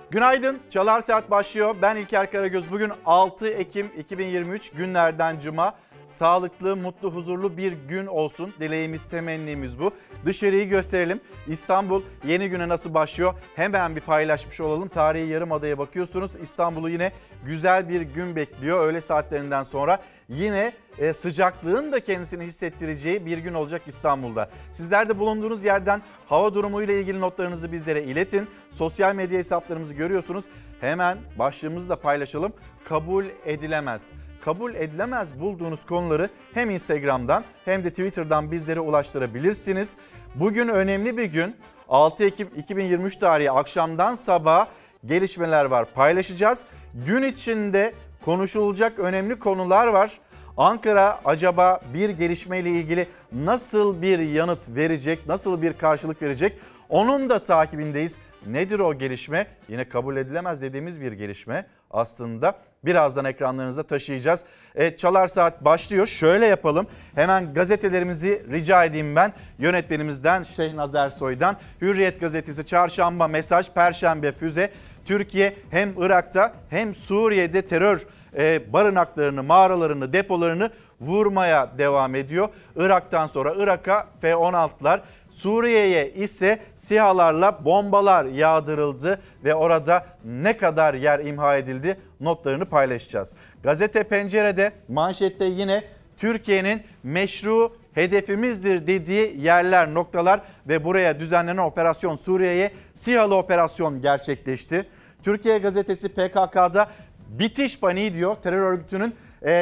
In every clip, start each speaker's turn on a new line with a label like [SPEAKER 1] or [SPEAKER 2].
[SPEAKER 1] Günaydın, Çalar Saat başlıyor. Ben İlker Karagöz. Bugün 6 Ekim 2023 günlerden cuma. Sağlıklı, mutlu, huzurlu bir gün olsun. Dileğimiz, temennimiz bu. Dışarıyı gösterelim. İstanbul yeni güne nasıl başlıyor? Hemen bir paylaşmış olalım. Tarihi Yarımada'ya bakıyorsunuz. İstanbul'u yine güzel bir gün bekliyor. Öğle saatlerinden sonra yine sıcaklığın da kendisini hissettireceği bir gün olacak İstanbul'da. Sizler de bulunduğunuz yerden hava durumuyla ilgili notlarınızı bizlere iletin. Sosyal medya hesaplarımızı görüyorsunuz. Hemen başlığımızı da paylaşalım. Kabul edilemez. Kabul edilemez bulduğunuz konuları hem Instagram'dan hem de Twitter'dan bizlere ulaştırabilirsiniz. Bugün önemli bir gün. 6 Ekim 2023 tarihi akşamdan sabaha gelişmeler var, paylaşacağız. Gün içinde konuşulacak önemli konular var. Ankara acaba bir gelişmeyle ilgili nasıl bir yanıt verecek, nasıl bir karşılık verecek? Onun da takibindeyiz. Nedir o gelişme? Yine kabul edilemez dediğimiz bir gelişme aslında. Birazdan ekranlarınıza taşıyacağız. Çalar Saat başlıyor. Şöyle yapalım. Hemen gazetelerimizi rica edeyim ben. Yönetmenimizden Şehnaz Ersoy'dan. Hürriyet gazetesi çarşamba mesaj, perşembe füze. Türkiye hem Irak'ta hem Suriye'de terör barınaklarını, mağaralarını, depolarını vurmaya devam ediyor. Irak'tan sonra Irak'a F-16'lar, Suriye'ye ise SİHA'larla bombalar yağdırıldı ve orada ne kadar yer imha edildi notlarını paylaşacağız. Gazete Pencere'de manşette yine Türkiye'nin meşru hedefimizdir dediği yerler, noktalar ve buraya düzenlenen operasyon, Suriye'ye SİHA'lı operasyon gerçekleşti. Türkiye gazetesi PKK'da bitiş paniği diyor. Terör örgütünün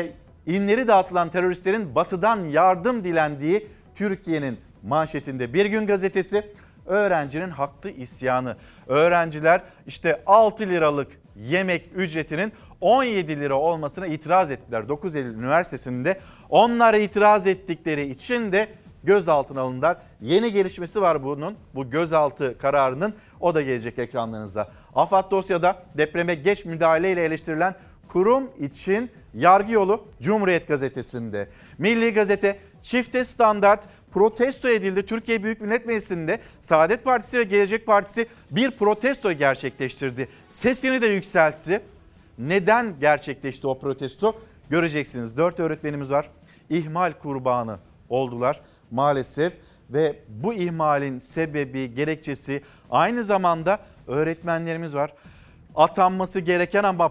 [SPEAKER 1] inleri dağıtılan teröristlerin batıdan yardım dilendiği Türkiye'nin manşetinde. Bir Gün gazetesi öğrencinin haklı isyanı. Öğrenciler işte 6 liralık yemek ücretinin 17 lira olmasına itiraz ettiler. 9 Eylül Üniversitesi'nde onlara itiraz ettikleri için de gözaltına alındılar. Yeni gelişmesi var bunun, bu gözaltı kararının, o da gelecek ekranlarınıza. AFAD dosyada depreme geç müdahaleyle eleştirilen kurum için yargı yolu Cumhuriyet gazetesinde. Milli Gazete çifte standart protesto edildi. Türkiye Büyük Millet Meclisi'nde Saadet Partisi ve Gelecek Partisi bir protesto gerçekleştirdi. Sesini de yükseltti. Neden gerçekleşti o protesto? Göreceksiniz. 4 öğretmenimiz var. İhmal kurbanı oldular maalesef ve bu ihmalin sebebi, gerekçesi aynı zamanda öğretmenlerimiz var. Atanması gereken ama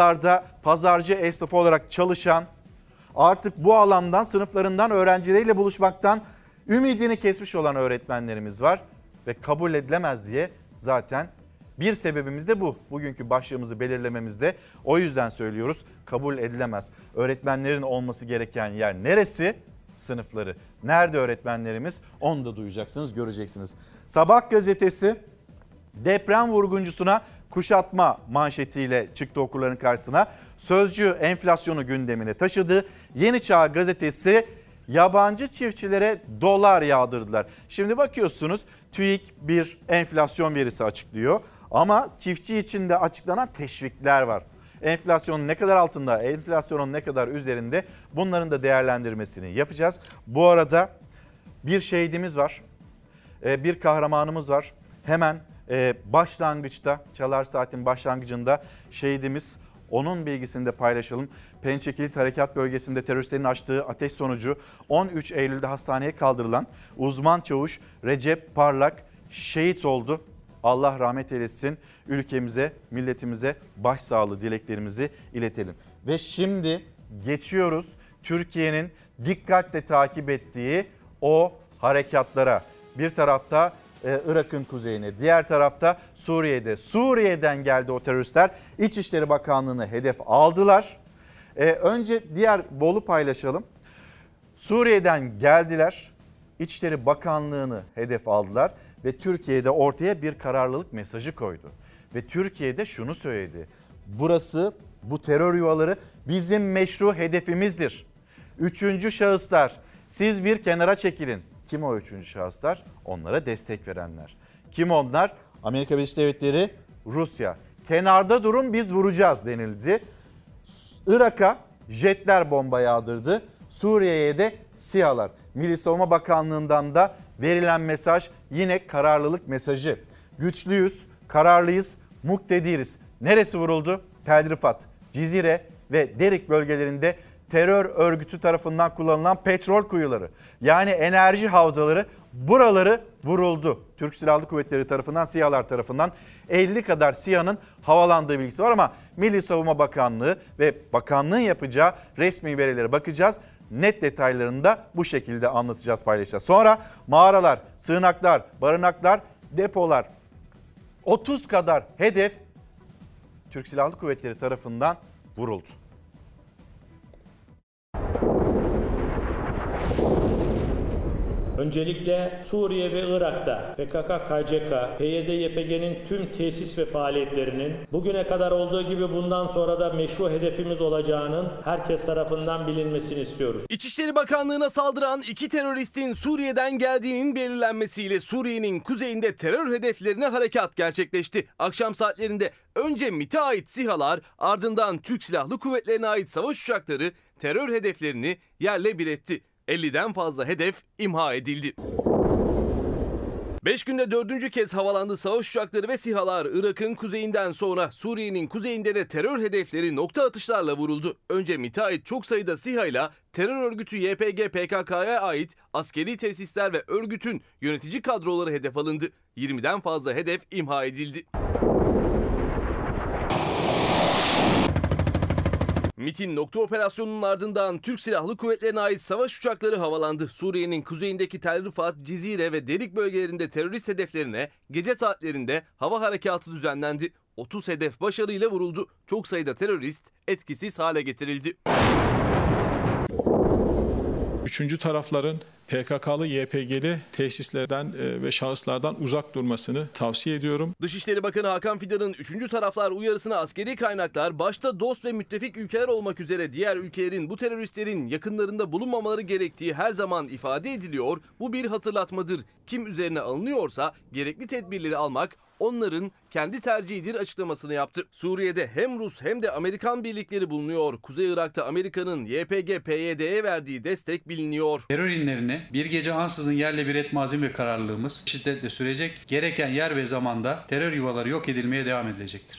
[SPEAKER 1] pazarcı esnafı olarak çalışan, artık bu alandan, sınıflarından, öğrencileriyle buluşmaktan ümidini kesmiş olan öğretmenlerimiz var. Ve kabul edilemez diye zaten bir sebebimiz de bu. Bugünkü başlığımızı belirlememizde o yüzden söylüyoruz. Kabul edilemez. Öğretmenlerin olması gereken yer neresi? Sınıfları. Nerede öğretmenlerimiz? Onu da duyacaksınız, göreceksiniz. Sabah gazetesi deprem vurguncusuna kuşatma manşetiyle çıktı okurların karşısına. Sözcü enflasyonu gündemine taşıdı. Yeni Çağ gazetesi yabancı çiftçilere dolar yağdırdılar. Şimdi bakıyorsunuz TÜİK bir enflasyon verisi açıklıyor ama çiftçi için de açıklanan teşvikler var. Enflasyonun ne kadar altında, enflasyonun ne kadar üzerinde, bunların da değerlendirmesini yapacağız. Bu arada bir şehidimiz var, bir kahramanımız var. Hemen başlangıçta, Çalar Saat'in başlangıcında şehidimiz, onun bilgisini de paylaşalım. Pençe Kilit Harekat Bölgesi'nde teröristlerin açtığı ateş sonucu 13 Eylül'de hastaneye kaldırılan uzman çavuş Recep Parlak şehit oldu. Allah rahmet eylesin, ülkemize, milletimize başsağlığı dileklerimizi iletelim. Ve şimdi geçiyoruz Türkiye'nin dikkatle takip ettiği o harekatlara. Bir tarafta Irak'ın kuzeyine, diğer tarafta Suriye'de. Suriye'den geldi o teröristler. İçişleri Bakanlığı'nı hedef aldılar. Önce diğer Vol'u paylaşalım. Suriye'den geldiler. İçişleri Bakanlığı'nı hedef aldılar ve Türkiye'de ortaya bir kararlılık mesajı koydu. Ve Türkiye'de şunu söyledi. Burası, bu terör yuvaları bizim meşru hedefimizdir. Üçüncü şahıslar, siz bir kenara çekilin. Kim o üçüncü şahıslar? Onlara destek verenler. Kim onlar? Amerika Birleşik Devletleri, Rusya. Kenarda durun, biz vuracağız denildi. Irak'a jetler bomba yağdırdı. Suriye'ye de SİHA'lar. Milli Savunma Bakanlığı'ndan da verilen mesaj yine kararlılık mesajı. Güçlüyüz, kararlıyız, muktediriz. Neresi vuruldu? Tel Rifat, Cizire ve Derik bölgelerinde terör örgütü tarafından kullanılan petrol kuyuları, yani enerji havzaları, buraları vuruldu. Türk Silahlı Kuvvetleri tarafından, SİHA'lar tarafından 50 kadar SİHA'nın havalandığı bilgisi var ama Milli Savunma Bakanlığı ve bakanlığın yapacağı resmi verilere bakacağız. Net detaylarını da bu şekilde anlatacağız, paylaşacağız. Sonra mağaralar, sığınaklar, barınaklar, depolar, 30 kadar hedef Türk Silahlı Kuvvetleri tarafından vuruldu.
[SPEAKER 2] Öncelikle Suriye ve Irak'ta PKK-KCK, PYD-YPG'nin tüm tesis ve faaliyetlerinin bugüne kadar olduğu gibi bundan sonra da meşru hedefimiz olacağının herkes tarafından bilinmesini istiyoruz.
[SPEAKER 3] İçişleri Bakanlığı'na saldıran iki teröristin Suriye'den geldiğinin belirlenmesiyle Suriye'nin kuzeyinde terör hedeflerine harekat gerçekleşti. Akşam saatlerinde önce MİT'e ait SİHA'lar, ardından Türk Silahlı Kuvvetleri'ne ait savaş uçakları terör hedeflerini yerle bir etti. 50'den fazla hedef imha edildi. 5 günde 4. kez havalandı savaş uçakları ve SİHA'lar. Irak'ın kuzeyinden sonra Suriye'nin kuzeyinde de terör hedefleri nokta atışlarla vuruldu. Önce MİT'e ait çok sayıda SİHA ile terör örgütü YPG PKK'ya ait askeri tesisler ve örgütün yönetici kadroları hedef alındı. 20'den fazla hedef imha edildi. MİT'in nokta operasyonunun ardından Türk Silahlı Kuvvetleri'ne ait savaş uçakları havalandı. Suriye'nin kuzeyindeki Tel Rifat, Cizire ve Derik bölgelerinde terörist hedeflerine gece saatlerinde hava harekatı düzenlendi. 30 hedef başarıyla vuruldu. Çok sayıda terörist etkisiz hale getirildi.
[SPEAKER 4] Üçüncü tarafların PKK'lı, YPG'li tesislerden ve şahıslardan uzak durmasını tavsiye ediyorum.
[SPEAKER 3] Dışişleri Bakanı Hakan Fidan'ın üçüncü taraflar uyarısına askeri kaynaklar, başta dost ve müttefik ülkeler olmak üzere diğer ülkelerin bu teröristlerin yakınlarında bulunmamaları gerektiği her zaman ifade ediliyor. Bu bir hatırlatmadır. Kim üzerine alınıyorsa gerekli tedbirleri almak onların kendi tercihidir açıklamasını yaptı. Suriye'de hem Rus hem de Amerikan birlikleri bulunuyor. Kuzey Irak'ta Amerika'nın YPG-PYD'ye verdiği destek biliniyor.
[SPEAKER 5] Terör inlerini bir gece ansızın yerle bir etme azim ve kararlılığımız şiddetle sürecek. Gereken yer ve zamanda terör yuvaları yok edilmeye devam edilecektir.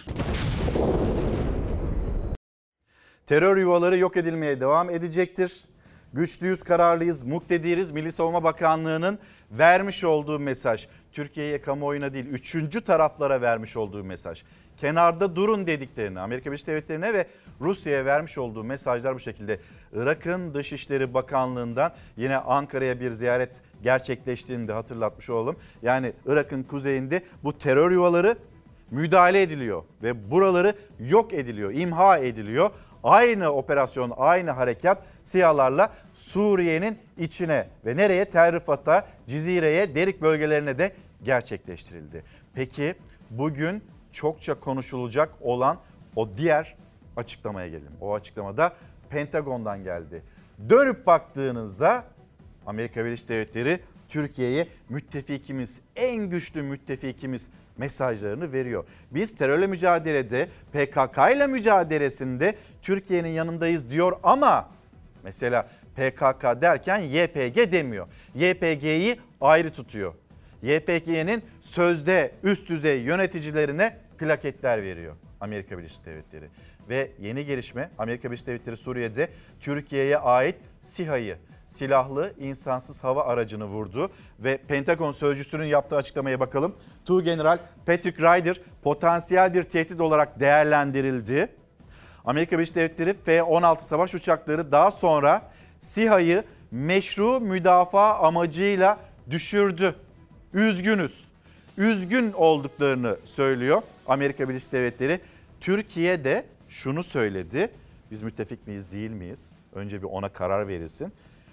[SPEAKER 1] Terör yuvaları yok edilmeye devam edecektir. Güçlüyüz, kararlıyız, muktediriz. Milli Savunma Bakanlığı'nın vermiş olduğu mesaj. Türkiye'ye, kamuoyuna değil, üçüncü taraflara vermiş olduğu mesaj. Kenarda durun dediklerini, Amerika Birleşik Devletleri'ne ve Rusya'ya vermiş olduğu mesajlar bu şekilde. Irak'ın Dışişleri Bakanlığı'ndan yine Ankara'ya bir ziyaret gerçekleştiğini de hatırlatmış olalım. Yani Irak'ın kuzeyinde bu terör yuvaları müdahale ediliyor ve buraları yok ediliyor, imha ediliyor. Aynı operasyon, aynı harekat SİHA'larla Suriye'nin içine ve nereye? Tel Rifat'a, Cizire'ye, Derik bölgelerine de gerçekleştirildi. Peki bugün çokça konuşulacak olan o diğer açıklamaya gelelim. O açıklamada Pentagon'dan geldi. Dönüp baktığınızda Amerika Birleşik Devletleri Türkiye'ye müttefikimiz, en güçlü müttefikimiz mesajlarını veriyor. Biz terörle mücadelede, PKK ile mücadelesinde Türkiye'nin yanındayız diyor ama mesela PKK derken YPG demiyor. YPG'yi ayrı tutuyor. YPG'nin sözde üst düzey yöneticilerine plaketler veriyor Amerika Birleşik Devletleri. Ve yeni gelişme, Amerika Birleşik Devletleri Suriye'de Türkiye'ye ait SİHA'yı, silahlı insansız hava aracını vurdu ve Pentagon sözcüsünün yaptığı açıklamaya bakalım. Tuğgeneral Patrick Ryder potansiyel bir tehdit olarak değerlendirildi. Amerika Birleşik Devletleri F-16 savaş uçakları daha sonra SİHA'yı meşru müdafaa amacıyla düşürdü. Üzgünüz. Üzgün olduklarını söylüyor Amerika Birleşik Devletleri. Türkiye de şunu söyledi. Biz müttefik miyiz, değil miyiz? Önce bir ona karar verilsin.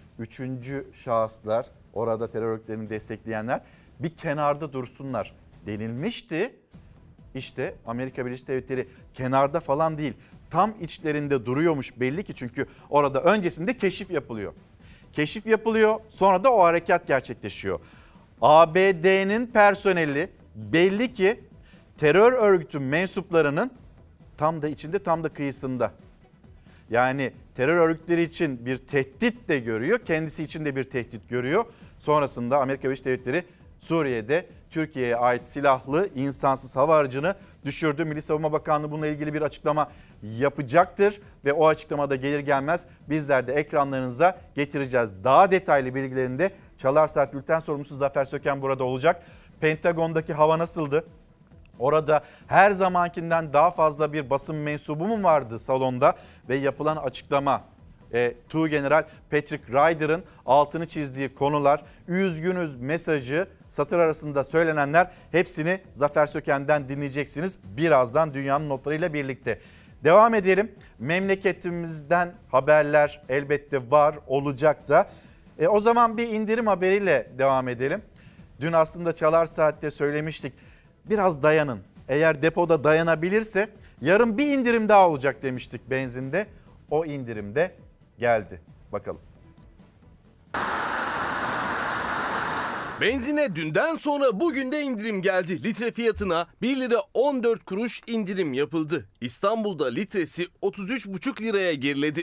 [SPEAKER 1] Üçüncü şahıslar, orada terör örgütlerini destekleyenler bir kenarda dursunlar denilmişti. İşte Amerika Birleşik Devletleri kenarda falan değil, tam içlerinde duruyormuş belli ki, çünkü orada öncesinde keşif yapılıyor. Keşif yapılıyor, sonra da o harekat gerçekleşiyor. ABD'nin personeli belli ki terör örgütü mensuplarının tam da içinde, tam da kıyısında. Yani terör örgütleri için bir tehdit de görüyor, kendisi için de bir tehdit görüyor. Sonrasında Amerika Birleşik Devletleri Suriye'de Türkiye'ye ait silahlı insansız hava aracını düşürdü. Milli Savunma Bakanlığı bununla ilgili bir açıklama yapacaktır ve o açıklamada gelir gelmez bizler de ekranlarınıza getireceğiz. Daha detaylı bilgilerini de Çalar Saat Bülten sorumlusu Zafer Söken burada olacak. Pentagon'daki hava nasıldı? Orada her zamankinden daha fazla bir basın mensubu mu vardı salonda ve yapılan açıklama? Tuğgeneral Patrick Ryder'ın altını çizdiği konular, üzgünüz mesajı, satır arasında söylenenler hepsini Zafer Söken'den dinleyeceksiniz birazdan dünyanın notlarıyla birlikte. Devam edelim. Memleketimizden haberler elbette var, olacak da. O zaman bir indirim haberiyle devam edelim. Dün aslında Çalar Saat'te söylemiştik. Biraz dayanın. Eğer depoda dayanabilirse yarın bir indirim daha olacak demiştik benzinde. O indirim de geldi. Bakalım.
[SPEAKER 3] Benzine dünden sonra bugün de indirim geldi. Litre fiyatına 1 lira 14 kuruş indirim yapıldı. İstanbul'da litresi 33,5 liraya geriledi.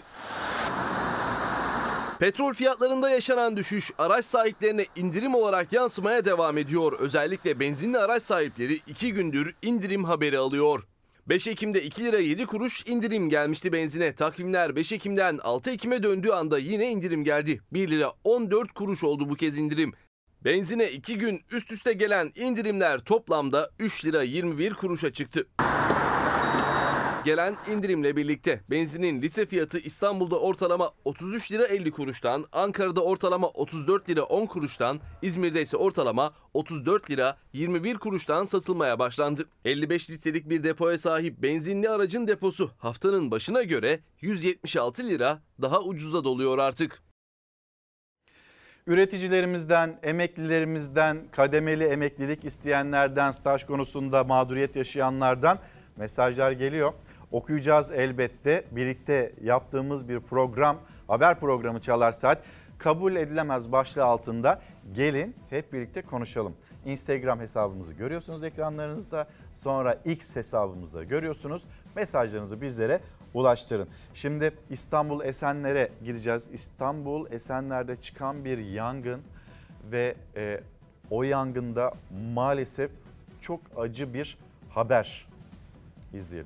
[SPEAKER 3] Petrol fiyatlarında yaşanan düşüş araç sahiplerine indirim olarak yansımaya devam ediyor. Özellikle benzinli araç sahipleri 2 gündür indirim haberi alıyor. 5 Ekim'de 2 lira 7 kuruş indirim gelmişti benzine. Takvimler 5 Ekim'den 6 Ekim'e döndüğü anda yine indirim geldi. 1 lira 14 kuruş oldu bu kez indirim. Benzine 2 gün üst üste gelen indirimler toplamda 3 lira 21 kuruşa çıktı. Gelen indirimle birlikte benzinin litre fiyatı İstanbul'da ortalama 33 lira 50 kuruştan, Ankara'da ortalama 34 lira 10 kuruştan, İzmir'de ise ortalama 34 lira 21 kuruştan satılmaya başlandı. 55 litrelik bir depoya sahip benzinli aracın deposu haftanın başına göre 176 lira daha ucuza doluyor artık.
[SPEAKER 1] Üreticilerimizden, emeklilerimizden, kademeli emeklilik isteyenlerden, staj konusunda mağduriyet yaşayanlardan mesajlar geliyor. Okuyacağız elbette. Birlikte yaptığımız bir program, haber programı Çalar Saat. Kabul edilemez başlığı altında gelin hep birlikte konuşalım. Instagram hesabımızı görüyorsunuz ekranlarınızda. Sonra X hesabımızda görüyorsunuz. Mesajlarınızı bizlere ulaştırın. Şimdi İstanbul Esenler'e gideceğiz. İstanbul Esenler'de çıkan bir yangın ve o yangında maalesef çok acı bir haber. İzleyelim.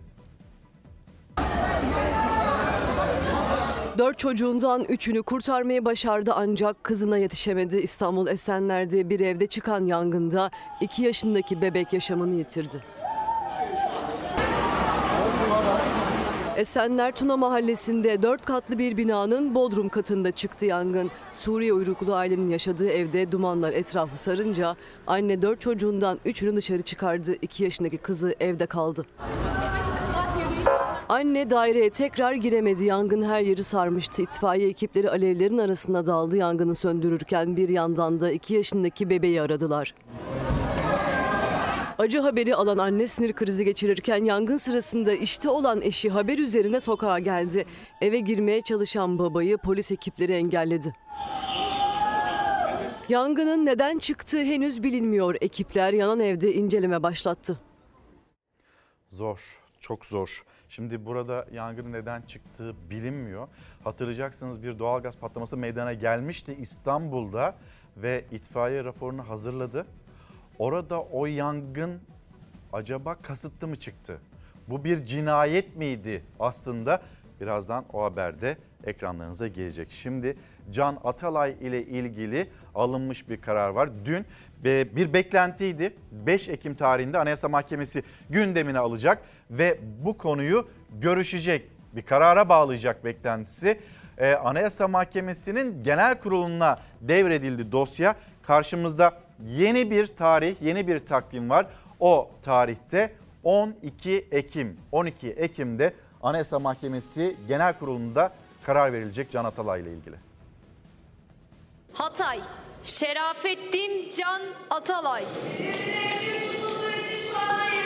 [SPEAKER 6] 4 çocuğundan 3'ünü kurtarmayı başardı ancak kızına yetişemedi. İstanbul Esenler'de bir evde çıkan yangında 2 yaşındaki bebek yaşamını yitirdi. Esenler Tuna Mahallesi'nde 4 katlı bir binanın bodrum katında çıktı yangın. Suriye uyruklu ailenin yaşadığı evde dumanlar etrafı sarınca anne 4 çocuğundan 3'ünü dışarı çıkardı. 2 yaşındaki kızı evde kaldı. Anne daireye tekrar giremedi. Yangın her yeri sarmıştı. İtfaiye ekipleri alevlerin arasına daldı. Yangını söndürürken bir yandan da 2 yaşındaki bebeği aradılar. Acı haberi alan anne sinir krizi geçirirken yangın sırasında işte olan eşi haber üzerine sokağa geldi. Eve girmeye çalışan babayı polis ekipleri engelledi. Yangının neden çıktığı henüz bilinmiyor. Ekipler yanan evde inceleme başlattı.
[SPEAKER 1] Zor, çok zor. Şimdi burada yangının neden çıktığı bilinmiyor. Hatırlayacaksınız bir doğalgaz patlaması meydana gelmişti İstanbul'da ve itfaiye raporunu hazırladı. Orada o yangın acaba kasıtlı mı çıktı? Bu bir cinayet miydi aslında? Birazdan o haberde ekranlarınıza gelecek. Şimdi Can Atalay ile ilgili alınmış bir karar var. Dün bir beklentiydi. 5 Ekim tarihinde Anayasa Mahkemesi gündemine alacak ve bu konuyu görüşecek, bir karara bağlayacak beklentisi. Anayasa Mahkemesi'nin genel kuruluna devredildi dosya. Karşımızda yeni bir tarih, yeni bir takvim var. O tarihte 12 Ekim. 12 Ekim'de Anayasa Mahkemesi Genel Kurulu'nda karar verilecek Can Atalay ile ilgili.
[SPEAKER 7] Hatay, Şerafettin Can Atalay.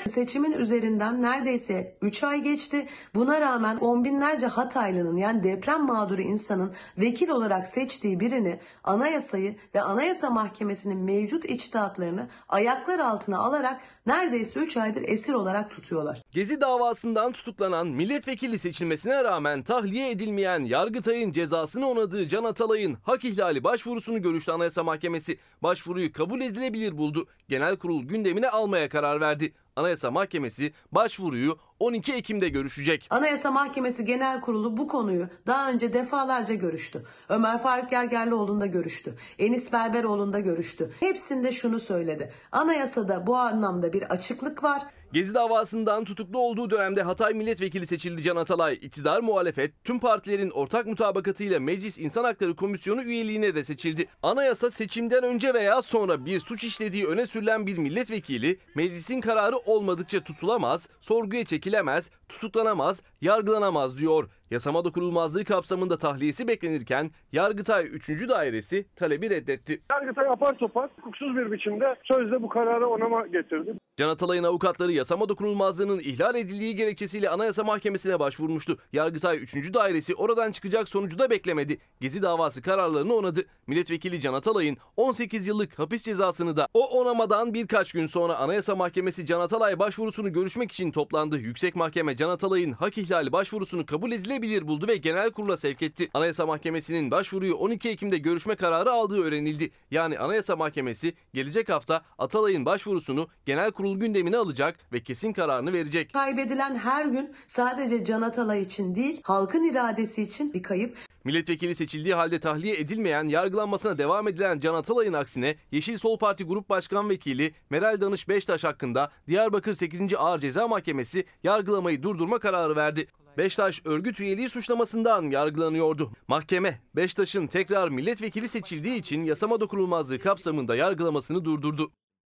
[SPEAKER 7] Seçimin üzerinden neredeyse 3 ay geçti. Buna rağmen on binlerce Hataylı'nın, yani deprem mağduru insanın vekil olarak seçtiği birini, anayasayı ve Anayasa Mahkemesi'nin mevcut içtihatlarını ayaklar altına alarak neredeyse 3 aydır esir olarak tutuyorlar.
[SPEAKER 3] Gezi davasından tutuklanan, milletvekili seçilmesine rağmen tahliye edilmeyen, Yargıtay'ın cezasını onadığı Can Atalay'ın hak ihlali başvurusunu görüştü Anayasa Mahkemesi. Başvuruyu kabul edilebilir buldu. Genel kurul gündemine almaya karar verdi. Anayasa Mahkemesi başvuruyu 12 Ekim'de görüşecek.
[SPEAKER 7] Anayasa Mahkemesi Genel Kurulu bu konuyu daha önce defalarca görüştü. Ömer Faruk Gergerlioğlu'nda görüştü. Enis Berberoğlu'nda görüştü. Hepsinde şunu söyledi: anayasada bu anlamda bir açıklık var.
[SPEAKER 3] Gezi davasından tutuklu olduğu dönemde Hatay milletvekili seçildi Can Atalay. İktidar, muhalefet, tüm partilerin ortak mutabakatıyla Meclis İnsan Hakları Komisyonu üyeliğine de seçildi. Anayasa, seçimden önce veya sonra bir suç işlediği öne sürülen bir milletvekili meclisin kararı olmadıkça tutulamaz, sorguya çekilemez, tutuklanamaz, yargılanamaz diyor. Yasama dokunulmazlığı kapsamında tahliyesi beklenirken Yargıtay 3. Dairesi talebi reddetti.
[SPEAKER 8] Yargıtay apar topar hukuksuz bir biçimde sözde bu kararı onama getirdi.
[SPEAKER 3] Can Atalay'ın avukatları yasama dokunulmazlığının ihlal edildiği gerekçesiyle Anayasa Mahkemesi'ne başvurmuştu. Yargıtay 3. Dairesi oradan çıkacak sonucu da beklemedi. Gezi davası kararlarını onadı. Milletvekili Can Atalay'ın 18 yıllık hapis cezasını da o onamadan birkaç gün sonra Anayasa Mahkemesi Can Atalay başvurusunu görüşmek için toplandı. Yüksek Mahkeme Can Atalay'ın hak ihlali başvurusunu kabul edilebilir buldu ve genel kurula sevk etti. Anayasa Mahkemesi'nin başvuruyu 12 Ekim'de görüşme kararı aldığı öğrenildi. Yani Anayasa Mahkemesi gelecek hafta Atalay'ın başvurusunu genel kurul gündemine alacak ve kesin kararını verecek.
[SPEAKER 7] Kaybedilen her gün sadece Can Atalay için değil, halkın iradesi için bir kayıp.
[SPEAKER 3] Milletvekili seçildiği halde tahliye edilmeyen, yargılanmasına devam edilen Can Atalay'ın aksine Yeşil Sol Parti Grup Başkan Vekili Meral Danış Beştaş hakkında Diyarbakır 8. Ağır Ceza Mahkemesi yargılamayı durdurma kararı verdi. Beştaş örgüt üyeliği suçlamasından yargılanıyordu. Mahkeme, Beştaş'ın tekrar milletvekili seçildiği için yasama dokunulmazlığı kapsamında yargılamasını durdurdu.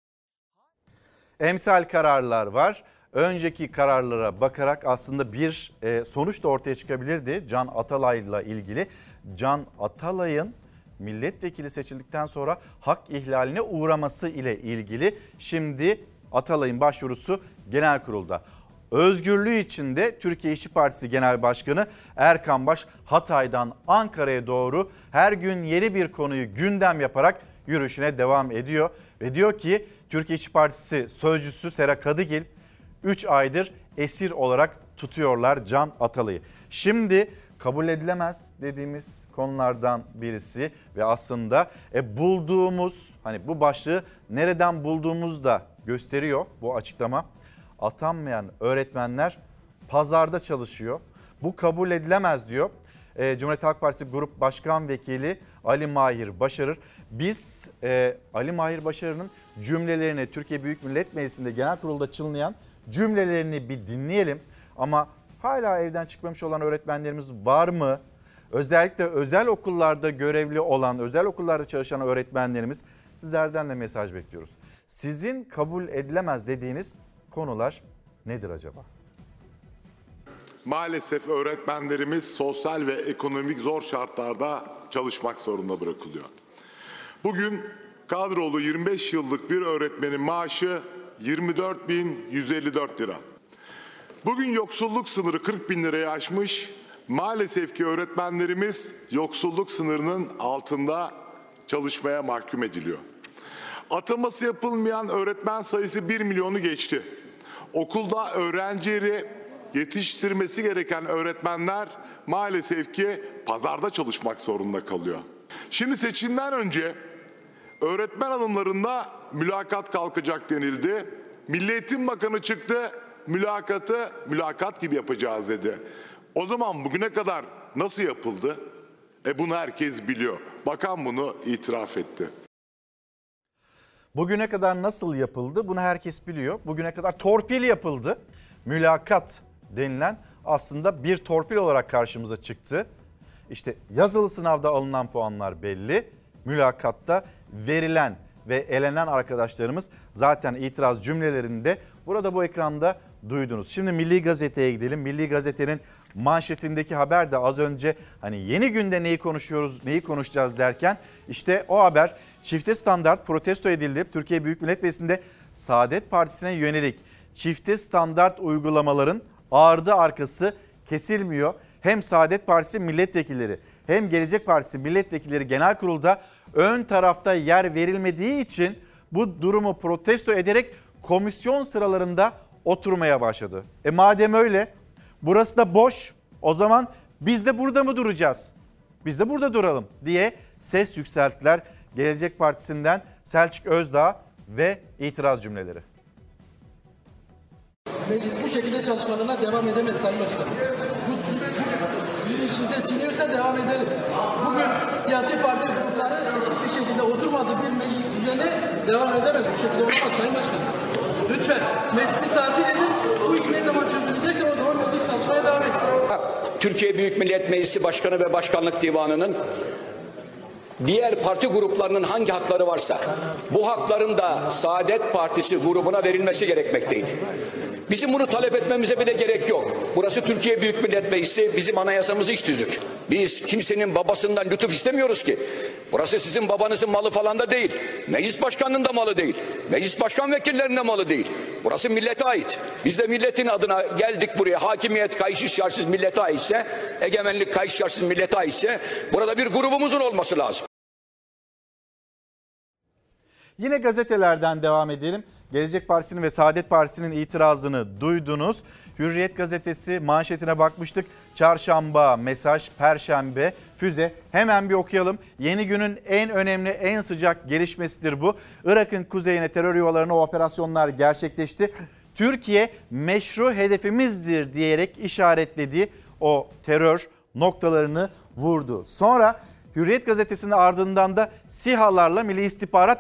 [SPEAKER 1] Emsal kararlar var. Önceki kararlara bakarak aslında bir sonuç da ortaya çıkabilirdi Can Atalay'la ilgili. Can Atalay'ın milletvekili seçildikten sonra hak ihlaline uğraması ile ilgili şimdi Atalay'ın başvurusu genel kurulda. Özgürlüğü için de Türkiye İşçi Partisi Genel Başkanı Erkan Baş Hatay'dan Ankara'ya doğru her gün yeni bir konuyu gündem yaparak yürüyüşüne devam ediyor. Ve diyor ki Türkiye İşçi Partisi sözcüsü Sera Kadıgil 3 aydır esir olarak tutuyorlar Can Atalay'ı. Şimdi kabul edilemez dediğimiz konulardan birisi ve aslında bulduğumuz, hani bu başlığı nereden bulduğumuz da gösteriyor bu açıklama. Atanmayan öğretmenler pazarda çalışıyor. Bu kabul edilemez diyor. Cumhuriyet Halk Partisi Grup Başkan Vekili Ali Mahir Başarır. Biz Ali Mahir Başarır'ın cümlelerini Türkiye Büyük Millet Meclisi'nde genel kurulda çınlayan cümlelerini bir dinleyelim. Ama hala evden çıkmamış olan öğretmenlerimiz var mı? Özellikle özel okullarda görevli olan, özel okullarda çalışan öğretmenlerimiz, sizlerden de mesaj bekliyoruz. Sizin kabul edilemez dediğiniz konular nedir acaba?
[SPEAKER 9] Maalesef öğretmenlerimiz sosyal ve ekonomik zor şartlarda çalışmak zorunda bırakılıyor. Bugün kadrolu 25 yıllık bir öğretmenin maaşı 24.154 lira. Bugün yoksulluk sınırı 40.000 lirayı aşmış. Maalesef ki öğretmenlerimiz yoksulluk sınırının altında çalışmaya mahkum ediliyor. Ataması yapılmayan öğretmen sayısı 1 milyonu geçti. Okulda öğrencileri yetiştirmesi gereken öğretmenler maalesef ki pazarda çalışmak zorunda kalıyor. Şimdi seçimden önce öğretmen alımlarında mülakat kalkacak denildi. Milli Eğitim Bakanı çıktı, mülakatı mülakat gibi yapacağız dedi. O zaman bugüne kadar nasıl yapıldı? Bunu herkes biliyor. Bakan bunu itiraf etti.
[SPEAKER 1] Bugüne kadar nasıl yapıldı? Bunu herkes biliyor. Bugüne kadar torpil yapıldı. Mülakat denilen aslında bir torpil olarak karşımıza çıktı. İşte yazılı sınavda alınan puanlar belli. Mülakatta verilen ve elenen arkadaşlarımız zaten itiraz cümlelerinde burada bu ekranda duydunuz. Şimdi Milli Gazete'ye gidelim. Milli Gazete'nin manşetindeki haber de az önce hani yeni günde neyi konuşuyoruz, neyi konuşacağız derken işte o haber çifte standart protesto edildi. Türkiye Büyük Millet Meclisi'nde Saadet Partisi'ne yönelik çifte standart uygulamaların ardı arkası kesilmiyor. Hem Saadet Partisi milletvekilleri hem Gelecek Partisi milletvekilleri genel kurulda ön tarafta yer verilmediği için bu durumu protesto ederek komisyon sıralarında oturmaya başladı. Madem öyle, burası da boş, o zaman biz de burada mı duracağız? Biz de burada duralım diye ses yükselttiler. Gelecek Partisi'nden Selçuk Özdağ ve itiraz cümleleri.
[SPEAKER 10] Meclis bu şekilde çalışmalarına devam edemez Sayın Başkanım. Bu sizin içinize siniyorsa devam edelim. Bugün siyasi parti grupları eşit bir şekilde oturmadığı bir meclis düzeni devam edemez. Bu şekilde olamaz Sayın Başkanım. Lütfen meclisi tatil edin. Bu iş ne zaman çözülecekse o zaman meclis çalışmaya devam etsin.
[SPEAKER 11] Türkiye Büyük Millet Meclisi Başkanı ve Başkanlık Divanı'nın diğer parti gruplarının hangi hakları varsa bu hakların da Saadet Partisi grubuna verilmesi gerekmekteydi. Bizim bunu talep etmemize bile gerek yok. Burası Türkiye Büyük Millet Meclisi, bizim anayasamız iç tüzük. Biz kimsenin babasından lütuf istemiyoruz ki. Burası sizin babanızın malı falan da değil. Meclis başkanının da malı değil. Meclis başkan vekillerinin de malı değil. Burası millete ait. Biz de milletin adına geldik buraya. Hakimiyet kayıtsız şartsız millete aitse, egemenlik kayıtsız şartsız millete aitse burada bir grubumuzun olması lazım.
[SPEAKER 1] Yine gazetelerden devam edelim. Gelecek Partisi'nin ve Saadet Partisi'nin itirazını duydunuz. Hürriyet gazetesi manşetine bakmıştık. Çarşamba, mesaj, perşembe, füze. Hemen bir okuyalım. Yeni günün en önemli, en sıcak gelişmesidir bu. Irak'ın kuzeyine terör yuvalarına operasyonlar gerçekleşti. Türkiye meşru hedefimizdir diyerek işaretlediği o terör noktalarını vurdu. Sonra Hürriyet gazetesinin ardından da SİHA'larla Milli İstihbarat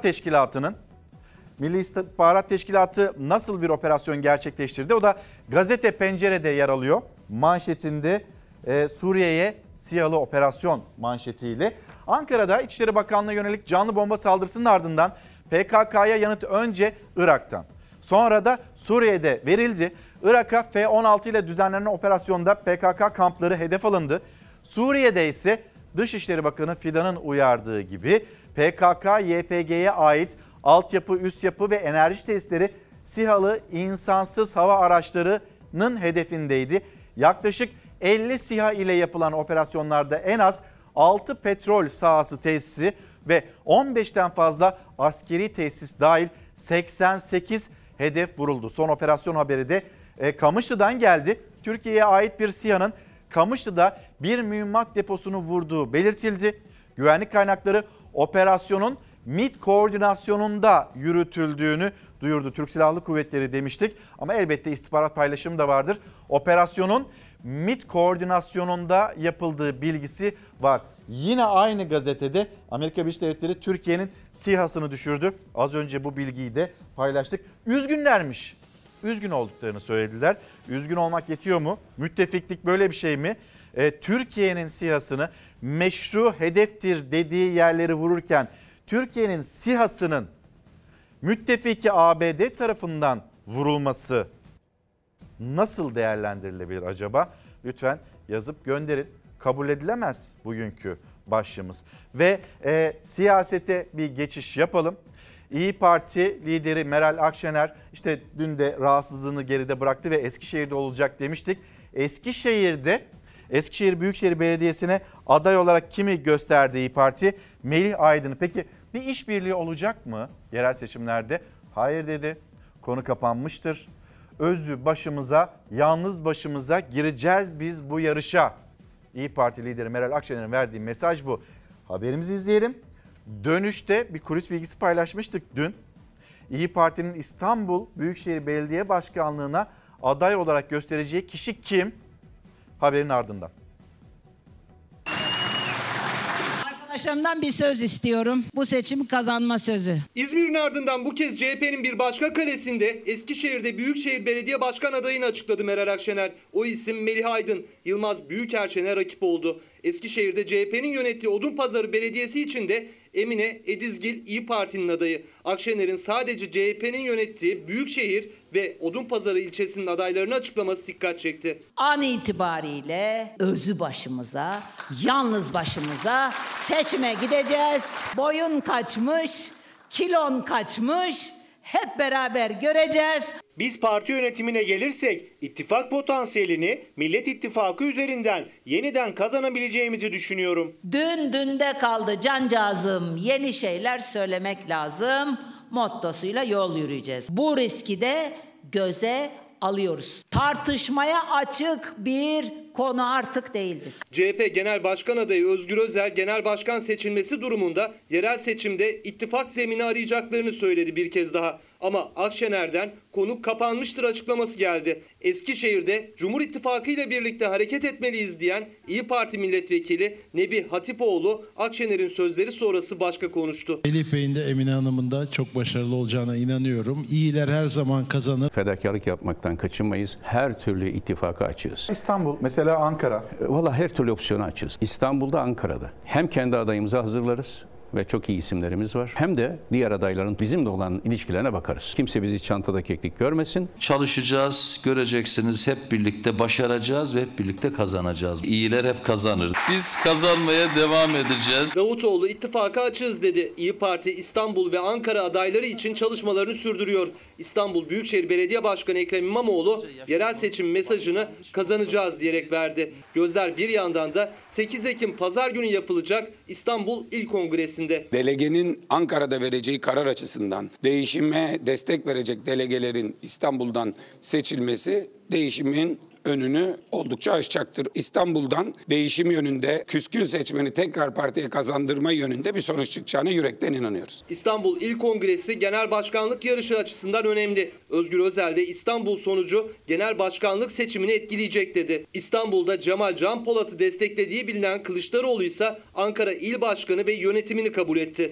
[SPEAKER 1] Teşkilatı nasıl bir operasyon gerçekleştirdi? O da Gazete Pencere'de yer alıyor. Manşetinde Suriye'ye SİHA'lı operasyon manşetiyle. Ankara'da İçişleri Bakanlığı'na yönelik canlı bomba saldırısının ardından PKK'ya yanıt önce Irak'tan, sonra da Suriye'de verildi. Irak'a F-16 ile düzenlenen operasyonda PKK kampları hedef alındı. Suriye'de ise Dışişleri Bakanı Fidan'ın uyardığı gibi PKK-YPG'ye ait altyapı, üst yapı ve enerji testleri SİHA'lı insansız hava araçlarının hedefindeydi. Yaklaşık 50 SİHA ile yapılan operasyonlarda en az 6 petrol sahası tesisi ve 15'ten fazla askeri tesis dahil 88 hedef vuruldu. Son operasyon haberi de Kamışlı'dan geldi. Türkiye'ye ait bir SİHA'nın Kamışlı'da bir mühimmat deposunu vurduğu belirtildi. Güvenlik kaynakları operasyonun MİT koordinasyonunda yürütüldüğünü duyurdu. Türk Silahlı Kuvvetleri demiştik ama elbette istihbarat paylaşımı da vardır. Operasyonun MİT koordinasyonunda yapıldığı bilgisi var. Yine aynı gazetede Amerika Birleşik Devletleri Türkiye'nin SİHA'sını düşürdü. Az önce bu bilgiyi de paylaştık. Üzgünlermiş. Üzgün olduklarını söylediler. Üzgün olmak yetiyor mu? Müttefiklik böyle bir şey mi? Türkiye'nin SİHA'sını meşru hedeftir dediği yerleri vururken Türkiye'nin SİHA'sının müttefiki ABD tarafından vurulması nasıl değerlendirilebilir acaba? Lütfen yazıp gönderin. Kabul edilemez bugünkü başlığımız. Ve siyasete bir geçiş yapalım. İYİ Parti lideri Meral Akşener işte dün de rahatsızlığını geride bıraktı ve Eskişehir'de olacak demiştik. Eskişehir Büyükşehir Belediyesi'ne aday olarak kimi gösterdi İYİ Parti? Melih Aydın'ı. Peki bir işbirliği olacak mı yerel seçimlerde? Hayır dedi. Konu kapanmıştır. Özü başımıza, yalnız başımıza gireceğiz biz bu yarışa. İYİ Parti lideri Meral Akşener'in verdiği mesaj bu. Haberimizi izleyelim. Dönüşte bir kulis bilgisi paylaşmıştık dün. İYİ Parti'nin İstanbul Büyükşehir Belediye Başkanlığı'na aday olarak göstereceği kişi kim? Haberin ardından.
[SPEAKER 12] Arkadaşlarımdan bir söz istiyorum. Bu seçimi kazanma sözü.
[SPEAKER 13] İzmir'in ardından bu kez CHP'nin bir başka kalesinde Eskişehir'de Büyükşehir Belediye Başkan adayını açıkladı Meral Akşener. O isim Melih Aydın. Yılmaz Büyükerşen'e rakip oldu. Eskişehir'de CHP'nin yönettiği Odunpazarı Belediyesi için de Emine Edizgil İYİ Parti'nin adayı. Akşener'in sadece CHP'nin yönettiği Büyükşehir ve Odunpazarı ilçesinin adaylarını açıklaması dikkat çekti.
[SPEAKER 12] An itibariyle özü başımıza, yalnız başımıza seçime gideceğiz. Boyun kaçmış, kilon kaçmış, hep beraber göreceğiz.
[SPEAKER 13] Biz parti yönetimine gelirsek ittifak potansiyelini Millet İttifakı üzerinden yeniden kazanabileceğimizi düşünüyorum.
[SPEAKER 14] Dün dünde kaldı cancağızım, yeni şeyler söylemek lazım mottosuyla yol yürüyeceğiz. Bu riski de göze alıyoruz. Tartışmaya açık bir konu artık değildir.
[SPEAKER 13] CHP Genel Başkan adayı Özgür Özel genel başkan seçilmesi durumunda yerel seçimde ittifak zemini arayacaklarını söyledi bir kez daha. Ama Akşener'den konu kapanmıştır açıklaması geldi. Eskişehir'de Cumhur İttifakı ile birlikte hareket etmeliyiz diyen İYİ Parti milletvekili Nebi Hatipoğlu Akşener'in sözleri sonrası başka konuştu.
[SPEAKER 15] Melih Bey'in de Emine Hanım'ın da çok başarılı olacağına inanıyorum. İyiler her zaman kazanır.
[SPEAKER 16] Fedakarlık yapmaktan kaçınmayız. Her türlü ittifaka açığız.
[SPEAKER 1] İstanbul, mesela Ankara.
[SPEAKER 16] Valla her türlü opsiyonu açığız. İstanbul'da, Ankara'da. Hem kendi adayımızı hazırlarız ve çok iyi isimlerimiz var. Hem de diğer adayların bizimle olan ilişkilerine bakarız. Kimse bizi çantada keklik görmesin.
[SPEAKER 17] Çalışacağız, göreceksiniz. Hep birlikte başaracağız ve hep birlikte kazanacağız. İyiler hep kazanır. Biz kazanmaya devam edeceğiz.
[SPEAKER 13] Davutoğlu ittifaka açığız dedi. İYİ Parti İstanbul ve Ankara adayları için çalışmalarını sürdürüyor. İstanbul Büyükşehir Belediye Başkanı Ekrem İmamoğlu yerel seçim mesajını kazanacağız diyerek verdi. Gözler bir yandan da 8 Ekim Pazar günü yapılacak İstanbul İl Kongresi'nde.
[SPEAKER 18] Delegenin Ankara'da vereceği karar açısından değişime destek verecek delegelerin İstanbul'dan seçilmesi değişimin önünü oldukça açacaktır. İstanbul'dan değişim yönünde küskün seçmeni tekrar partiye kazandırma yönünde bir sonuç çıkacağına yürekten inanıyoruz.
[SPEAKER 13] İstanbul İl Kongresi genel başkanlık yarışı açısından önemli. Özgür Özel de İstanbul sonucu genel başkanlık seçimini etkileyecek dedi. İstanbul'da Cemal Can Polat'ı desteklediği bilinen Kılıçdaroğlu ise Ankara İl Başkanı ve yönetimini kabul etti.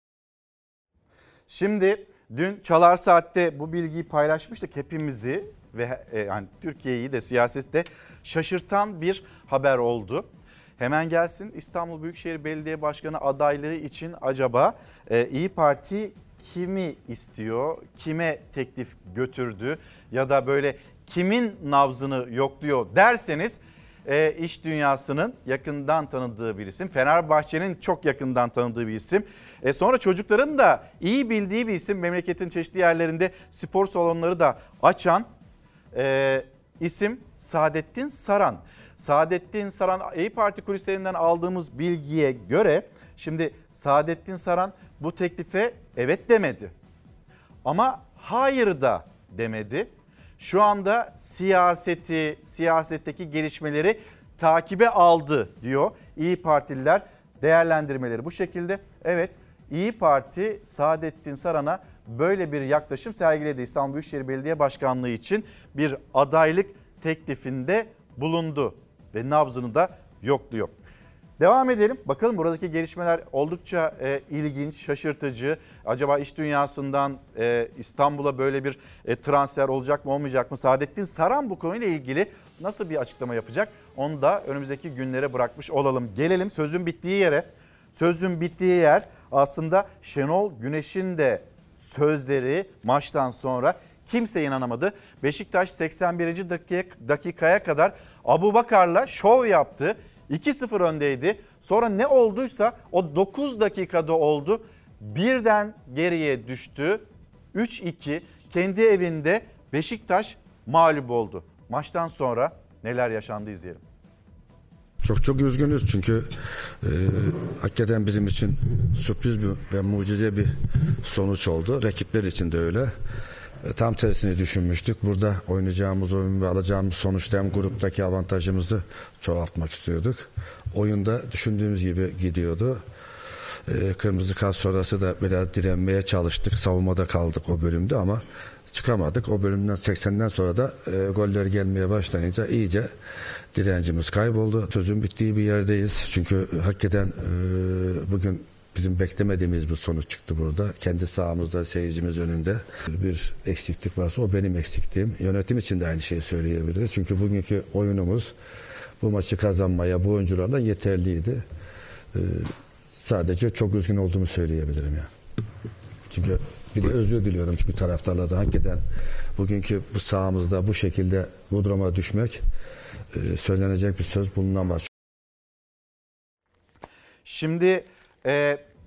[SPEAKER 1] Şimdi dün Çalar Saat'te bu bilgiyi paylaşmıştık hepimizi ve yani Türkiye'yi de siyasette şaşırtan bir haber oldu. Hemen gelsin, İstanbul Büyükşehir Belediye Başkanı adaylığı için acaba İYİ Parti kimi istiyor, kime teklif götürdü ya da böyle kimin nabzını yokluyor derseniz iş dünyasının yakından tanıdığı bir isim. Fenerbahçe'nin çok yakından tanıdığı bir isim. Sonra çocukların da iyi bildiği bir isim. Memleketin çeşitli yerlerinde spor salonları da açan isim Saadettin Saran. Saadettin Saran, İYİ Parti kulislerinden aldığımız bilgiye göre şimdi Saadettin Saran bu teklife evet demedi. Ama hayır da demedi. Şu anda siyasetteki gelişmeleri takibe aldı diyor İYİ Partililer. Değerlendirmeleri bu şekilde. Evet, İYİ Parti Saadettin Saran'a böyle bir yaklaşım sergiledi. İstanbul Büyükşehir Belediye Başkanlığı için bir adaylık teklifinde bulundu ve nabzını da yokluyor. Devam edelim. Bakalım buradaki gelişmeler oldukça ilginç, şaşırtıcı. Acaba iş dünyasından İstanbul'a böyle bir transfer olacak mı olmayacak mı? Saadettin Saran bu konuyla ilgili nasıl bir açıklama yapacak? Onu da önümüzdeki günlere bırakmış olalım. Gelelim sözün bittiği yere. Sözün bittiği yer aslında Şenol Güneş'in de sözleri maçtan sonra kimse inanamadı. Beşiktaş 81. dakikaya kadar Abubakar'la şov yaptı. 2-0 öndeydi. Sonra ne olduysa o 9 dakikada oldu. Birden geriye düştü. 3-2 kendi evinde Beşiktaş mağlup oldu. Maçtan sonra neler yaşandı izleyelim.
[SPEAKER 19] Çok üzgünüz çünkü hakikaten bizim için sürpriz ve mucize bir sonuç oldu. Rakipler için de öyle. Tam tersini düşünmüştük. Burada oynayacağımız oyun ve alacağımız sonuçta hem gruptaki avantajımızı çoğaltmak istiyorduk. Oyunda düşündüğümüz gibi gidiyordu. Kırmızı kart sonrası da biraz direnmeye çalıştık. Savunmada kaldık o bölümde ama çıkamadık. O bölümden 80'den sonra da goller gelmeye başlayınca iyice direncimiz kayboldu. Sözün bittiği bir yerdeyiz. Çünkü hakikaten bugün bizim beklemediğimiz bir sonuç çıktı burada. Kendi sahamızda, seyircimiz önünde bir eksiklik varsa o benim eksikliğim. Yönetim için de aynı şeyi söyleyebiliriz. Çünkü bugünkü oyunumuz bu maçı kazanmaya bu oyuncularla yeterliydi. Sadece çok üzgün olduğumu söyleyebilirim yani. Çünkü bir de özür diliyorum çünkü taraftarlardan hakikaten bugünkü bu sahamızda bu şekilde bu duruma düşmek söylenecek bir söz bulunamaz.
[SPEAKER 1] Şimdi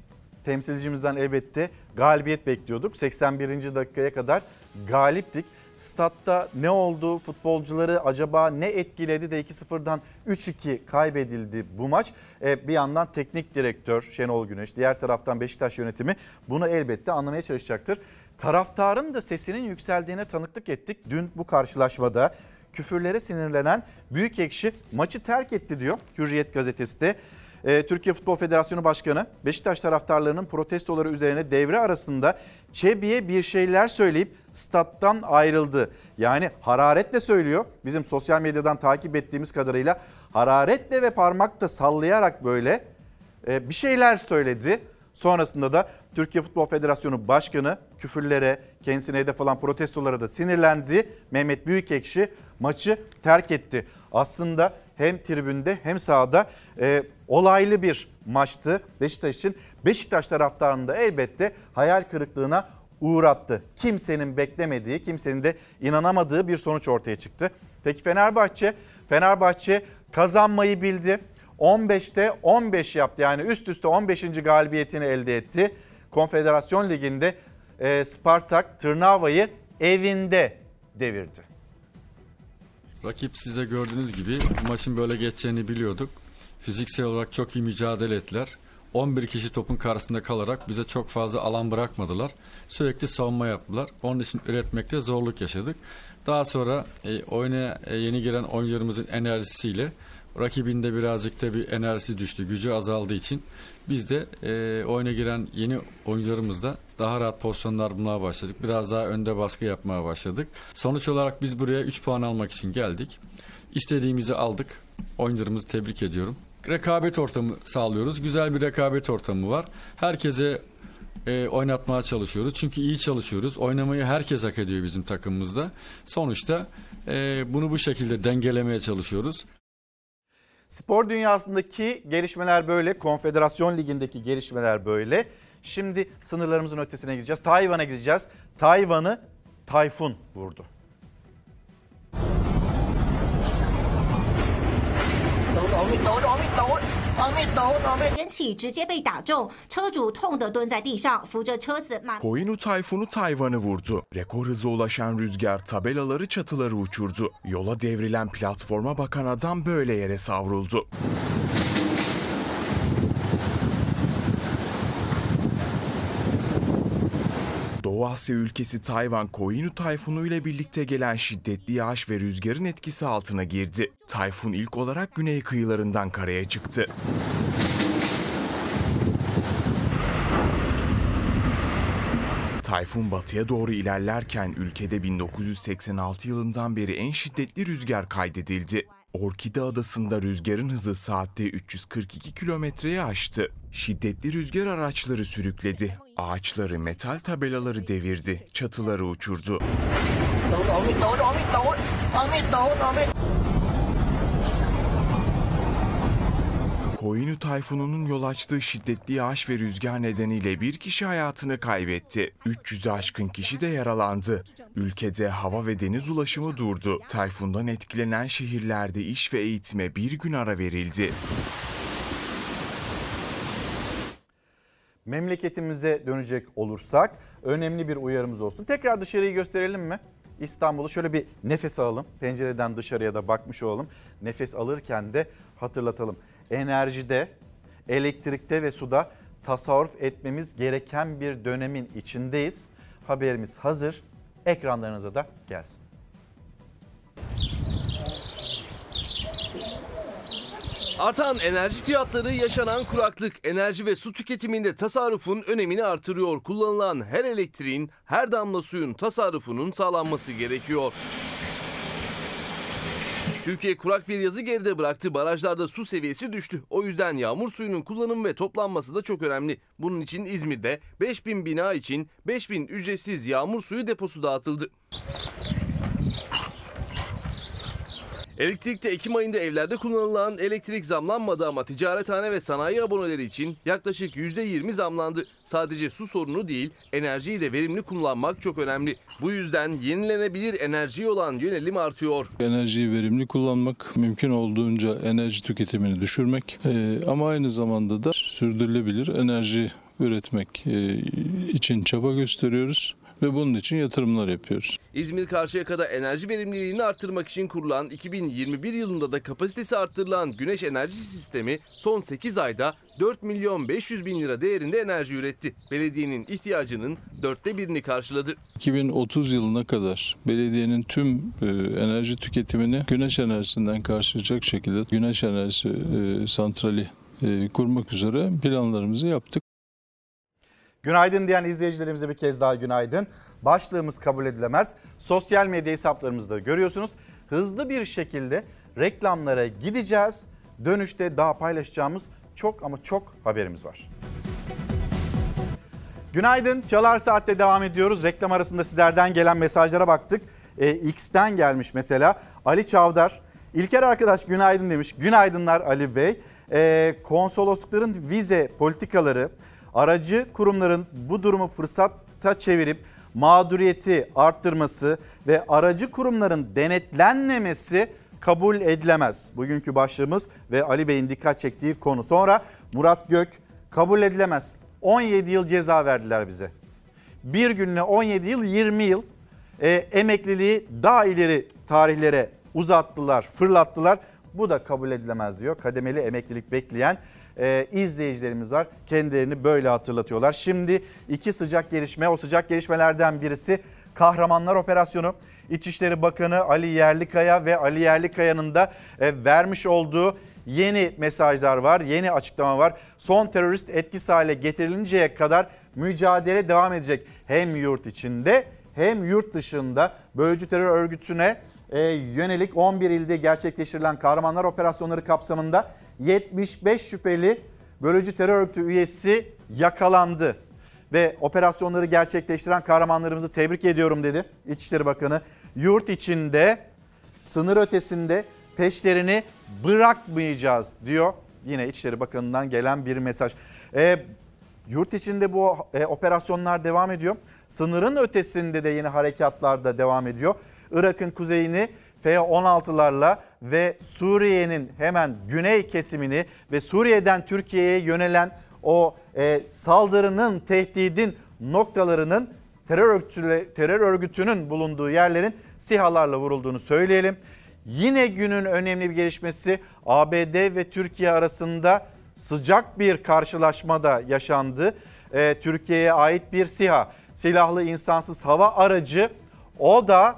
[SPEAKER 1] temsilcimizden elbette galibiyet bekliyorduk. 81. dakikaya kadar galiptik. Statta ne oldu? Futbolcuları acaba ne etkiledi de 2-0'dan 3-2 kaybedildi bu maç? Bir yandan teknik direktör Şenol Güneş, diğer taraftan Beşiktaş yönetimi bunu elbette anlamaya çalışacaktır. Taraftarın da sesinin yükseldiğine tanıklık ettik. Dün bu karşılaşmada küfürlere sinirlenen Büyükekşi maçı terk etti diyor Hürriyet gazetesi de. Türkiye Futbol Federasyonu Başkanı Beşiktaş taraftarlarının protestoları üzerine devre arasında Çebi'ye bir şeyler söyleyip stat'tan ayrıldı. Yani hararetle söylüyor. Bizim sosyal medyadan takip ettiğimiz kadarıyla hararetle ve parmakla sallayarak böyle bir şeyler söyledi. Sonrasında da Türkiye Futbol Federasyonu Başkanı küfürlere, kendisine hedef alan protestolara da sinirlendi. Mehmet Büyükekşi maçı terk etti. Aslında hem tribünde hem sahada olaylı bir maçtı Beşiktaş için. Beşiktaş taraftarını da elbette hayal kırıklığına uğrattı. Kimsenin beklemediği, kimsenin de inanamadığı bir sonuç ortaya çıktı. Peki Fenerbahçe kazanmayı bildi. 15'te 15 yaptı. Yani üst üste 15. galibiyetini elde etti. Konfederasyon Ligi'nde Spartak Trnava'yı evinde devirdi.
[SPEAKER 20] Rakip size gördüğünüz gibi maçın böyle geçeceğini biliyorduk. Fiziksel olarak çok iyi mücadele ettiler. 11 kişi topun karşısında kalarak bize çok fazla alan bırakmadılar. Sürekli savunma yaptılar. Onun için üretmekte zorluk yaşadık. Daha sonra oyuna yeni giren oyuncularımızın enerjisiyle rakibinde birazcık da bir enerjisi düştü. Gücü azaldığı için biz de oyuna giren yeni oyuncularımızla daha rahat pozisyonlar bulmaya başladık. Biraz daha önde baskı yapmaya başladık. Sonuç olarak biz buraya 3 puan almak için geldik. İstediğimizi aldık. Oyuncularımızı tebrik ediyorum. Rekabet ortamı sağlıyoruz. Güzel bir rekabet ortamı var. Herkese oynatmaya çalışıyoruz. Çünkü iyi çalışıyoruz. Oynamayı herkes hak ediyor bizim takımımızda. Sonuçta bunu bu şekilde dengelemeye çalışıyoruz.
[SPEAKER 1] Spor dünyasındaki gelişmeler böyle, Konfederasyon Ligi'ndeki gelişmeler böyle. Şimdi sınırlarımızın ötesine gideceğiz. Tayvan'a gideceğiz. Tayvan'ı tayfun vurdu.
[SPEAKER 21] 天气直接被打中，车主痛得蹲在地上，扶着车子满。
[SPEAKER 22] Koinu tayfunu Tayvan'ı vurdu. Rekor hıza ulaşan rüzgar tabelaları çatıları uçurdu. Yola devrilen platforma bakan adam böyle yere savruldu. Doğu Asya ülkesi Tayvan, Koinu tayfunu ile birlikte gelen şiddetli yağış ve rüzgarın etkisi altına girdi. Tayfun ilk olarak güney kıyılarından karaya çıktı. Tayfun batıya doğru ilerlerken ülkede 1986 yılından beri en şiddetli rüzgar kaydedildi. Orkide Adası'nda rüzgarın hızı saatte 342 kilometreyi aştı. Şiddetli rüzgar araçları sürükledi. Ağaçları, metal tabelaları devirdi. Çatıları uçurdu. Koinu tayfununun yol açtığı şiddetli yağış ve rüzgar nedeniyle bir kişi hayatını kaybetti. 300'ü aşkın kişi de yaralandı. Ülkede hava ve deniz ulaşımı durdu. Tayfundan etkilenen şehirlerde iş ve eğitime bir gün ara verildi.
[SPEAKER 1] Memleketimize dönecek olursak önemli bir uyarımız olsun. Tekrar dışarıyı gösterelim mi? İstanbul'u şöyle bir nefes alalım. Pencereden dışarıya da bakmış olalım. Nefes alırken de hatırlatalım. Enerjide, elektrikte ve suda tasarruf etmemiz gereken bir dönemin içindeyiz. Haberimiz hazır. Ekranlarınıza da gelsin.
[SPEAKER 3] Artan enerji fiyatları, yaşanan kuraklık, enerji ve su tüketiminde tasarrufun önemini artırıyor. Kullanılan her elektriğin, her damla suyun tasarrufunun sağlanması gerekiyor. Türkiye kurak bir yazı geride bıraktı. Barajlarda su seviyesi düştü. O yüzden yağmur suyunun kullanımı ve toplanması da çok önemli. Bunun için İzmir'de 5000 bina için 5000 ücretsiz yağmur suyu deposu dağıtıldı. Elektrikte Ekim ayında evlerde kullanılan elektrik zamlanmadı ama ticarethane ve sanayi aboneleri için yaklaşık %20 zamlandı. Sadece su sorunu değil, enerjiyi de verimli kullanmak çok önemli. Bu yüzden yenilenebilir enerjiye olan yönelim artıyor.
[SPEAKER 23] Enerjiyi verimli kullanmak, mümkün olduğunca enerji tüketimini düşürmek ama aynı zamanda da sürdürülebilir enerji üretmek için çaba gösteriyoruz. ve bunun için yatırımlar yapıyoruz.
[SPEAKER 3] İzmir Karşıyaka'da enerji verimliliğini arttırmak için kurulan 2021 yılında da kapasitesi arttırılan güneş enerji sistemi son 8 ayda 4.500.000 lira değerinde enerji üretti. Belediyenin ihtiyacının 1/4'ini karşıladı.
[SPEAKER 23] 2030 yılına kadar belediyenin tüm enerji tüketimini güneş enerjisinden karşılayacak şekilde güneş enerjisi santrali kurmak üzere planlarımızı yaptık.
[SPEAKER 1] Günaydın diyen izleyicilerimize bir kez daha günaydın. Başlığımız kabul edilemez. Sosyal medya hesaplarımızda görüyorsunuz. Hızlı bir şekilde reklamlara gideceğiz. Dönüşte daha paylaşacağımız çok ama çok haberimiz var. Günaydın. Çalar Saat'te devam ediyoruz. Reklam arasında sizlerden gelen mesajlara baktık. X'ten gelmiş mesela. Ali Çavdar. İlker arkadaş günaydın demiş. Günaydınlar Ali Bey. Konsoloslukların vize politikaları, aracı kurumların bu durumu fırsata çevirip mağduriyeti arttırması ve aracı kurumların denetlenmemesi kabul edilemez. Bugünkü başlığımız ve Ali Bey'in dikkat çektiği konu. Sonra Murat Gök, kabul edilemez. 17 yıl ceza verdiler bize. Bir gününe 17 yıl, 20 yıl emekliliği daha ileri tarihlere uzattılar, fırlattılar. Bu da kabul edilemez diyor. Kademeli emeklilik bekleyen izleyicilerimiz var. Kendilerini böyle hatırlatıyorlar. Şimdi iki sıcak gelişme. O sıcak gelişmelerden birisi Kahramanlar Operasyonu. İçişleri Bakanı Ali Yerlikaya ve Ali Yerlikaya'nın da vermiş olduğu yeni mesajlar var, yeni açıklama var. Son terörist etkisiz hale getirilinceye kadar mücadele devam edecek. Hem yurt içinde hem yurt dışında bölücü terör örgütüne yönelik 11 ilde gerçekleştirilen Kahramanlar Operasyonları kapsamında 75 şüpheli bölücü terör örgütü üyesi yakalandı. Ve operasyonları gerçekleştiren kahramanlarımızı tebrik ediyorum dedi İçişleri Bakanı. Yurt içinde, sınır ötesinde peşlerini bırakmayacağız diyor. Yine İçişleri Bakanı'ndan gelen bir mesaj. Yurt içinde bu operasyonlar devam ediyor. Sınırın ötesinde de yine harekatlar da devam ediyor. Irak'ın kuzeyini F-16'larla ve Suriye'nin hemen güney kesimini ve Suriye'den Türkiye'ye yönelen o saldırının, tehdidin noktalarının terör örgütünün bulunduğu yerlerin SİHA'larla vurulduğunu söyleyelim. Yine günün önemli bir gelişmesi ABD ve Türkiye arasında sıcak bir karşılaşma da yaşandı. Türkiye'ye ait bir SİHA, silahlı insansız hava aracı, o da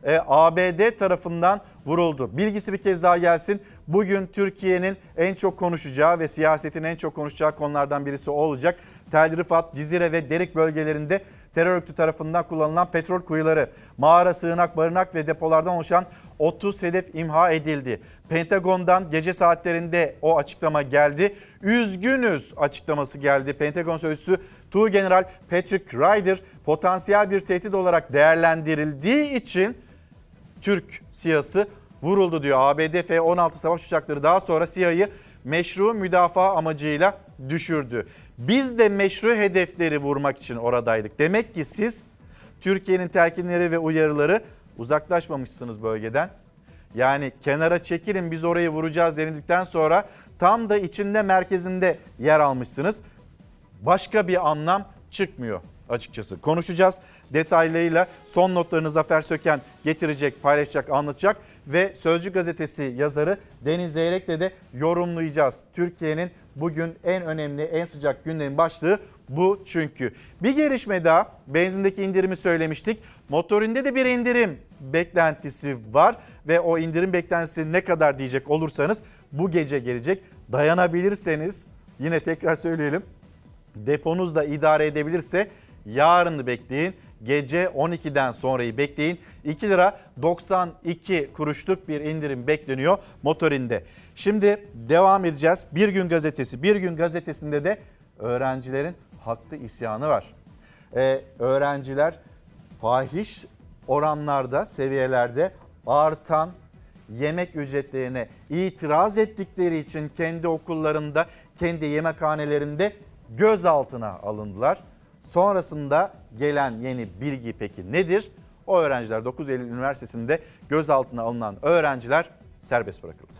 [SPEAKER 1] ABD tarafından vuruldu. Bilgisi bir kez daha gelsin. Bugün Türkiye'nin en çok konuşacağı ve siyasetin en çok konuşacağı konulardan birisi olacak. Tel Rifat, Cizire ve Derik bölgelerinde terör örgütü tarafından kullanılan petrol kuyuları, mağara, sığınak, barınak ve depolardan oluşan 30 hedef imha edildi. Pentagon'dan gece saatlerinde o açıklama geldi. Üzgünüz açıklaması geldi. Pentagon sözcüsü Tuğgeneral Patrick Ryder potansiyel bir tehdit olarak değerlendirildiği için Türk SİHA'sı vuruldu diyor. ABD F-16 savaş uçakları daha sonra SİHA'yı meşru müdafaa amacıyla düşürdü. Biz de meşru hedefleri vurmak için oradaydık. Demek ki siz Türkiye'nin telkinleri ve uyarıları uzaklaşmamışsınız bölgeden. Yani kenara çekilin biz orayı vuracağız denildikten sonra tam da içinde merkezinde yer almışsınız. Başka bir anlam çıkmıyor açıkçası. Konuşacağız detaylarıyla. Son notlarını Zafer Söken getirecek, paylaşacak, anlatacak ve Sözcü gazetesi yazarı Deniz Zeyrek'le de yorumlayacağız. Türkiye'nin bugün en önemli, en sıcak gündemin başlığı bu çünkü. Bir gelişme daha, benzindeki indirimi söylemiştik. Motorinde de bir indirim beklentisi var ve o indirim beklentisi ne kadar diyecek olursanız bu gece gelecek. Dayanabilirseniz yine tekrar söyleyelim. Deponuz da idare edebilirse yarını bekleyin. Gece 12'den sonrayı bekleyin. 2 lira 92 kuruşluk bir indirim bekleniyor motorinde. Şimdi devam edeceğiz. Bir Gün Gazetesi. Bir Gün Gazetesi'nde de öğrencilerin haklı isyanı var. Öğrenciler fahiş oranlarda, seviyelerde artan yemek ücretlerine itiraz ettikleri için kendi okullarında, kendi yemekhanelerinde gözaltına alındılar. Sonrasında gelen yeni bilgi peki nedir? O öğrenciler 9 Eylül Üniversitesi'nde gözaltına alınan öğrenciler serbest bırakıldı.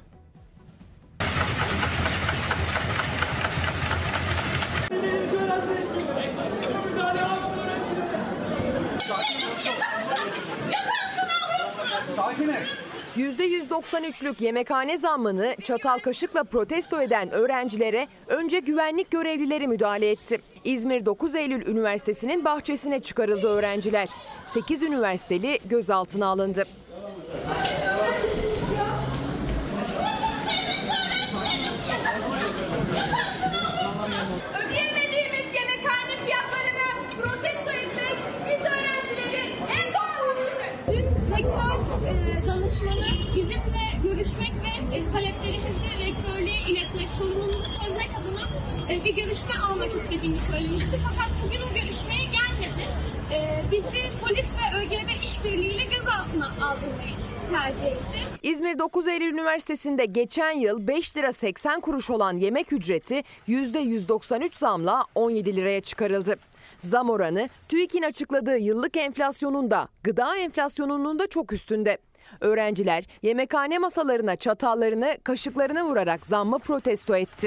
[SPEAKER 2] %193'lük yemekhane zammını çatal kaşıkla protesto eden öğrencilere önce güvenlik görevlileri müdahale etti. İzmir 9 Eylül Üniversitesi'nin bahçesine çıkarıldı öğrenciler. 8 üniversiteli gözaltına alındı.
[SPEAKER 4] Ödeyemediğimiz yemekhane fiyatlarını protesto etmek biz öğrencilerin en doğal hakkıdır. Dün rektör danışmanı bizimle görüşmek ve taleplerimizi rektörlüğe iletmek, sorunumuzu çözmek adına bir görüşme almak istediğini söylemişti. Fakat bugün o görüşmeye gelmedi. Bizi polis ve ÖGB işbirliğiyle gözaltına aldırmayı tercih etti.
[SPEAKER 2] İzmir 9 Eylül Üniversitesi'nde geçen yıl 5 lira 80 kuruş olan yemek ücreti %193 zamla 17 liraya çıkarıldı. Zam oranı TÜİK'in açıkladığı yıllık enflasyonun da gıda enflasyonunun da çok üstünde. Öğrenciler yemekhane masalarına çatallarını, kaşıklarını vurarak zammı protesto etti.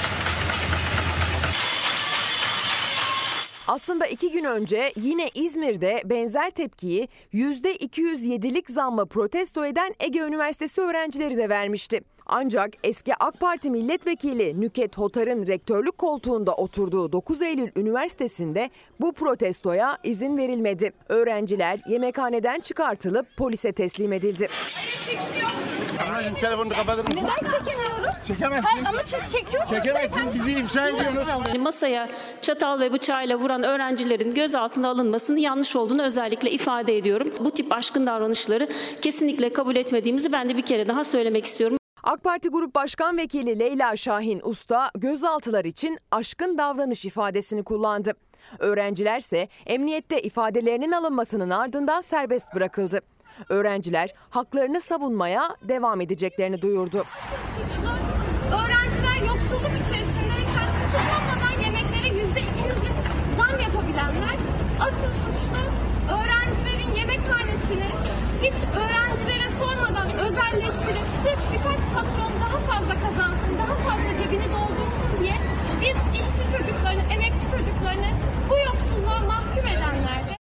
[SPEAKER 2] Aslında 2 gün önce yine İzmir'de benzer tepkiyi %207'lik zammı protesto eden Ege Üniversitesi öğrencileri de vermişti. Ancak eski AK Parti milletvekili Nüket Hotar'ın rektörlük koltuğunda oturduğu 9 Eylül Üniversitesi'nde bu protestoya izin verilmedi. Öğrenciler yemekhaneden çıkartılıp polise teslim edildi.
[SPEAKER 4] Ablacığım telefonunu kapatır mısın? Neden çekemiyoruz?
[SPEAKER 5] Çekemezsin.
[SPEAKER 4] Hayır, ama siz çekiyorsunuz.
[SPEAKER 5] Çekemezsin. Bizi ifşa ediyorsunuz.
[SPEAKER 24] Masaya çatal ve bıçağıyla vuran öğrencilerin gözaltına alınmasının yanlış olduğunu özellikle ifade ediyorum. Bu tip aşkın davranışları kesinlikle kabul etmediğimizi ben de bir kere daha söylemek istiyorum.
[SPEAKER 2] AK Parti Grup Başkan Vekili Leyla Şahin Usta gözaltılar için aşkın davranış ifadesini kullandı. Öğrencilerse emniyette ifadelerinin alınmasının ardından serbest bırakıldı. Öğrenciler haklarını savunmaya devam edeceklerini duyurdu.
[SPEAKER 4] Suçlu öğrenciler yoksulluk içerisindeyken tutanmadan yemeklere %200'lük zam yapabilenler. Asıl suçlu öğrencilerin yemekhanesini hiç öğrencilere sormadan özelleştirip sırf birkaç patron daha fazla kazansın, daha fazla cebini doldursun diye biz işçi çocuklarını, emekçi çocuklarını bu yoksulluğa mahkum edenler.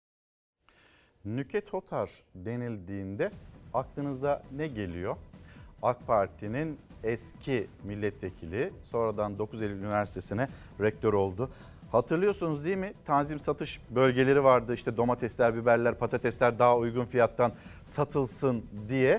[SPEAKER 1] Nüket Hotar denildiğinde aklınıza ne geliyor? AK Parti'nin eski milletvekili, sonradan 9 Eylül Üniversitesi'ne rektör oldu. Hatırlıyorsunuz değil mi? Tanzim satış bölgeleri vardı. İşte domatesler, biberler, patatesler daha uygun fiyattan satılsın diye.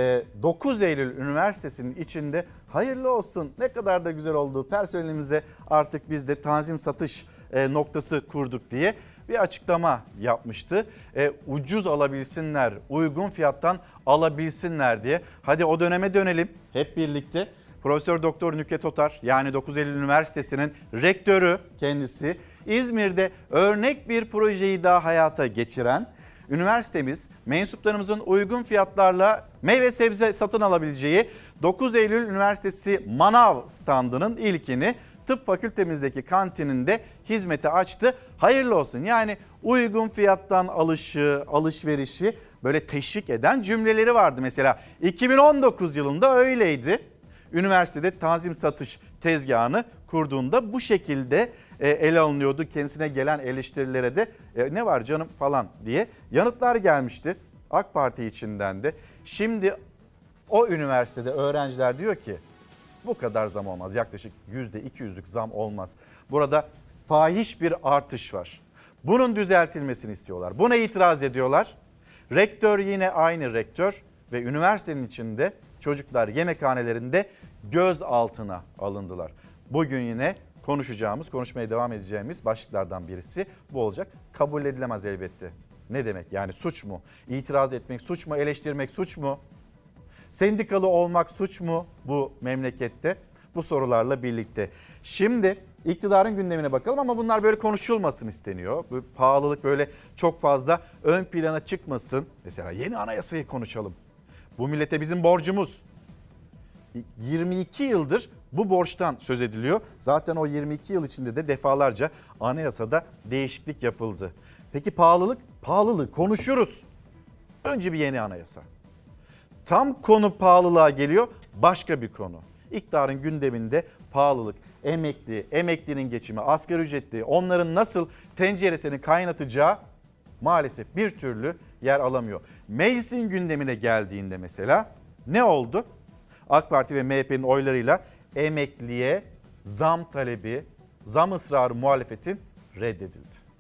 [SPEAKER 1] 9 Eylül Üniversitesi'nin içinde hayırlı olsun, ne kadar da güzel oldu, personelimize artık biz de tanzim satış noktası kurduk diye bir açıklama yapmıştı. Ucuz alabilsinler, uygun fiyattan alabilsinler diye. Hadi o döneme dönelim hep birlikte. Profesör Doktor Nüket Hotar, yani 9 Eylül Üniversitesi'nin rektörü kendisi, İzmir'de örnek bir projeyi daha hayata geçiren, üniversitemiz mensuplarımızın uygun fiyatlarla meyve sebze satın alabileceği 9 Eylül Üniversitesi Manav standının ilkini tıp fakültemizdeki kantininde hizmete açtı. Hayırlı olsun. Yani uygun fiyattan alışverişi böyle teşvik eden cümleleri vardı mesela. 2019 yılında öyleydi. Üniversitede tanzim satış tezgahını kurduğunda bu şekilde ele alınıyordu. Kendisine gelen eleştirilere de ne var canım falan diye yanıtlar gelmişti AK Parti içinden de. Şimdi o üniversitede öğrenciler diyor ki bu kadar zam olmaz. Yaklaşık %200'lük zam olmaz. Burada fahiş bir artış var. Bunun düzeltilmesini istiyorlar. Buna itiraz ediyorlar. Rektör yine aynı rektör ve üniversitenin içinde çocuklar yemekhanelerinde gözaltına alındılar. Bugün yine konuşmaya devam edeceğimiz başlıklardan birisi bu olacak. Kabul edilemez elbette. Ne demek? Yani suç mu? İtiraz etmek suç mu? Eleştirmek suç mu? Sendikalı olmak suç mu bu memlekette? Bu sorularla birlikte. Şimdi iktidarın gündemine bakalım ama bunlar böyle konuşulmasın isteniyor. Bu pahalılık böyle çok fazla ön plana çıkmasın. Mesela yeni anayasayı konuşalım. Bu millete bizim borcumuz. 22 yıldır bu borçtan söz ediliyor. Zaten o 22 yıl içinde de defalarca anayasada değişiklik yapıldı. Peki pahalılık? Pahalılığı konuşuyoruz. Önce bir yeni anayasa. Tam konu pahalılığa geliyor, başka bir konu. İktidarın gündeminde pahalılık, emeklinin geçimi, asgari ücretli, onların nasıl tenceresini kaynatacağı maalesef bir türlü yer alamıyor. Meclisin gündemine geldiğinde mesela ne oldu? AK Parti ve MHP'nin oylarıyla emekliye zam talebi, zam ısrarı muhalefetin reddedildi.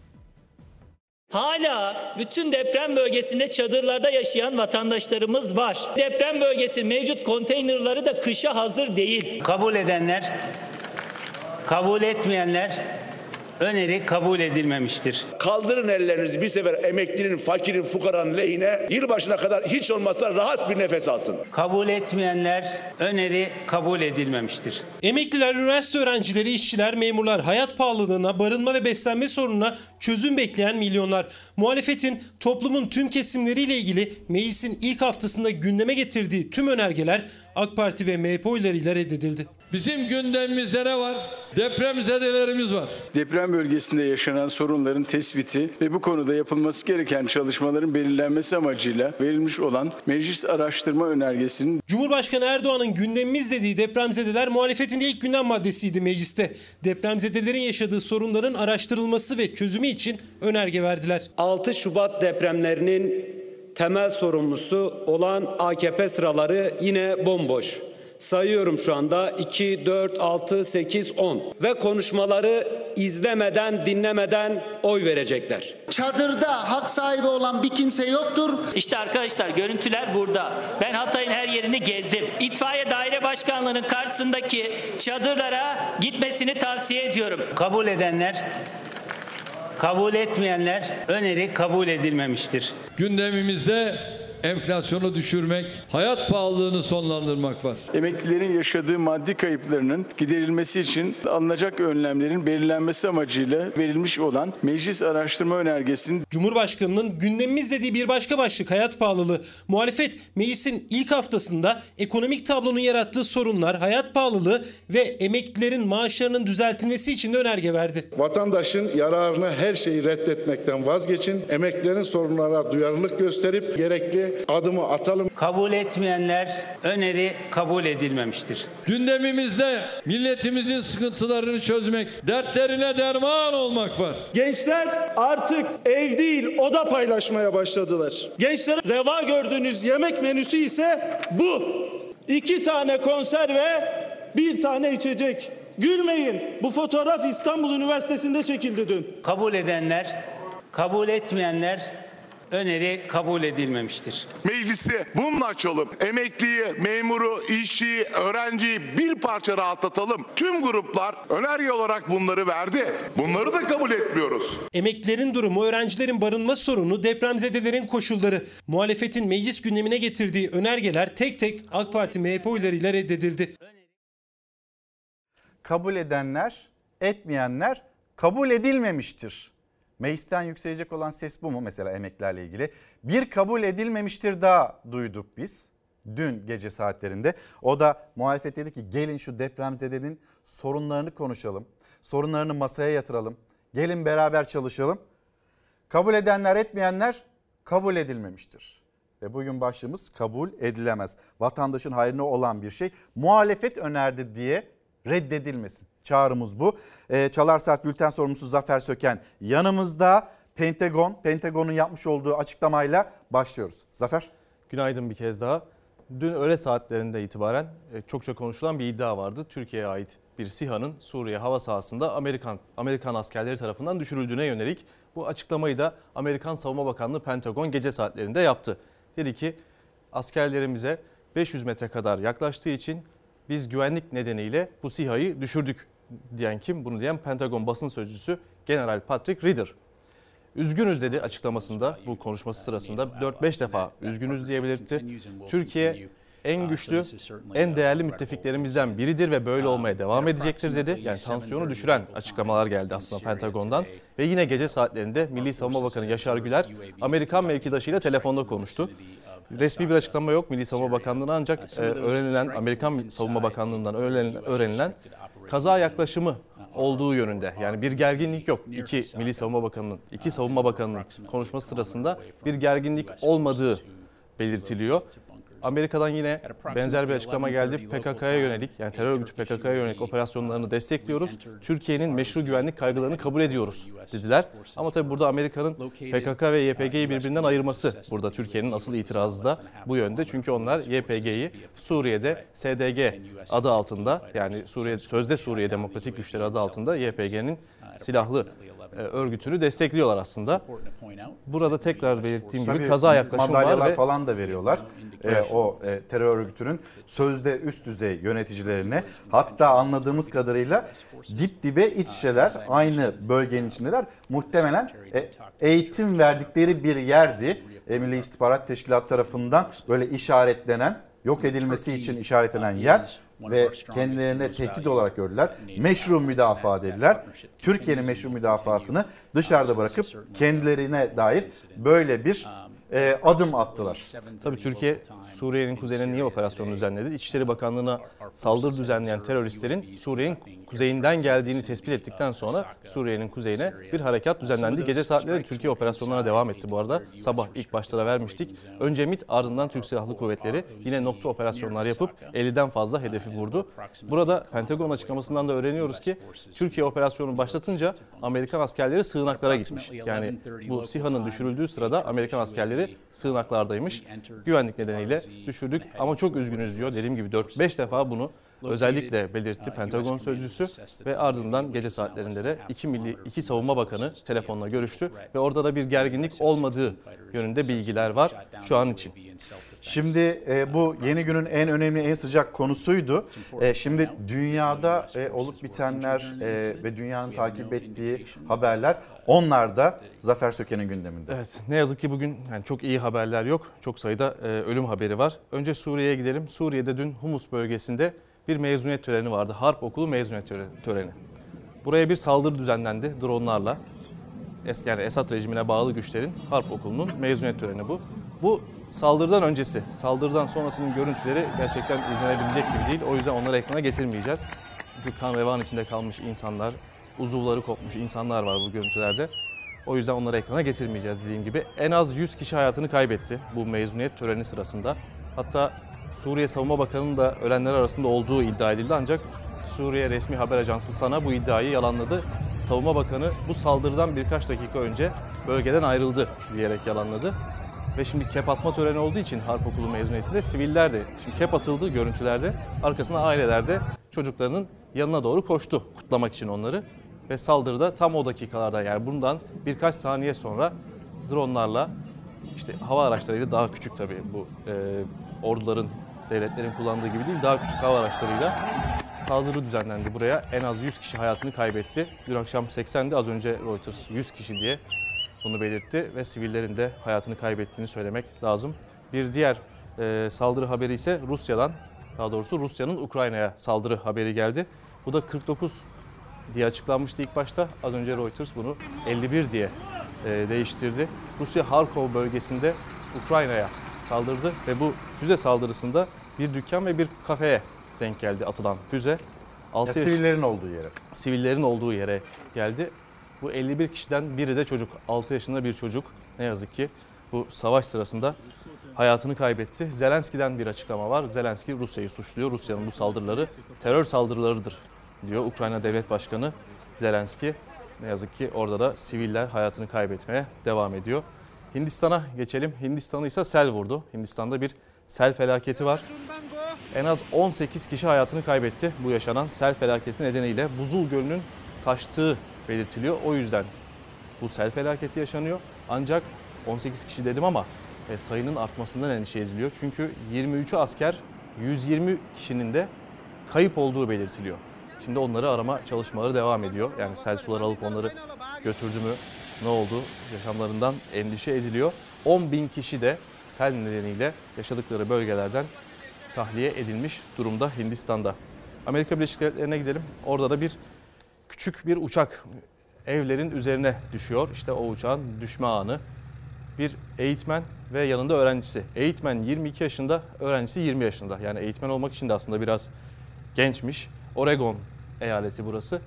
[SPEAKER 6] Hala bütün deprem bölgesinde çadırlarda yaşayan vatandaşlarımız var. Deprem bölgesi mevcut konteynerları da kışa hazır değil.
[SPEAKER 7] Kabul edenler, kabul etmeyenler öneri kabul edilmemiştir.
[SPEAKER 8] Kaldırın ellerinizi bir sefer emeklinin, fakirin, fukaranın lehine. Yılbaşına kadar hiç olmazsa rahat bir nefes alsın.
[SPEAKER 7] Kabul etmeyenler öneri kabul edilmemiştir.
[SPEAKER 9] Emekliler, üniversite öğrencileri, işçiler, memurlar hayat pahalılığına, barınma ve beslenme sorununa çözüm bekleyen milyonlar. Muhalefetin toplumun tüm kesimleriyle ilgili meclisin ilk haftasında gündeme getirdiği tüm önergeler AK Parti ve MHP oylarıyla reddedildi.
[SPEAKER 25] Bizim gündemimizde ne var? Depremzedelerimiz var.
[SPEAKER 26] Deprem bölgesinde yaşanan sorunların tespiti ve bu konuda yapılması gereken çalışmaların belirlenmesi amacıyla verilmiş olan meclis araştırma önergesinin
[SPEAKER 9] Cumhurbaşkanı Erdoğan'ın gündemimiz dediği depremzedeler muhalefetin ilk gündem maddesiydi mecliste. Depremzedelerin yaşadığı sorunların araştırılması ve çözümü için önerge verdiler.
[SPEAKER 27] 6 Şubat depremlerinin temel sorumlusu olan AKP sıraları yine bomboş. Sayıyorum şu anda 2, 4, 6, 8, 10 ve konuşmaları izlemeden, dinlemeden oy verecekler.
[SPEAKER 5] Çadırda hak sahibi olan bir kimse yoktur.
[SPEAKER 6] İşte arkadaşlar görüntüler burada. Ben Hatay'ın her yerini gezdim. İtfaiye Daire Başkanlığı'nın karşısındaki çadırlara gitmesini tavsiye ediyorum.
[SPEAKER 7] Kabul edenler, kabul etmeyenler öneri kabul edilmemiştir.
[SPEAKER 25] Gündemimizde enflasyonu düşürmek, hayat pahalılığını sonlandırmak var.
[SPEAKER 26] emeklilerin yaşadığı maddi kayıplarının giderilmesi için alınacak önlemlerin belirlenmesi amacıyla verilmiş olan meclis araştırma önergesinin
[SPEAKER 9] Cumhurbaşkanının gündemimiz dediği bir başka başlık hayat pahalılığı. Muhalefet meclisin ilk haftasında ekonomik tablonun yarattığı sorunlar, hayat pahalılığı ve emeklilerin maaşlarının düzeltilmesi için de önerge verdi.
[SPEAKER 28] Vatandaşın yararına her şeyi reddetmekten vazgeçin. Emeklilerin sorunlara duyarlılık gösterip gerekli adımı atalım.
[SPEAKER 7] Kabul etmeyenler öneri kabul edilmemiştir.
[SPEAKER 25] Gündemimizde milletimizin sıkıntılarını çözmek, dertlerine derman olmak var.
[SPEAKER 29] Gençler artık ev değil oda paylaşmaya başladılar. Gençlere reva gördüğünüz yemek menüsü ise bu. 2 tane konserve, 1 tane içecek. Gülmeyin. Bu fotoğraf İstanbul Üniversitesi'nde çekildi dün.
[SPEAKER 7] Kabul edenler, kabul etmeyenler öneri kabul edilmemiştir.
[SPEAKER 30] Meclisi bununla açalım. Emekliyi, memuru, işçiyi, öğrenciyi bir parça rahatlatalım. Tüm gruplar önerge olarak bunları verdi. Bunları da kabul etmiyoruz.
[SPEAKER 9] Emeklilerin durumu, öğrencilerin barınma sorunu, depremzedelerin koşulları. Muhalefetin meclis gündemine getirdiği önergeler tek tek AK Parti MHP oylarıyla reddedildi.
[SPEAKER 1] Kabul edenler, etmeyenler kabul edilmemiştir. Meclisten yükselecek olan ses bu mu mesela emeklilerle ilgili? Bir kabul edilmemiştir daha duyduk biz dün gece saatlerinde. O da muhalefet dedi ki gelin şu depremzedenin sorunlarını konuşalım. Sorunlarını masaya yatıralım. Gelin beraber çalışalım. Kabul edenler, etmeyenler kabul edilmemiştir. Ve bugün başlığımız kabul edilemez. Vatandaşın hayrına olan bir şey muhalefet önerdi diye reddedilmesin. Çağrımız bu. Çalar Saat Bülten sorumlusu Zafer Söken yanımızda. Pentagon'un yapmış olduğu açıklamayla başlıyoruz. Zafer.
[SPEAKER 31] Günaydın bir kez daha. Dün öğle saatlerinde itibaren çokça konuşulan bir iddia vardı. Türkiye'ye ait bir SİHA'nın Suriye hava sahasında Amerikan askerleri tarafından düşürüldüğüne yönelik bu açıklamayı da Amerikan Savunma Bakanlığı Pentagon gece saatlerinde yaptı. Dedi ki askerlerimize 500 metre kadar yaklaştığı için biz güvenlik nedeniyle bu SİHA'yı düşürdük diyen kim? Bunu diyen Pentagon basın sözcüsü General Patrick Ryder. Üzgünüz dedi açıklamasında, bu konuşması sırasında 4-5 defa üzgünüz diye belirtti. Türkiye en güçlü, en değerli müttefiklerimizden biridir ve böyle olmaya devam edecektir dedi. Yani tansiyonu düşüren açıklamalar geldi aslında Pentagon'dan. Ve yine gece saatlerinde Milli Savunma Bakanı Yaşar Güler Amerikan mevkidaşıyla telefonda konuştu. Resmi bir açıklama yok Milli Savunma Bakanlığı'na ancak öğrenilen Amerikan Savunma Bakanlığı'ndan öğrenilen kaza yaklaşımı olduğu yönünde. Yani bir gerginlik yok. İki Savunma Bakanı'nın konuşması sırasında bir gerginlik olmadığı belirtiliyor. Amerika'dan yine benzer bir açıklama geldi. PKK'ya yönelik, yani terör örgütü PKK'ya yönelik operasyonlarını destekliyoruz. Türkiye'nin meşru güvenlik kaygılarını kabul ediyoruz dediler. Ama tabii burada Amerika'nın PKK ve YPG'yi birbirinden ayırması burada Türkiye'nin asıl itirazı da bu yönde. Çünkü onlar YPG'yi Suriye'de SDG adı altında, yani sözde Suriye Demokratik Güçleri adı altında YPG'nin silahlı örgütünü destekliyorlar aslında. Burada tekrar belirttiğim gibi kaza yaklaşım var.
[SPEAKER 1] Madalyalar falan da veriyorlar. O terör örgütünün sözde üst düzey yöneticilerine. Hatta anladığımız kadarıyla dip dibe iç içeler, aynı bölgenin içindeler. Muhtemelen eğitim verdikleri bir yerdi. Milli İstihbarat Teşkilatı tarafından böyle işaretlenen, yok edilmesi için işaretlenen yer ve kendilerine tehdit olarak gördüler. Meşru müdafaa dediler. Türkiye'nin meşru müdafasını dışarıda bırakıp kendilerine dair böyle bir adım attılar.
[SPEAKER 31] Tabii Türkiye Suriye'nin kuzeyine niye operasyonu düzenledi? İçişleri Bakanlığı'na saldırı düzenleyen teröristlerin Suriye'nin kuzeyinden geldiğini tespit ettikten sonra Suriye'nin kuzeyine bir harekat düzenlendi. Gece saatlerinde Türkiye operasyonlarına devam etti bu arada. Sabah ilk başta da vermiştik. Önce MİT, ardından Türk Silahlı Kuvvetleri yine nokta operasyonlar yapıp 50'den fazla hedefi vurdu. Burada Pentagon açıklamasından da öğreniyoruz ki Türkiye operasyonu başlatınca Amerikan askerleri sığınaklara gitmiş. Yani bu SİHA'nın düşürüldüğü sırada Amerikan askerleri sığınaklardaymış. Güvenlik nedeniyle düşürdük ama çok üzgünüz diyor. Dediğim gibi 4-5 defa bunu özellikle belirtti Pentagon sözcüsü ve ardından gece saatlerinde de iki savunma bakanı telefonla görüştü ve orada da bir gerginlik olmadığı yönünde bilgiler var şu an için.
[SPEAKER 1] Şimdi bu yeni günün en önemli, en sıcak konusuydu. Şimdi dünyada olup bitenler ve dünyanın takip ettiği haberler, onlar da Zafer Söken'in gündeminde.
[SPEAKER 31] Evet, ne yazık ki bugün yani çok iyi haberler yok. Çok sayıda ölüm haberi var. Önce Suriye'ye gidelim. Suriye'de dün Humus bölgesinde bir mezuniyet töreni vardı. Harp Okulu mezuniyet töreni. Buraya bir saldırı düzenlendi dronlarla. Yani Esad rejimine bağlı güçlerin Harp Okulu'nun mezuniyet töreni bu. Bu saldırıdan öncesi, saldırıdan sonrasının görüntüleri gerçekten izlenebilecek gibi değil. O yüzden onları ekrana getirmeyeceğiz. Çünkü kan revan içinde kalmış insanlar, uzuvları kopmuş insanlar var bu görüntülerde. O yüzden onları ekrana getirmeyeceğiz dediğim gibi. En az 100 kişi hayatını kaybetti bu mezuniyet töreni sırasında. Hatta Suriye Savunma Bakanı'nın da ölenler arasında olduğu iddia edildi ancak Suriye resmi haber ajansı SANA bu iddiayı yalanladı. Savunma Bakanı bu saldırıdan birkaç dakika önce bölgeden ayrıldı diyerek yalanladı. Ve şimdi kep atma töreni olduğu için Harp Okulu mezuniyetinde siviller de, şimdi kep atıldı görüntülerde, arkasına aileler de çocuklarının yanına doğru koştu kutlamak için onları. Ve saldırıda tam o dakikalarda, yani bundan birkaç saniye sonra dronlarla, işte hava araçlarıyla, daha küçük tabii bu orduların, devletlerin kullandığı gibi değil, daha küçük hava araçlarıyla saldırı düzenlendi buraya. En az 100 kişi hayatını kaybetti. Dün akşam 80'di, az önce Reuters 100 kişi diye bunu belirtti ve sivillerin de hayatını kaybettiğini söylemek lazım. Bir diğer saldırı haberi ise Rusya'dan, daha doğrusu Rusya'nın Ukrayna'ya saldırı haberi geldi. Bu da 49 diye açıklanmıştı ilk başta. Az önce Reuters bunu 51 diye değiştirdi. Rusya Harkov bölgesinde Ukrayna'ya saldırdı ve bu füze saldırısında bir dükkan ve bir kafeye denk geldi atılan füze.
[SPEAKER 1] Sivillerin olduğu yere.
[SPEAKER 31] Sivillerin olduğu yere geldi. Bu 51 kişiden biri de çocuk. 6 yaşında bir çocuk. Ne yazık ki bu savaş sırasında hayatını kaybetti. Zelenski'den bir açıklama var. Zelenski Rusya'yı suçluyor. Rusya'nın bu saldırıları terör saldırılarıdır diyor Ukrayna Devlet Başkanı Zelenski. Ne yazık ki orada da siviller hayatını kaybetmeye devam ediyor. Hindistan'a geçelim. Hindistan'ı ise sel vurdu. Hindistan'da bir sel felaketi var. En az 18 kişi hayatını kaybetti bu yaşanan sel felaketi nedeniyle. Buzul Gölü'nün taştığı belirtiliyor. O yüzden bu sel felaketi yaşanıyor. Ancak 18 kişi dedim ama sayının artmasından endişe ediliyor. Çünkü 23 asker, 120 kişinin de kayıp olduğu belirtiliyor. Şimdi onları arama çalışmaları devam ediyor. Yani sel suları alıp onları götürdü mü, ne oldu, yaşamlarından endişe ediliyor. 10.000 kişi de sel nedeniyle yaşadıkları bölgelerden tahliye edilmiş durumda Hindistan'da. Amerika Birleşik Devletleri'ne gidelim. Orada da küçük bir uçak evlerin üzerine düşüyor. İşte o uçağın düşme anı. Bir eğitmen ve yanında öğrencisi. Eğitmen 22 yaşında, öğrencisi 20 yaşında. Yani eğitmen olmak için de aslında biraz gençmiş. Oregon eyaleti burası.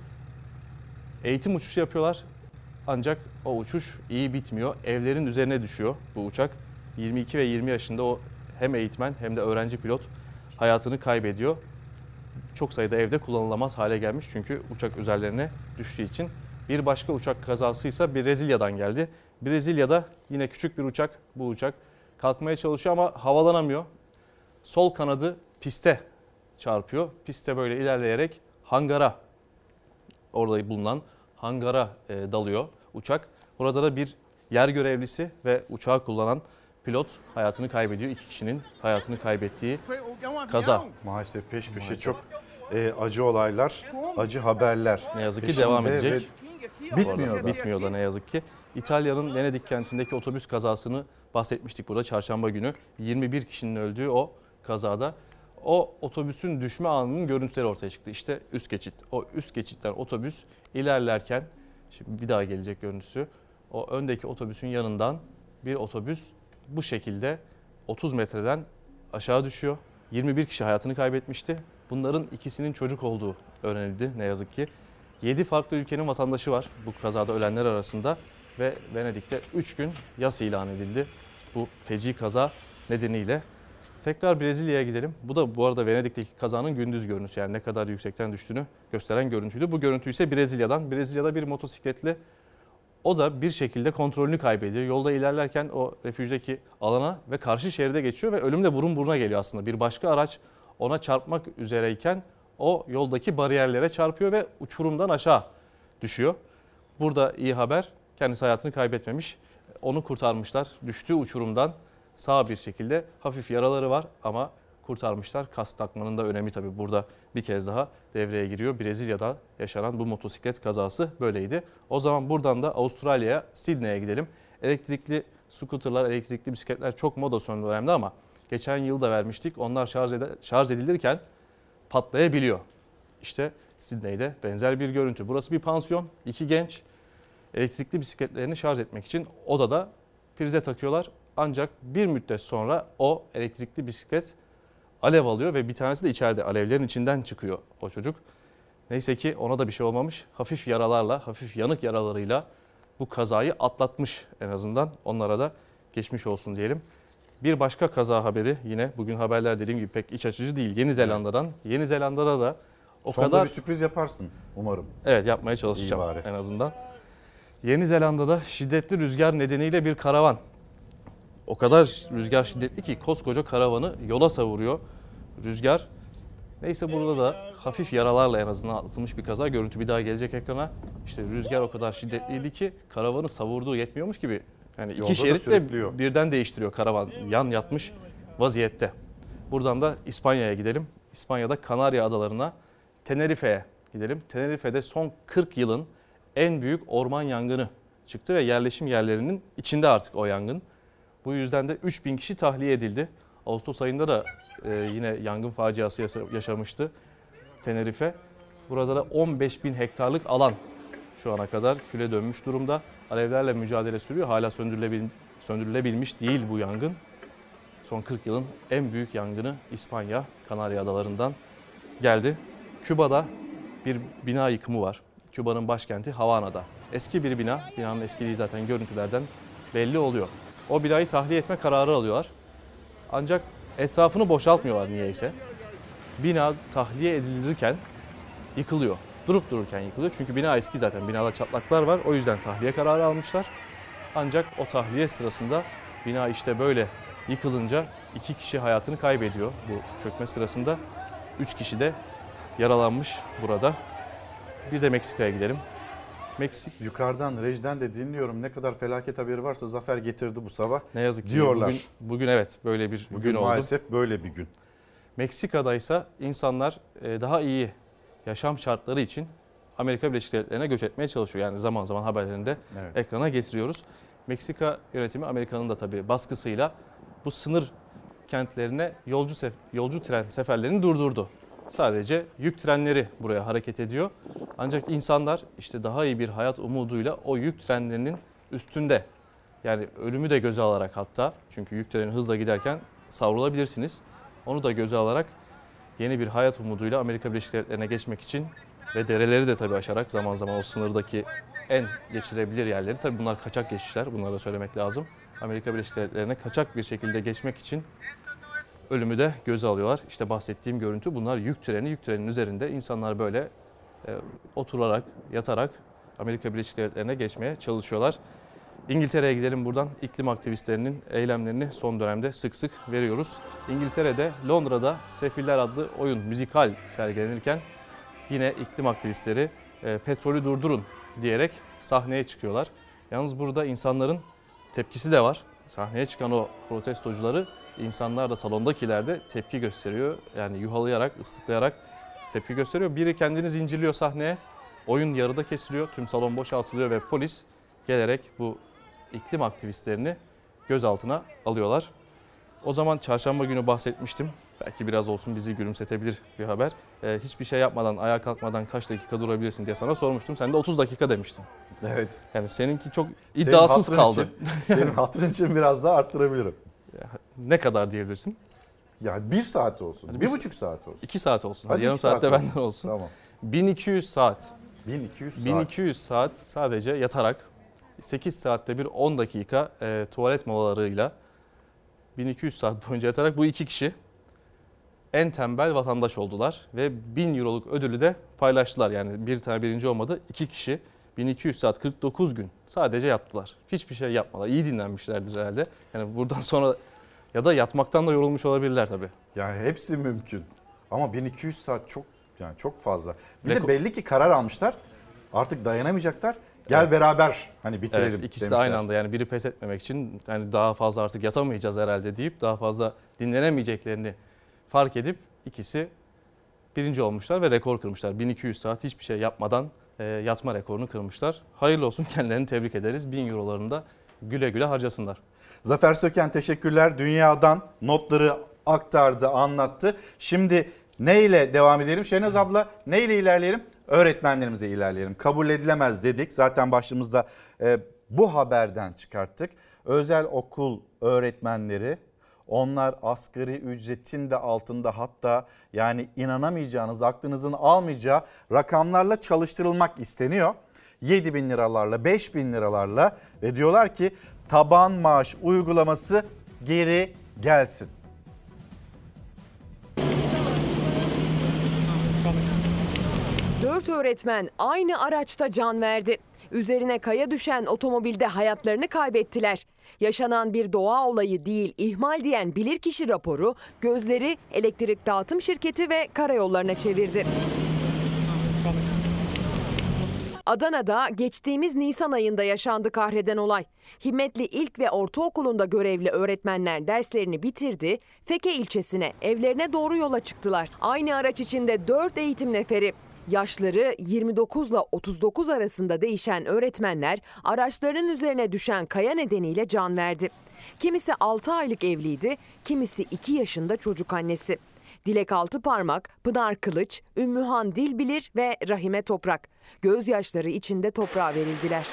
[SPEAKER 31] Eğitim uçuşu yapıyorlar. Ancak o uçuş iyi bitmiyor. Evlerin üzerine düşüyor bu uçak. 22 ve 20 yaşında o
[SPEAKER 3] hem eğitmen hem de öğrenci pilot hayatını kaybediyor. Çok sayıda evde kullanılamaz hale gelmiş çünkü uçak üzerlerine düştüğü için. Bir başka uçak kazası ise Brezilya'dan geldi. Brezilya'da yine küçük bir uçak, bu uçak kalkmaya çalışıyor ama havalanamıyor. Sol kanadı piste çarpıyor. Piste böyle ilerleyerek hangara, orada bulunan hangara dalıyor uçak. Orada da bir yer görevlisi ve uçağı kullanan pilot hayatını kaybediyor. 2 kişinin hayatını kaybettiği kaza.
[SPEAKER 1] Maalesef peş peşe çok acı olaylar, acı haberler.
[SPEAKER 3] Ne yazık ki
[SPEAKER 1] peşinde
[SPEAKER 3] devam edecek.
[SPEAKER 1] Bitmiyor
[SPEAKER 3] da ne yazık ki. İtalya'nın Venedik kentindeki otobüs kazasını bahsetmiştik burada çarşamba günü. 21 kişinin öldüğü o kazada. O otobüsün düşme anının görüntüleri ortaya çıktı. İşte üst geçit. O üst geçitten otobüs ilerlerken, şimdi bir daha gelecek görüntüsü. O öndeki otobüsün yanından bir otobüs bu şekilde 30 metreden aşağı düşüyor. 21 kişi hayatını kaybetmişti. Bunların ikisinin çocuk olduğu öğrenildi ne yazık ki. 7 farklı ülkenin vatandaşı var bu kazada ölenler arasında ve Venedik'te 3 gün yas ilan edildi bu feci kaza nedeniyle. Tekrar Brezilya'ya gidelim. Bu da bu arada Venedik'teki kazanın gündüz görüntüsü, yani ne kadar yüksekten düştüğünü gösteren görüntüydü. Bu görüntü ise Brezilya'dan. Brezilya'da bir motosikletli, o da bir şekilde kontrolünü kaybediyor. Yolda ilerlerken o refüjdeki alana ve karşı şeride geçiyor ve ölümle burun buruna geliyor aslında. Bir başka araç ona çarpmak üzereyken o yoldaki bariyerlere çarpıyor ve uçurumdan aşağı düşüyor. Burada iyi haber, kendisi hayatını kaybetmemiş. Onu kurtarmışlar. Düştüğü uçurumdan sağ bir şekilde, hafif yaraları var ama kurtarmışlar. Kask takmanın da önemi tabii burada bir kez daha devreye giriyor. Brezilya'da yaşanan bu motosiklet kazası böyleydi. O zaman buradan da Avustralya'ya, Sydney'e gidelim. Elektrikli scooterlar, elektrikli bisikletler çok moda son dönemde ama geçen yıl da vermiştik. Onlar şarj edilirken patlayabiliyor. İşte Sydney'de benzer bir görüntü. Burası bir pansiyon. 2 genç elektrikli bisikletlerini şarj etmek için odada prize takıyorlar. Ancak bir müddet sonra o elektrikli bisiklet alev alıyor ve bir tanesi de içeride alevlerin içinden çıkıyor o çocuk. Neyse ki ona da bir şey olmamış. Hafif yaralarla, hafif yanık yaralarıyla bu kazayı atlatmış en azından. Onlara da geçmiş olsun diyelim. Bir başka kaza haberi, yine bugün haberler dediğim gibi pek iç açıcı değil. Yeni Zelanda'dan. Yeni Zelanda'da da o
[SPEAKER 1] Sonunda
[SPEAKER 3] kadar...
[SPEAKER 1] bir sürpriz yaparsın umarım.
[SPEAKER 3] Evet, yapmaya çalışacağım en azından. Yeni Zelanda'da şiddetli rüzgar nedeniyle bir karavan, o kadar rüzgar şiddetli ki koskoca karavanı yola savuruyor rüzgar. Neyse burada da hafif yaralarla en azından atlatılmış bir kaza. Görüntü bir daha gelecek ekrana. İşte rüzgar o kadar şiddetliydi ki karavanı savurduğu yetmiyormuş gibi. Yani iki şerit de birden değiştiriyor karavan. Yan yatmış vaziyette. Buradan da İspanya'ya gidelim. İspanya'da Kanarya Adaları'na, Tenerife'ye gidelim. Tenerife'de son 40 yılın en büyük orman yangını çıktı ve yerleşim yerlerinin içinde artık o yangın. Bu yüzden de 3000 kişi tahliye edildi. Ağustos ayında da yine yangın faciası yaşamıştı Tenerife. Burada da 15.000 hektarlık alan şu ana kadar küle dönmüş durumda. Alevlerle mücadele sürüyor. Hala söndürülebilmiş değil bu yangın. Son 40 yılın en büyük yangını İspanya, Kanarya Adaları'ndan geldi. Küba'da bir bina yıkımı var. Küba'nın başkenti Havana'da. Eski bir bina. Binanın eskiliği zaten görüntülerden belli oluyor. O binayı tahliye etme kararı alıyorlar. Ancak etrafını boşaltmıyorlar niyeyse. Bina tahliye edilirken yıkılıyor. Durup dururken yıkılıyor. Çünkü bina eski zaten. Binada çatlaklar var. O yüzden tahliye kararı almışlar. Ancak o tahliye sırasında bina işte böyle yıkılınca 2 kişi hayatını kaybediyor bu çökme sırasında. 3 kişi de yaralanmış burada. Bir de Meksika'ya gidelim.
[SPEAKER 1] Yukarıdan, rejiden de dinliyorum. Ne kadar felaket haberi varsa Zafer getirdi bu sabah.
[SPEAKER 3] Ne yazık ki
[SPEAKER 1] diyorlar.
[SPEAKER 3] Bugün evet böyle bir gün oldu.
[SPEAKER 1] Maalesef böyle bir gün.
[SPEAKER 3] Meksika'da ise insanlar daha iyi yaşam şartları için Amerika Birleşik Devletleri'ne göç etmeye çalışıyor. Yani zaman zaman haberlerinde ekrana getiriyoruz. Meksika yönetimi Amerika'nın da tabii baskısıyla bu sınır kentlerine yolcu tren seferlerini durdurdu. Sadece yük trenleri buraya hareket ediyor. Ancak insanlar işte daha iyi bir hayat umuduyla o yük trenlerinin üstünde, yani ölümü de göze alarak, hatta çünkü yük treni hızla giderken savrulabilirsiniz. Onu da göze alarak yeni bir hayat umuduyla Amerika Birleşik Devletleri'ne geçmek için ve dereleri de tabii aşarak zaman zaman o sınırdaki en geçilebilir yerleri, tabii bunlar kaçak geçişler, bunları da söylemek lazım. Amerika Birleşik Devletleri'ne kaçak bir şekilde geçmek için
[SPEAKER 31] ölümü de göze alıyorlar. İşte bahsettiğim görüntü bunlar yük trenin üzerinde insanlar böyle oturarak, yatarak Amerika Birleşik Devletleri'ne geçmeye çalışıyorlar. İngiltere'ye gidelim buradan. İklim aktivistlerinin eylemlerini son dönemde sık sık veriyoruz. İngiltere'de, Londra'da Sefiller adlı oyun, müzikal sergilenirken yine iklim aktivistleri petrolü durdurun diyerek sahneye çıkıyorlar. Yalnız burada insanların tepkisi de var. Sahneye çıkan o protestocuları insanlar da salondakiler de tepki gösteriyor. Yani yuhalayarak, ıslıklayarak tepki gösteriyor. Biri kendini zincirliyor sahneye. Oyun yarıda kesiliyor. Tüm salon boşaltılıyor ve polis gelerek bu iklim aktivistlerini gözaltına alıyorlar. O zaman çarşamba günü bahsetmiştim. Belki biraz olsun bizi gülümsetebilir bir haber. Hiçbir şey yapmadan, ayağa kalkmadan kaç dakika durabilirsin diye sana sormuştum. Sen de 30 dakika demiştin.
[SPEAKER 1] Evet.
[SPEAKER 31] Yani seninki çok iddiasız kaldı.
[SPEAKER 1] Senin hatırın için biraz daha arttırabilirim.
[SPEAKER 31] Ne kadar diyebilirsin?
[SPEAKER 1] Yani 1 saat olsun,
[SPEAKER 31] Hadi
[SPEAKER 1] 1,5 saat olsun.
[SPEAKER 31] 2 saat olsun.
[SPEAKER 1] Hadi
[SPEAKER 31] yarım saatte benden olsun.
[SPEAKER 1] Tamam.
[SPEAKER 31] 1200 saat.
[SPEAKER 1] 1200
[SPEAKER 31] saat sadece yatarak 8 saatte bir 10 dakika tuvalet molalarıyla 1200 saat boyunca yatarak bu iki kişi en tembel vatandaş oldular ve 1000 euroluk ödülü de paylaştılar. Yani bir tane birinci olmadı, 2 kişi 1200 saat 49 gün sadece yattılar. Hiçbir şey yapmadılar. İyi dinlenmişlerdir herhalde. Yani buradan sonra ya da yatmaktan da yorulmuş olabilirler tabii.
[SPEAKER 1] Yani hepsi mümkün. Ama 1200 saat çok fazla. Bir de belli ki karar almışlar. Artık dayanamayacaklar. Gel beraber hani bitirelim.
[SPEAKER 31] Evet, ikisi
[SPEAKER 1] demişler.
[SPEAKER 31] de aynı anda, yani biri pes etmemek için yani daha fazla artık yatamayacağız herhalde deyip daha fazla dinlenemeyeceklerini fark edip ikisi birinci olmuşlar ve rekor kırmışlar. 1200 saat hiçbir şey yapmadan yatma rekorunu kırmışlar. Hayırlı olsun, kendilerini tebrik ederiz. 1000 eurolarını da güle güle harcasınlar.
[SPEAKER 1] Zafer Söken teşekkürler. Dünyadan notları aktardı, anlattı. Şimdi neyle devam edelim? Şehnaz abla, neyle ilerleyelim? Öğretmenlerimize ilerleyelim. Kabul edilemez dedik. Zaten başlığımızda bu haberden çıkarttık. Özel okul öğretmenleri, onlar asgari ücretin de altında, hatta yani inanamayacağınız, aklınızın almayacağı rakamlarla çalıştırılmak isteniyor. 7.000 liralarla, 5.000 liralarla ve diyorlar ki taban maaş uygulaması geri gelsin.
[SPEAKER 2] Dört öğretmen aynı araçta can verdi. Üzerine kaya düşen otomobilde hayatlarını kaybettiler. Yaşanan bir doğa olayı değil, ihmal diyen bilirkişi raporu gözleri elektrik dağıtım şirketi ve karayollarına çevirdi. Adana'da geçtiğimiz Nisan ayında yaşandı kahreden olay. Himmetli İlk ve Ortaokulu'nda görevli öğretmenler derslerini bitirdi, Feke ilçesine, evlerine doğru yola çıktılar. Aynı araç içinde 4 eğitim neferi. Yaşları 29 ile 39 arasında değişen öğretmenler araçlarının üzerine düşen kaya nedeniyle can verdi. Kimisi 6 aylık evliydi, kimisi 2 yaşında çocuk annesi. Dilek Altıparmak, Pınar Kılıç, Ümmühan Dilbilir ve Rahime Toprak gözyaşları içinde toprağa verildiler.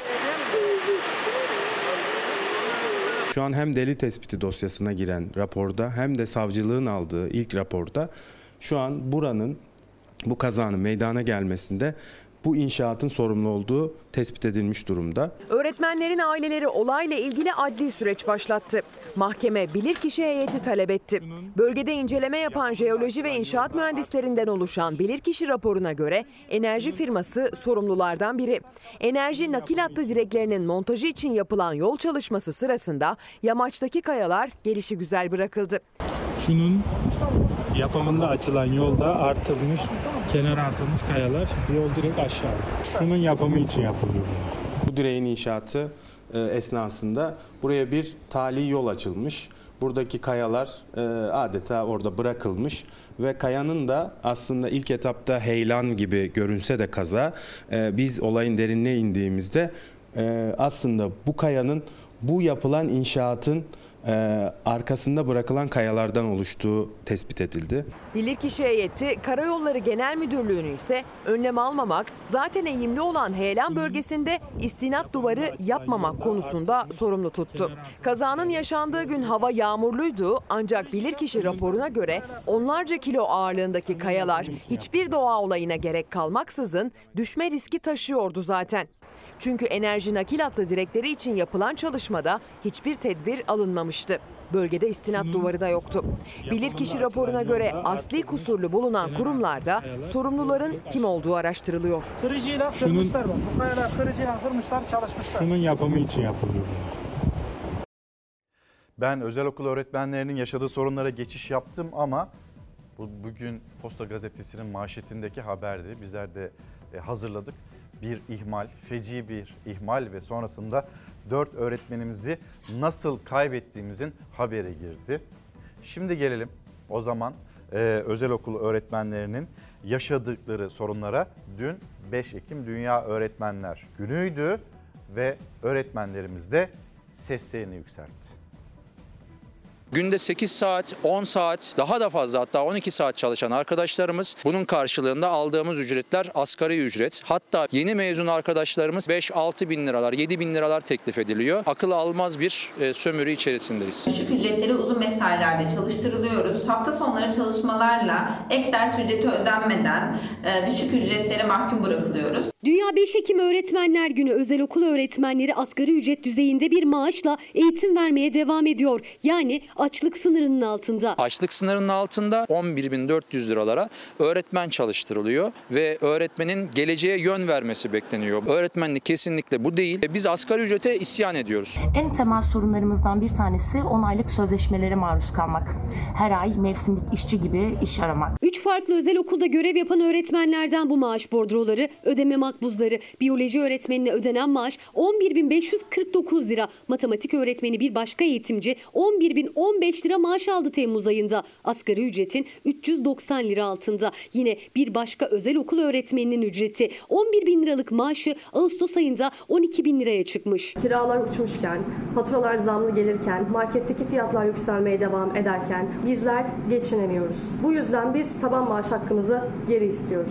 [SPEAKER 10] Şu an hem deli tespiti dosyasına giren raporda hem de savcılığın aldığı ilk raporda şu an bu kazanın meydana gelmesinde bu inşaatın sorumlu olduğu tespit edilmiş durumda.
[SPEAKER 2] Öğretmenlerin aileleri olayla ilgili adli süreç başlattı. Mahkeme bilirkişi heyeti talep etti. Bölgede inceleme yapan jeoloji ve inşaat mühendislerinden oluşan bilirkişi raporuna göre enerji firması sorumlulardan biri. Enerji nakil hattı direklerinin montajı için yapılan yol çalışması sırasında yamaçtaki kayalar gelişigüzel bırakıldı.
[SPEAKER 11] Şunun yapımında açılan yolda artırılmış, kenara atılmış kayalar, yol direkt aşağı. Şunun yapımı için yapılıyor.
[SPEAKER 10] Bu direğin inşaatı esnasında buraya bir tali yol açılmış. Buradaki kayalar adeta orada bırakılmış ve kayanın da aslında ilk etapta heyelan gibi görünse de kaza, biz olayın derinine indiğimizde aslında bu kayanın bu yapılan inşaatın arkasında bırakılan kayalardan oluştuğu tespit edildi.
[SPEAKER 2] Bilirkişi heyeti Karayolları Genel Müdürlüğü'nü ise önlem almamak, zaten eğimli olan heyelan bölgesinde istinat duvarı yapmamak konusunda sorumlu tuttu. Kazanın yaşandığı gün hava yağmurluydu, ancak bilirkişi raporuna göre onlarca kilo ağırlığındaki kayalar hiçbir doğa olayına gerek kalmaksızın düşme riski taşıyordu zaten. Çünkü enerji nakil hattı direkleri için yapılan çalışmada hiçbir tedbir alınmamıştı. Bölgede istinat duvarı da yoktu. Bilirkişi raporuna göre asli kusurlu bulunan kurumlarda sorumluların kim olduğu araştırılıyor.
[SPEAKER 11] Kırıcıyla kırmışlar bak. Bu kayalar kırıcıyla kırmışlar, çalışmışlar. Şunun yapımı için yapılıyor.
[SPEAKER 1] Ben özel okul öğretmenlerinin yaşadığı sorunlara geçiş yaptım ama bugün Posta Gazetesi'nin manşetindeki haberdi. Bizler de hazırladık. Bir ihmal, feci bir ihmal ve sonrasında 4 öğretmenimizi nasıl kaybettiğimizin haberi girdi. Şimdi gelelim o zaman özel okul öğretmenlerinin yaşadıkları sorunlara. Dün 5 Ekim Dünya Öğretmenler Günü'ydü ve öğretmenlerimiz de seslerini yükseltti.
[SPEAKER 12] Günde 8 saat, 10 saat, daha da fazla hatta 12 saat çalışan arkadaşlarımız, bunun karşılığında aldığımız ücretler asgari ücret. Hatta yeni mezun arkadaşlarımız 5-6 bin liralar, 7 bin liralar teklif ediliyor. Akıl almaz bir sömürü içerisindeyiz.
[SPEAKER 13] Düşük ücretleri uzun mesailerde çalıştırılıyoruz. Hafta sonları çalışmalarla ek ders ücreti ödenmeden düşük ücretlere mahkum bırakılıyoruz.
[SPEAKER 14] Dünya 5 Ekim Öğretmenler Günü özel okul öğretmenleri asgari ücret düzeyinde bir maaşla eğitim vermeye devam ediyor. Yani açlık sınırının altında.
[SPEAKER 12] Açlık sınırının altında 11.400 liralara öğretmen çalıştırılıyor ve öğretmenin geleceğe yön vermesi bekleniyor. Öğretmenlik kesinlikle bu değil. Biz asgari ücrete isyan ediyoruz.
[SPEAKER 15] En temel sorunlarımızdan bir tanesi 10 aylık sözleşmelere maruz kalmak. Her ay mevsimlik işçi gibi iş aramak.
[SPEAKER 14] 3 farklı özel okulda görev yapan öğretmenlerden bu maaş bordroları, ödeme makbuzları. Biyoloji öğretmenine ödenen maaş 11.549 lira. Matematik öğretmeni bir başka eğitimci 11.015 lira maaş aldı Temmuz ayında. Asgari ücretin 390 lira altında. Yine bir başka özel okul öğretmeninin ücreti 11.000 liralık maaşı Ağustos ayında 12.000 liraya çıkmış.
[SPEAKER 16] Kiralar uçmuşken, faturalar zamlı gelirken, marketteki fiyatlar yükselmeye devam ederken bizler geçinemiyoruz. Bu yüzden biz taban maaş hakkımızı geri istiyoruz.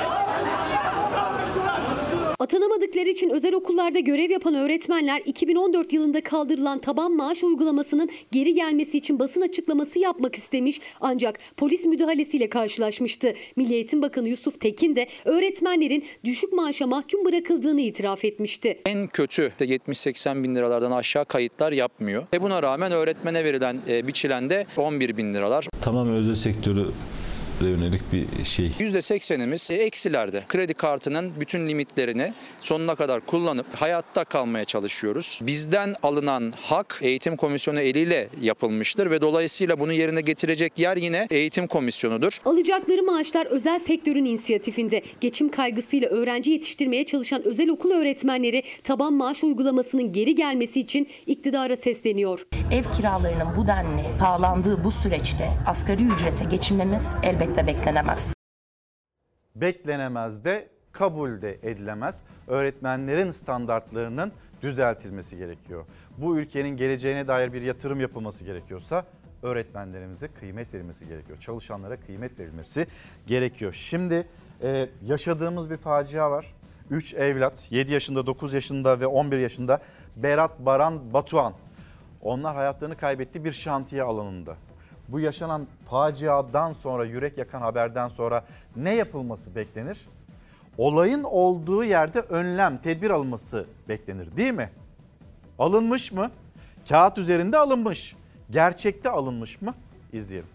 [SPEAKER 14] Atanamadıkları için özel okullarda görev yapan öğretmenler 2014 yılında kaldırılan taban maaş uygulamasının geri gelmesi için basın açıklaması yapmak istemiş ancak polis müdahalesiyle karşılaşmıştı. Milli Eğitim Bakanı Yusuf Tekin de öğretmenlerin düşük maaşa mahkum bırakıldığını itiraf etmişti.
[SPEAKER 12] En kötü de 70-80 bin liralardan aşağı kayıtlar yapmıyor. Buna rağmen öğretmene verilen biçilen de 11 bin liralar.
[SPEAKER 17] Tamamen özel sektörü yönelik bir şey.
[SPEAKER 12] %80'imiz eksilerde. Kredi kartının bütün limitlerini sonuna kadar kullanıp hayatta kalmaya çalışıyoruz. Bizden alınan hak eğitim komisyonu eliyle yapılmıştır ve dolayısıyla bunu yerine getirecek yer yine eğitim komisyonudur.
[SPEAKER 14] Alacakları maaşlar özel sektörün inisiyatifinde. Geçim kaygısıyla öğrenci yetiştirmeye çalışan özel okul öğretmenleri taban maaş uygulamasının geri gelmesi için iktidara sesleniyor.
[SPEAKER 15] Ev kiralarının bu denli pahalandığı bu süreçte asgari ücrete geçinmemiz elbette beklenemez.
[SPEAKER 1] Beklenemez de kabul de edilemez. Öğretmenlerin standartlarının düzeltilmesi gerekiyor. Bu ülkenin geleceğine dair bir yatırım yapılması gerekiyorsa öğretmenlerimize kıymet verilmesi gerekiyor. Çalışanlara kıymet verilmesi gerekiyor. Şimdi yaşadığımız bir facia var. 3 evlat 7 yaşında, 9 yaşında ve 11 yaşında Berat, Baran, Batuhan. Onlar hayatlarını kaybetti bir şantiye alanında. Bu yaşanan faciadan sonra, yürek yakan haberden sonra ne yapılması beklenir? Olayın olduğu yerde önlem, tedbir alınması beklenir değil mi? Alınmış mı? Kağıt üzerinde alınmış. Gerçekte alınmış mı? İzleyelim.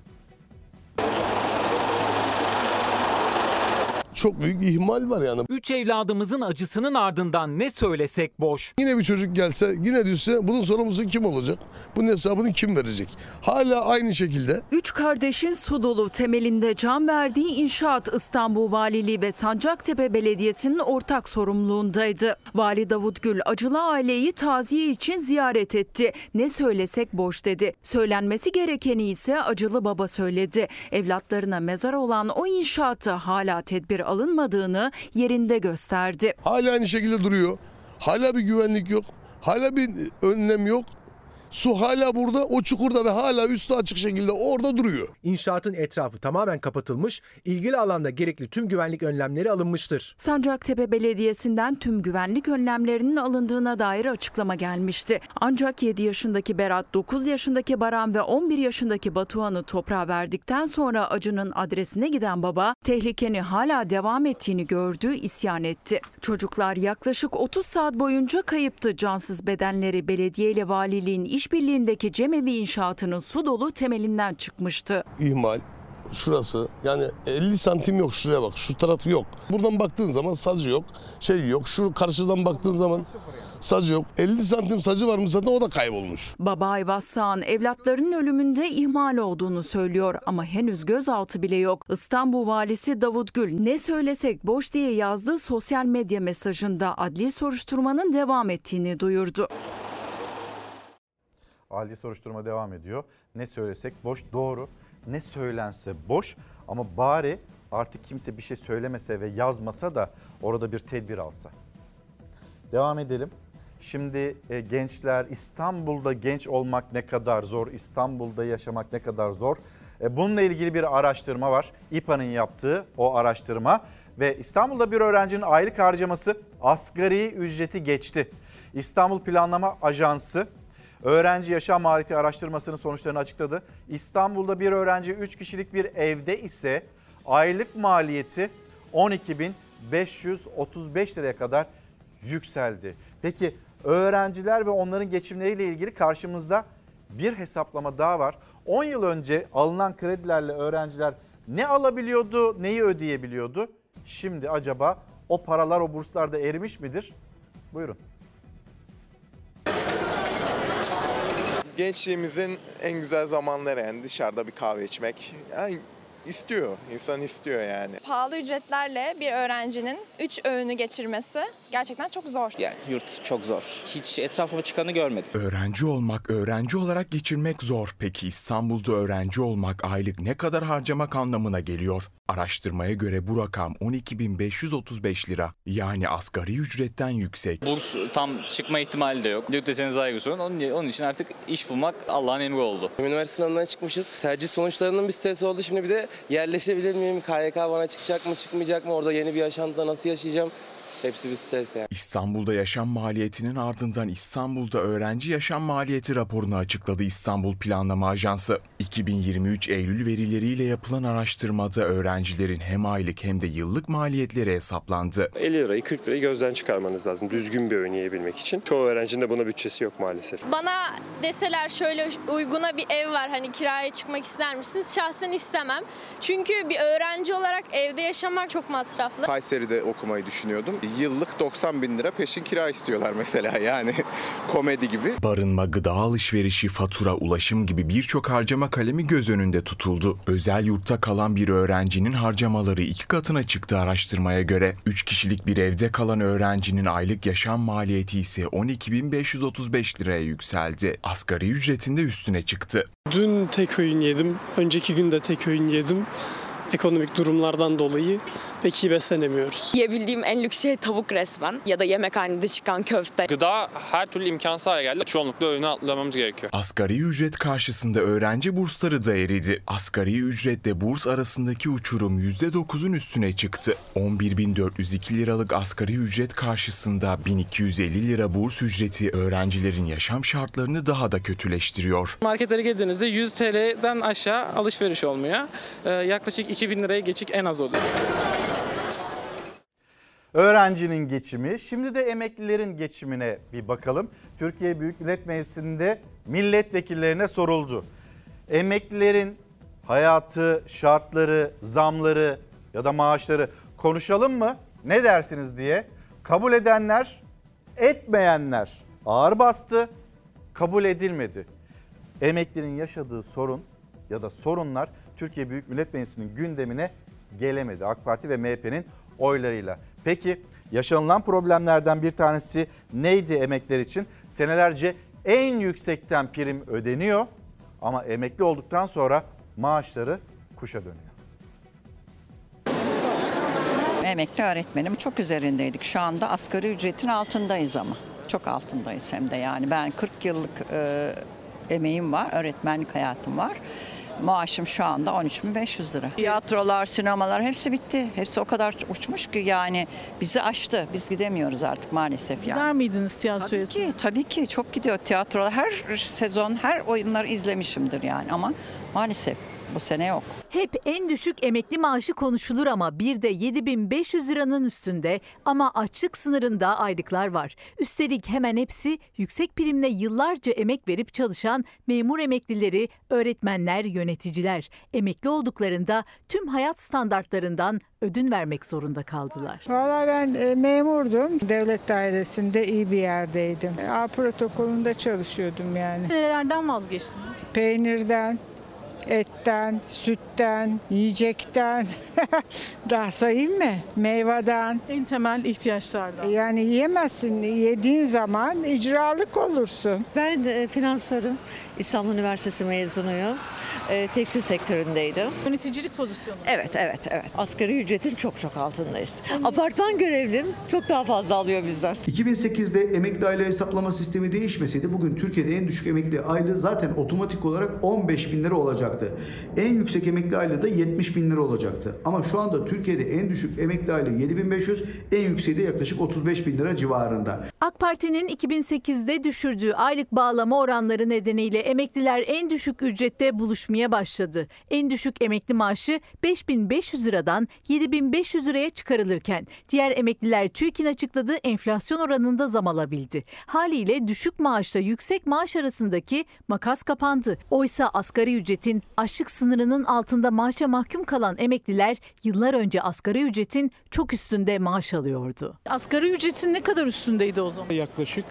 [SPEAKER 18] Çok büyük ihmal var yani.
[SPEAKER 19] 3 evladımızın acısının ardından ne söylesek boş.
[SPEAKER 18] Yine bir çocuk gelse, yine düşse bunun sorumlusu kim olacak? Bunun hesabını kim verecek? Hala aynı şekilde.
[SPEAKER 20] 3 kardeşin su dolu temelinde can verdiği inşaat İstanbul Valiliği ve Sancaktepe Belediyesi'nin ortak sorumluluğundaydı. Vali Davut Gül acılı aileyi taziye için ziyaret etti. Ne söylesek boş dedi. Söylenmesi gerekeni ise acılı baba söyledi. Evlatlarına mezar olan o inşaata hala tedbir alınmadığını yerinde gösterdi.
[SPEAKER 18] Hala aynı şekilde duruyor. Hala bir güvenlik yok. Hala bir önlem yok. Su hala burada, o çukurda ve hala üstü açık şekilde orada duruyor.
[SPEAKER 4] İnşaatın etrafı tamamen kapatılmış, ilgili alanda gerekli tüm güvenlik önlemleri alınmıştır.
[SPEAKER 20] Sancaktepe Belediyesi'nden tüm güvenlik önlemlerinin alındığına dair açıklama gelmişti. Ancak 7 yaşındaki Berat, 9 yaşındaki Baran ve 11 yaşındaki Batuhan'ı toprağa verdikten sonra acının adresine giden baba, tehlikenin hala devam ettiğini gördü, isyan etti. Çocuklar yaklaşık 30 saat boyunca kayıptı. Cansız bedenleri belediye ile valiliğin işbirliğindeki cemevi inşaatının su dolu temelinden çıkmıştı.
[SPEAKER 18] İhmal. Şurası yani 50 santim yok, şuraya bak, şu taraf yok. Buradan baktığın zaman sacı yok, şey yok. Şu karşıdan baktığın zaman sacı yok. 50 santim sacı var mı zaten, o da kaybolmuş.
[SPEAKER 20] Baba Ayvaz Sağan evlatlarının ölümünde ihmal olduğunu söylüyor ama henüz gözaltı bile yok. İstanbul Valisi Davut Gül ne söylesek boş diye yazdığı sosyal medya mesajında adli soruşturmanın devam ettiğini duyurdu.
[SPEAKER 1] Adli soruşturma devam ediyor. Ne söylesek boş, doğru. Ne söylense boş ama bari artık kimse bir şey söylemese ve yazmasa da orada bir tedbir alsa. Devam edelim. Şimdi gençler, İstanbul'da genç olmak ne kadar zor, İstanbul'da yaşamak ne kadar zor. Bununla ilgili bir araştırma var. İPA'nın yaptığı o araştırma ve İstanbul'da bir öğrencinin aylık harcaması asgari ücreti geçti. İstanbul Planlama Ajansı öğrenci yaşam maliyeti araştırmasının sonuçlarını açıkladı. İstanbul'da bir öğrenci 3 kişilik bir evde ise aylık maliyeti 12.535 liraya kadar yükseldi. Peki öğrenciler ve onların geçimleriyle ilgili karşımızda bir hesaplama daha var. 10 yıl önce alınan kredilerle öğrenciler ne alabiliyordu, neyi ödeyebiliyordu? Şimdi acaba o paralar, o burslar da erimiş midir? Buyurun.
[SPEAKER 5] Gençliğimizin en güzel zamanları, yani dışarıda bir kahve içmek. Yani insan istiyor yani.
[SPEAKER 6] Pahalı ücretlerle bir öğrencinin 3 öğünü geçirmesi gerçekten çok zor.
[SPEAKER 8] Yani yurt çok zor. Hiç etrafıma çıkanı görmedim.
[SPEAKER 21] Öğrenci olmak, öğrenci olarak geçirmek zor. Peki İstanbul'da öğrenci olmak aylık ne kadar harcamak anlamına geliyor? Araştırmaya göre bu rakam 12.535 lira. Yani asgari ücretten yüksek.
[SPEAKER 8] Burs tam çıkma ihtimali de yok. Lütfen saygısı onun için artık iş bulmak Allah'ın emri oldu.
[SPEAKER 22] Üniversite sınavından çıkmışız. Tercih sonuçlarının bir stresi oldu. Şimdi bir de yerleşebilir miyim? KYK bana çıkacak mı, çıkmayacak mı? Orada yeni bir yaşantıda nasıl yaşayacağım? Hepsi bir stres yani.
[SPEAKER 21] İstanbul'da yaşam maliyetinin ardından İstanbul'da öğrenci yaşam maliyeti raporunu açıkladı İstanbul Planlama Ajansı. 2023 Eylül verileriyle yapılan araştırmada öğrencilerin hem aylık hem de yıllık maliyetleri hesaplandı.
[SPEAKER 23] 50 lirayı 40 lirayı gözden çıkarmanız lazım düzgün bir öğün yiyebilmek için. Çoğu öğrencinin de buna bütçesi yok maalesef.
[SPEAKER 24] Bana deseler şöyle uyguna bir ev var, hani kiraya çıkmak ister misiniz? Şahsen istemem. Çünkü bir öğrenci olarak evde yaşamak çok masraflı.
[SPEAKER 30] Kayseri'de okumayı düşünüyordum. Yıllık 90.000 lira peşin kira istiyorlar mesela, yani komedi gibi.
[SPEAKER 21] Barınma, gıda alışverişi, fatura, ulaşım gibi birçok harcama kalemi göz önünde tutuldu. Özel yurtta kalan bir öğrencinin harcamaları 2 katına çıktı araştırmaya göre. 3 kişilik bir evde kalan öğrencinin aylık yaşam maliyeti ise 12.535 liraya yükseldi. Asgari ücretin de üstüne çıktı.
[SPEAKER 26] Dün tek öğün yedim, önceki gün de tek öğün yedim. Ekonomik durumlardan dolayı pek iyi beslenemiyoruz.
[SPEAKER 27] Yiyebildiğim en lüks şey tavuk resmen ya da yemekhanede çıkan köfte.
[SPEAKER 28] Gıda her türlü imkansız hale geldi. Çoğunlukla öğünü atlamamız gerekiyor.
[SPEAKER 21] Asgari ücret karşısında öğrenci bursları da eridi. Asgari ücretle burs arasındaki uçurum %9'un üstüne çıktı. 11.402 liralık asgari ücret karşısında 1.250 lira burs ücreti öğrencilerin yaşam şartlarını daha da kötüleştiriyor.
[SPEAKER 26] Marketlere geldiğinizde 100 TL'den aşağı alışveriş olmuyor. Yaklaşık 2.000 liraya geçik en az oluyor.
[SPEAKER 1] Öğrencinin geçimi, şimdi de emeklilerin geçimine bir bakalım. Türkiye Büyük Millet Meclisi'nde milletvekillerine soruldu. Emeklilerin hayatı, şartları, zamları ya da maaşları konuşalım mı? Ne dersiniz diye. Kabul edenler, etmeyenler ağır bastı, kabul edilmedi. Emeklinin yaşadığı sorun ya da sorunlar Türkiye Büyük Millet Meclisi'nin gündemine gelemedi. AK Parti ve MHP'nin oylarıyla. Peki yaşanılan problemlerden bir tanesi neydi emekliler için? Senelerce en yüksekten prim ödeniyor ama emekli olduktan sonra maaşları kuşa dönüyor.
[SPEAKER 27] Emekli öğretmenim, çok üzerindeydik. Şu anda asgari ücretin altındayız ama. Çok altındayız hem de yani. Ben 40 yıllık
[SPEAKER 2] emeğim var, öğretmenlik hayatım var. Maaşım şu anda 13.500 lira. Tiyatrolar, sinemalar hepsi bitti. Hepsi o kadar uçmuş ki yani bizi aştı. Biz gidemiyoruz artık maalesef yani.
[SPEAKER 3] Gider miydiniz tiyatroya?
[SPEAKER 2] Tabii ki çok gidiyor tiyatrolar. Her sezon, her oyunları izlemişimdir yani ama maalesef bu sene yok.
[SPEAKER 7] Hep en düşük emekli maaşı konuşulur ama bir de 7.500 liranın üstünde ama açlık sınırında aylıklar var. Üstelik hemen hepsi yüksek primle yıllarca emek verip çalışan memur emeklileri, öğretmenler, yöneticiler. Emekli olduklarında tüm hayat standartlarından ödün vermek zorunda kaldılar.
[SPEAKER 9] Valla ben memurdum. Devlet dairesinde iyi bir yerdeydim. A protokolünde çalışıyordum yani.
[SPEAKER 3] Nelerden vazgeçtiniz?
[SPEAKER 9] Peynirden, etten, sütten, yiyecekten, daha sayayım mı? Meyveden.
[SPEAKER 3] En temel ihtiyaçlardan.
[SPEAKER 9] Yani yiyemezsin. Yediğin zaman icralık olursun.
[SPEAKER 10] Ben finansörüm. İstanbul Üniversitesi mezunuyum. Tekstil sektöründeydim.
[SPEAKER 3] Yöneticilik pozisyonu.
[SPEAKER 10] Evet. Asgari ücretin çok altındayız. Apartman görevlim çok daha fazla alıyor bizden.
[SPEAKER 11] 2008'de emekli aile hesaplama sistemi değişmeseydi bugün Türkiye'de en düşük emekli aylığı zaten otomatik olarak 15 bin lira olacaktı. En yüksek emekli aylığı da 70 bin lira olacaktı. Ama şu anda Türkiye'de en düşük emekli aylığı 7.500, en yükseği de yaklaşık 35 bin lira civarında.
[SPEAKER 7] AK Parti'nin 2008'de düşürdüğü aylık bağlama oranları nedeniyle emekliler en düşük ücrette buluşmaya başladı. En düşük emekli maaşı 5.500 liradan 7.500 liraya çıkarılırken diğer emekliler TÜİK'in açıkladığı enflasyon oranında zam alabildi. Haliyle düşük maaşla yüksek maaş arasındaki makas kapandı. Oysa asgari ücretin açlık sınırının altında maaşa mahkum kalan emekliler yıllar önce asgari ücretin çok üstünde maaş alıyordu.
[SPEAKER 3] Asgari ücretin ne kadar üstündeydi o zaman?
[SPEAKER 17] Yaklaşık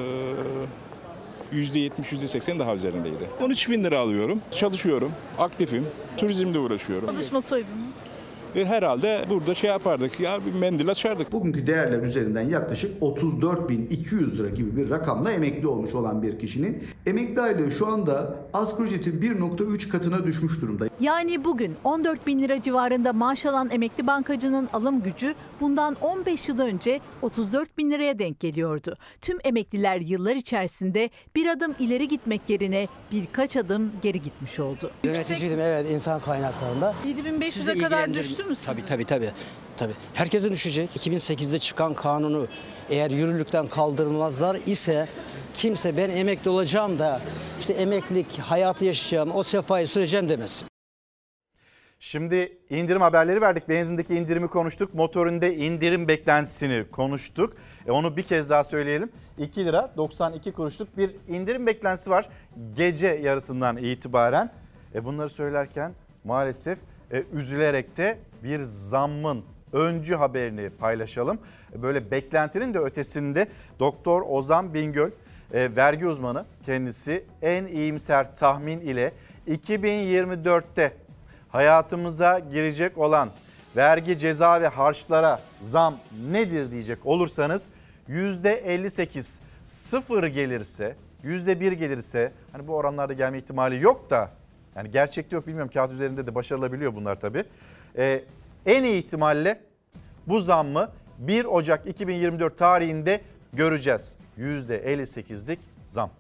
[SPEAKER 17] %70, %80 daha üzerindeydi. 13 bin lira alıyorum, çalışıyorum, aktifim, turizmle uğraşıyorum.
[SPEAKER 3] Çalışmasaydınız?
[SPEAKER 17] Herhalde burada yapardık ya, bir mendil açardık.
[SPEAKER 11] Bugünkü değerler üzerinden yaklaşık 34.200 lira gibi bir rakamla emekli olmuş olan bir kişinin emekli aylığı şu anda asgari ücretin 1.3 katına düşmüş durumda.
[SPEAKER 7] Yani bugün 14 bin lira civarında maaş alan emekli bankacının alım gücü bundan 15 yıl önce 34 bin liraya denk geliyordu. Tüm emekliler yıllar içerisinde bir adım ileri gitmek yerine birkaç adım geri gitmiş oldu.
[SPEAKER 13] Yöneticiydim evet, insan kaynaklarında.
[SPEAKER 3] 7.500'e kadar düştü mü sizin?
[SPEAKER 13] Tabii. Herkesin düşecek. 2008'de çıkan kanunu eğer yürürlükten kaldırılmazlar ise kimse ben emekli olacağım da işte emeklilik hayatı yaşayacağım, o sefayı süreceğim demesin.
[SPEAKER 1] Şimdi indirim haberleri verdik. Benzindeki indirimi konuştuk. Motorinde indirim beklentisini konuştuk. Onu bir kez daha söyleyelim. 2 lira 92 kuruşluk bir indirim beklentisi var gece yarısından itibaren. Bunları söylerken maalesef üzülerek de bir zammın öncü haberini paylaşalım. Böyle beklentinin de ötesinde Doktor Ozan Bingöl, vergi uzmanı, kendisi en iyimser tahmin ile 2024'te hayatımıza girecek olan vergi, ceza ve harçlara zam nedir diyecek olursanız %58, sıfır gelirse, %1 gelirse, hani bu oranlarda gelme ihtimali yok da, yani gerçekte yok, bilmiyorum, kağıt üzerinde de başarılabiliyor bunlar tabii. En iyi ihtimalle bu zammı 1 Ocak 2024 tarihinde göreceğiz. %58'lik zam.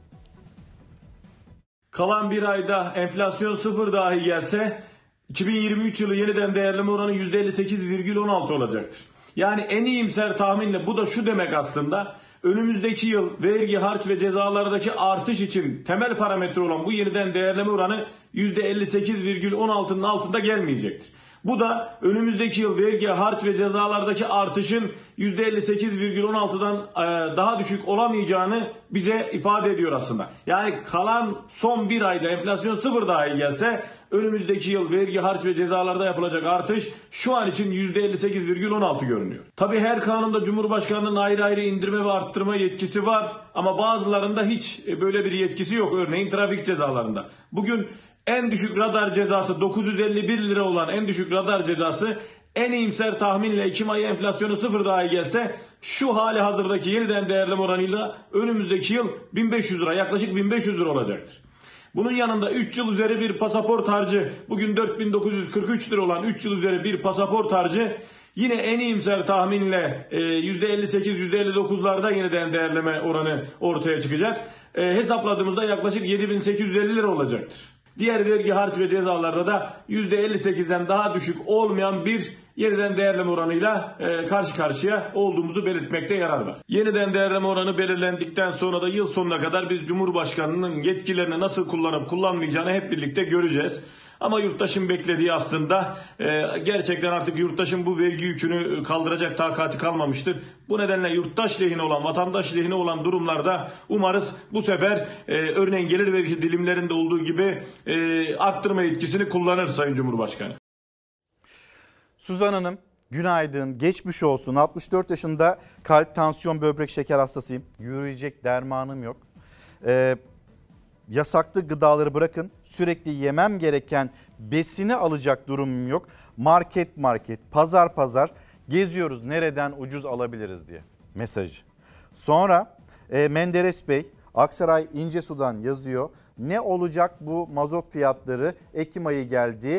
[SPEAKER 16] Kalan bir ayda enflasyon sıfır dahi gelse 2023 yılı yeniden değerleme oranı %58,16 olacaktır. Yani en iyimser tahminle bu da şu demek aslında: önümüzdeki yıl vergi, harç ve cezalardaki artış için temel parametre olan bu yeniden değerleme oranı %58,16'nın altında gelmeyecektir. Bu da önümüzdeki yıl vergi, harç ve cezalardaki artışın %58,16'dan daha düşük olamayacağını bize ifade ediyor aslında. Yani kalan son bir ayda enflasyon sıfır dahi gelse önümüzdeki yıl vergi, harç ve cezalarda yapılacak artış şu an için %58,16 görünüyor. Tabii her kanunda Cumhurbaşkanı'nın ayrı ayrı indirme ve arttırma yetkisi var ama bazılarında hiç böyle bir yetkisi yok. Örneğin trafik cezalarında. Bugün en düşük radar cezası 951 lira olan en düşük radar cezası en iyimser tahminle Ekim ayı enflasyonu sıfır dahi gelse şu hali hazırdaki yeniden değerleme oranıyla önümüzdeki yıl 1500 lira, yaklaşık 1500 lira olacaktır. Bunun yanında 3 yıl üzeri bir pasaport harcı, bugün 4943 lira olan 3 yıl üzeri bir pasaport harcı Yine en iyimser tahminle %58-%59'larda yeniden değerleme oranı ortaya çıkacak. Hesapladığımızda yaklaşık 7.850 lira olacaktır. Diğer vergi, harç ve cezalarda da %58'den daha düşük olmayan bir yeniden değerleme oranıyla karşı karşıya olduğumuzu belirtmekte yarar var. Yeniden değerleme oranı belirlendikten sonra da yıl sonuna kadar biz Cumhurbaşkanı'nın yetkilerini nasıl kullanıp kullanmayacağını hep birlikte göreceğiz. Ama yurttaşın beklediği aslında gerçekten artık yurttaşın bu vergi yükünü kaldıracak takati kalmamıştır. Bu nedenle yurttaş lehine olan, vatandaş lehine olan durumlarda umarız bu sefer örneğin gelir vergisi dilimlerinde olduğu gibi arttırma yetkisini kullanır Sayın Cumhurbaşkanı.
[SPEAKER 1] Suzan Hanım günaydın, geçmiş olsun. 64 yaşında kalp, tansiyon, böbrek, şeker hastasıyım. Yürüyecek dermanım yok. Yasaklı gıdaları bırakın, sürekli yemem gereken besini alacak durumum yok. Market pazar geziyoruz, nereden ucuz alabiliriz diye mesajı. Sonra Menderes Bey Aksaray İncesu'dan yazıyor. Ne olacak bu mazot fiyatları? Ekim ayı geldi.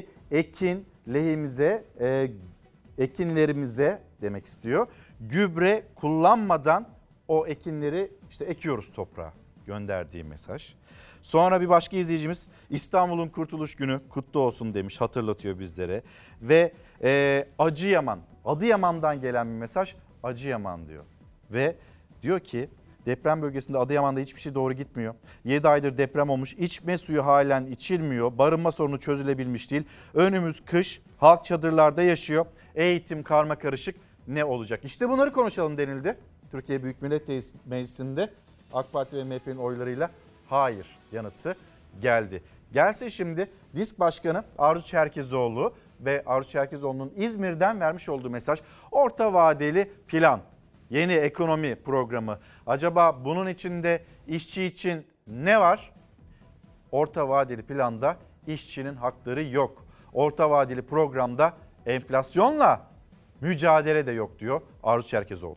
[SPEAKER 1] Ekinlerimize demek istiyor. Gübre kullanmadan o ekinleri işte ekiyoruz toprağa, gönderdiği mesaj. Sonra bir başka izleyicimiz İstanbul'un Kurtuluş Günü kutlu olsun demiş, hatırlatıyor bizlere. Ve Adıyaman'dan gelen bir mesaj, Acıyaman diyor. Ve diyor ki deprem bölgesinde Adıyaman'da hiçbir şey doğru gitmiyor. 7 aydır deprem olmuş, içme suyu halen içilmiyor, barınma sorunu çözülebilmiş değil. Önümüz kış, halk çadırlarda yaşıyor, eğitim karmakarışık, ne olacak? İşte bunları konuşalım denildi. Türkiye Büyük Millet Meclisi'nde AK Parti ve MHP'nin oylarıyla hayır yanıtı geldi. Gelse şimdi DİSK Başkanı Arzu Çerkezoğlu ve Arzu Çerkezoğlu'nun İzmir'den vermiş olduğu mesaj, orta vadeli plan, yeni ekonomi programı. Acaba bunun içinde işçi için ne var? Orta vadeli planda işçinin hakları yok. Orta vadeli programda enflasyonla mücadele de yok diyor Arzu Çerkezoğlu.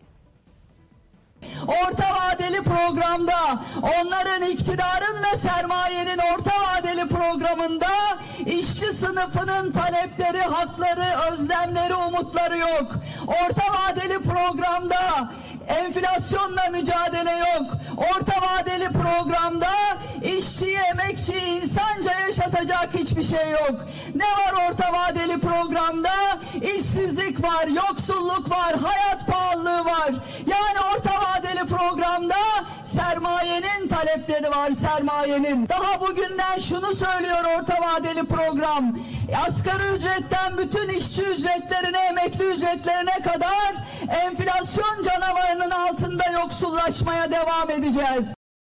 [SPEAKER 4] Orta vadeli programda onların, iktidarın ve sermayenin orta vadeli programında işçi sınıfının talepleri, hakları, özlemleri, umutları yok. Orta vadeli programda enflasyonla mücadele yok. Orta vadeli programda işçiyi, emekçiyi insanca yaşatacak hiçbir şey yok. Ne var orta vadeli programda? İşsizlik var, yoksulluk var, hayat pahalılığı var. Yani orta vadeli programda sermayenin talepleri var, sermayenin. Daha bugünden şunu söylüyor orta vadeli program. Asgari ücretten bütün işçi ücretlerine, emekli ücretlerine kadar enflasyon canavarının altında yoksullaşmaya devam edeceğiz.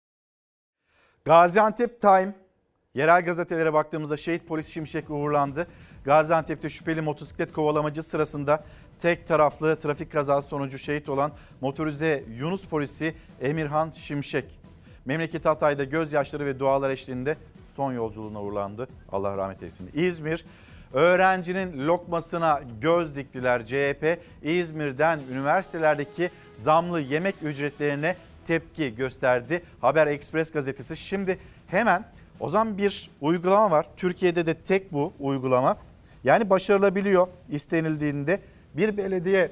[SPEAKER 1] Gaziantep Time, yerel gazetelere baktığımızda şehit polis Şimşek uğurlandı. Gaziantep'te şüpheli motosiklet kovalamacı sırasında tek taraflı trafik kazası sonucu şehit olan motorize Yunus polisi Emirhan Şimşek, memleketi Hatay'da gözyaşları ve dualar eşliğinde son yolculuğuna uğurlandı. Allah rahmet eylesin. İzmir, öğrencinin lokmasına göz diktiler. CHP İzmir'den üniversitelerdeki zamlı yemek ücretlerine tepki gösterdi. Haber Express gazetesi. Şimdi hemen o zaman bir uygulama var. Türkiye'de de tek bu uygulama. Yani başarılabiliyor istenildiğinde. Bir belediye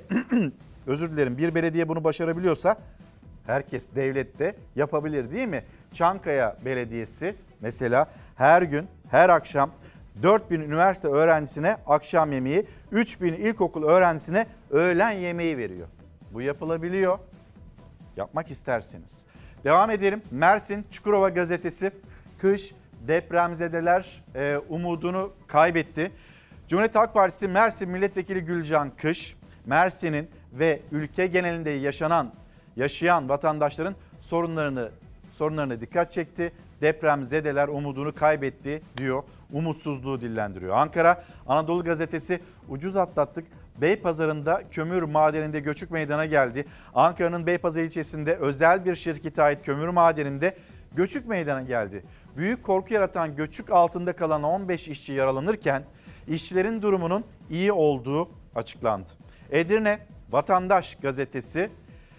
[SPEAKER 1] bir belediye bunu başarabiliyorsa herkes, devlet de yapabilir değil mi? Çankaya Belediyesi mesela her gün, her akşam 4000 üniversite öğrencisine akşam yemeği, 3000 ilkokul öğrencisine öğlen yemeği veriyor. Bu yapılabiliyor. Yapmak isterseniz. Devam edelim. Mersin Çukurova gazetesi, kış depremzedeler umudunu kaybetti. Cumhuriyet Halk Partisi Mersin Milletvekili Gülcan Kış, Mersin'in ve ülke genelinde yaşayan vatandaşların sorunlarına dikkat çekti. Depremzedeler umudunu kaybetti diyor. Umutsuzluğu dillendiriyor. Ankara Anadolu gazetesi, ucuz atlattık. Beypazarı'nda kömür madeninde göçük meydana geldi. Ankara'nın Beypazarı ilçesinde özel bir şirkete ait kömür madeninde göçük meydana geldi. Büyük korku yaratan göçük altında kalan 15 işçi yaralanırken işçilerin durumunun iyi olduğu açıklandı. Edirne Vatandaş gazetesi,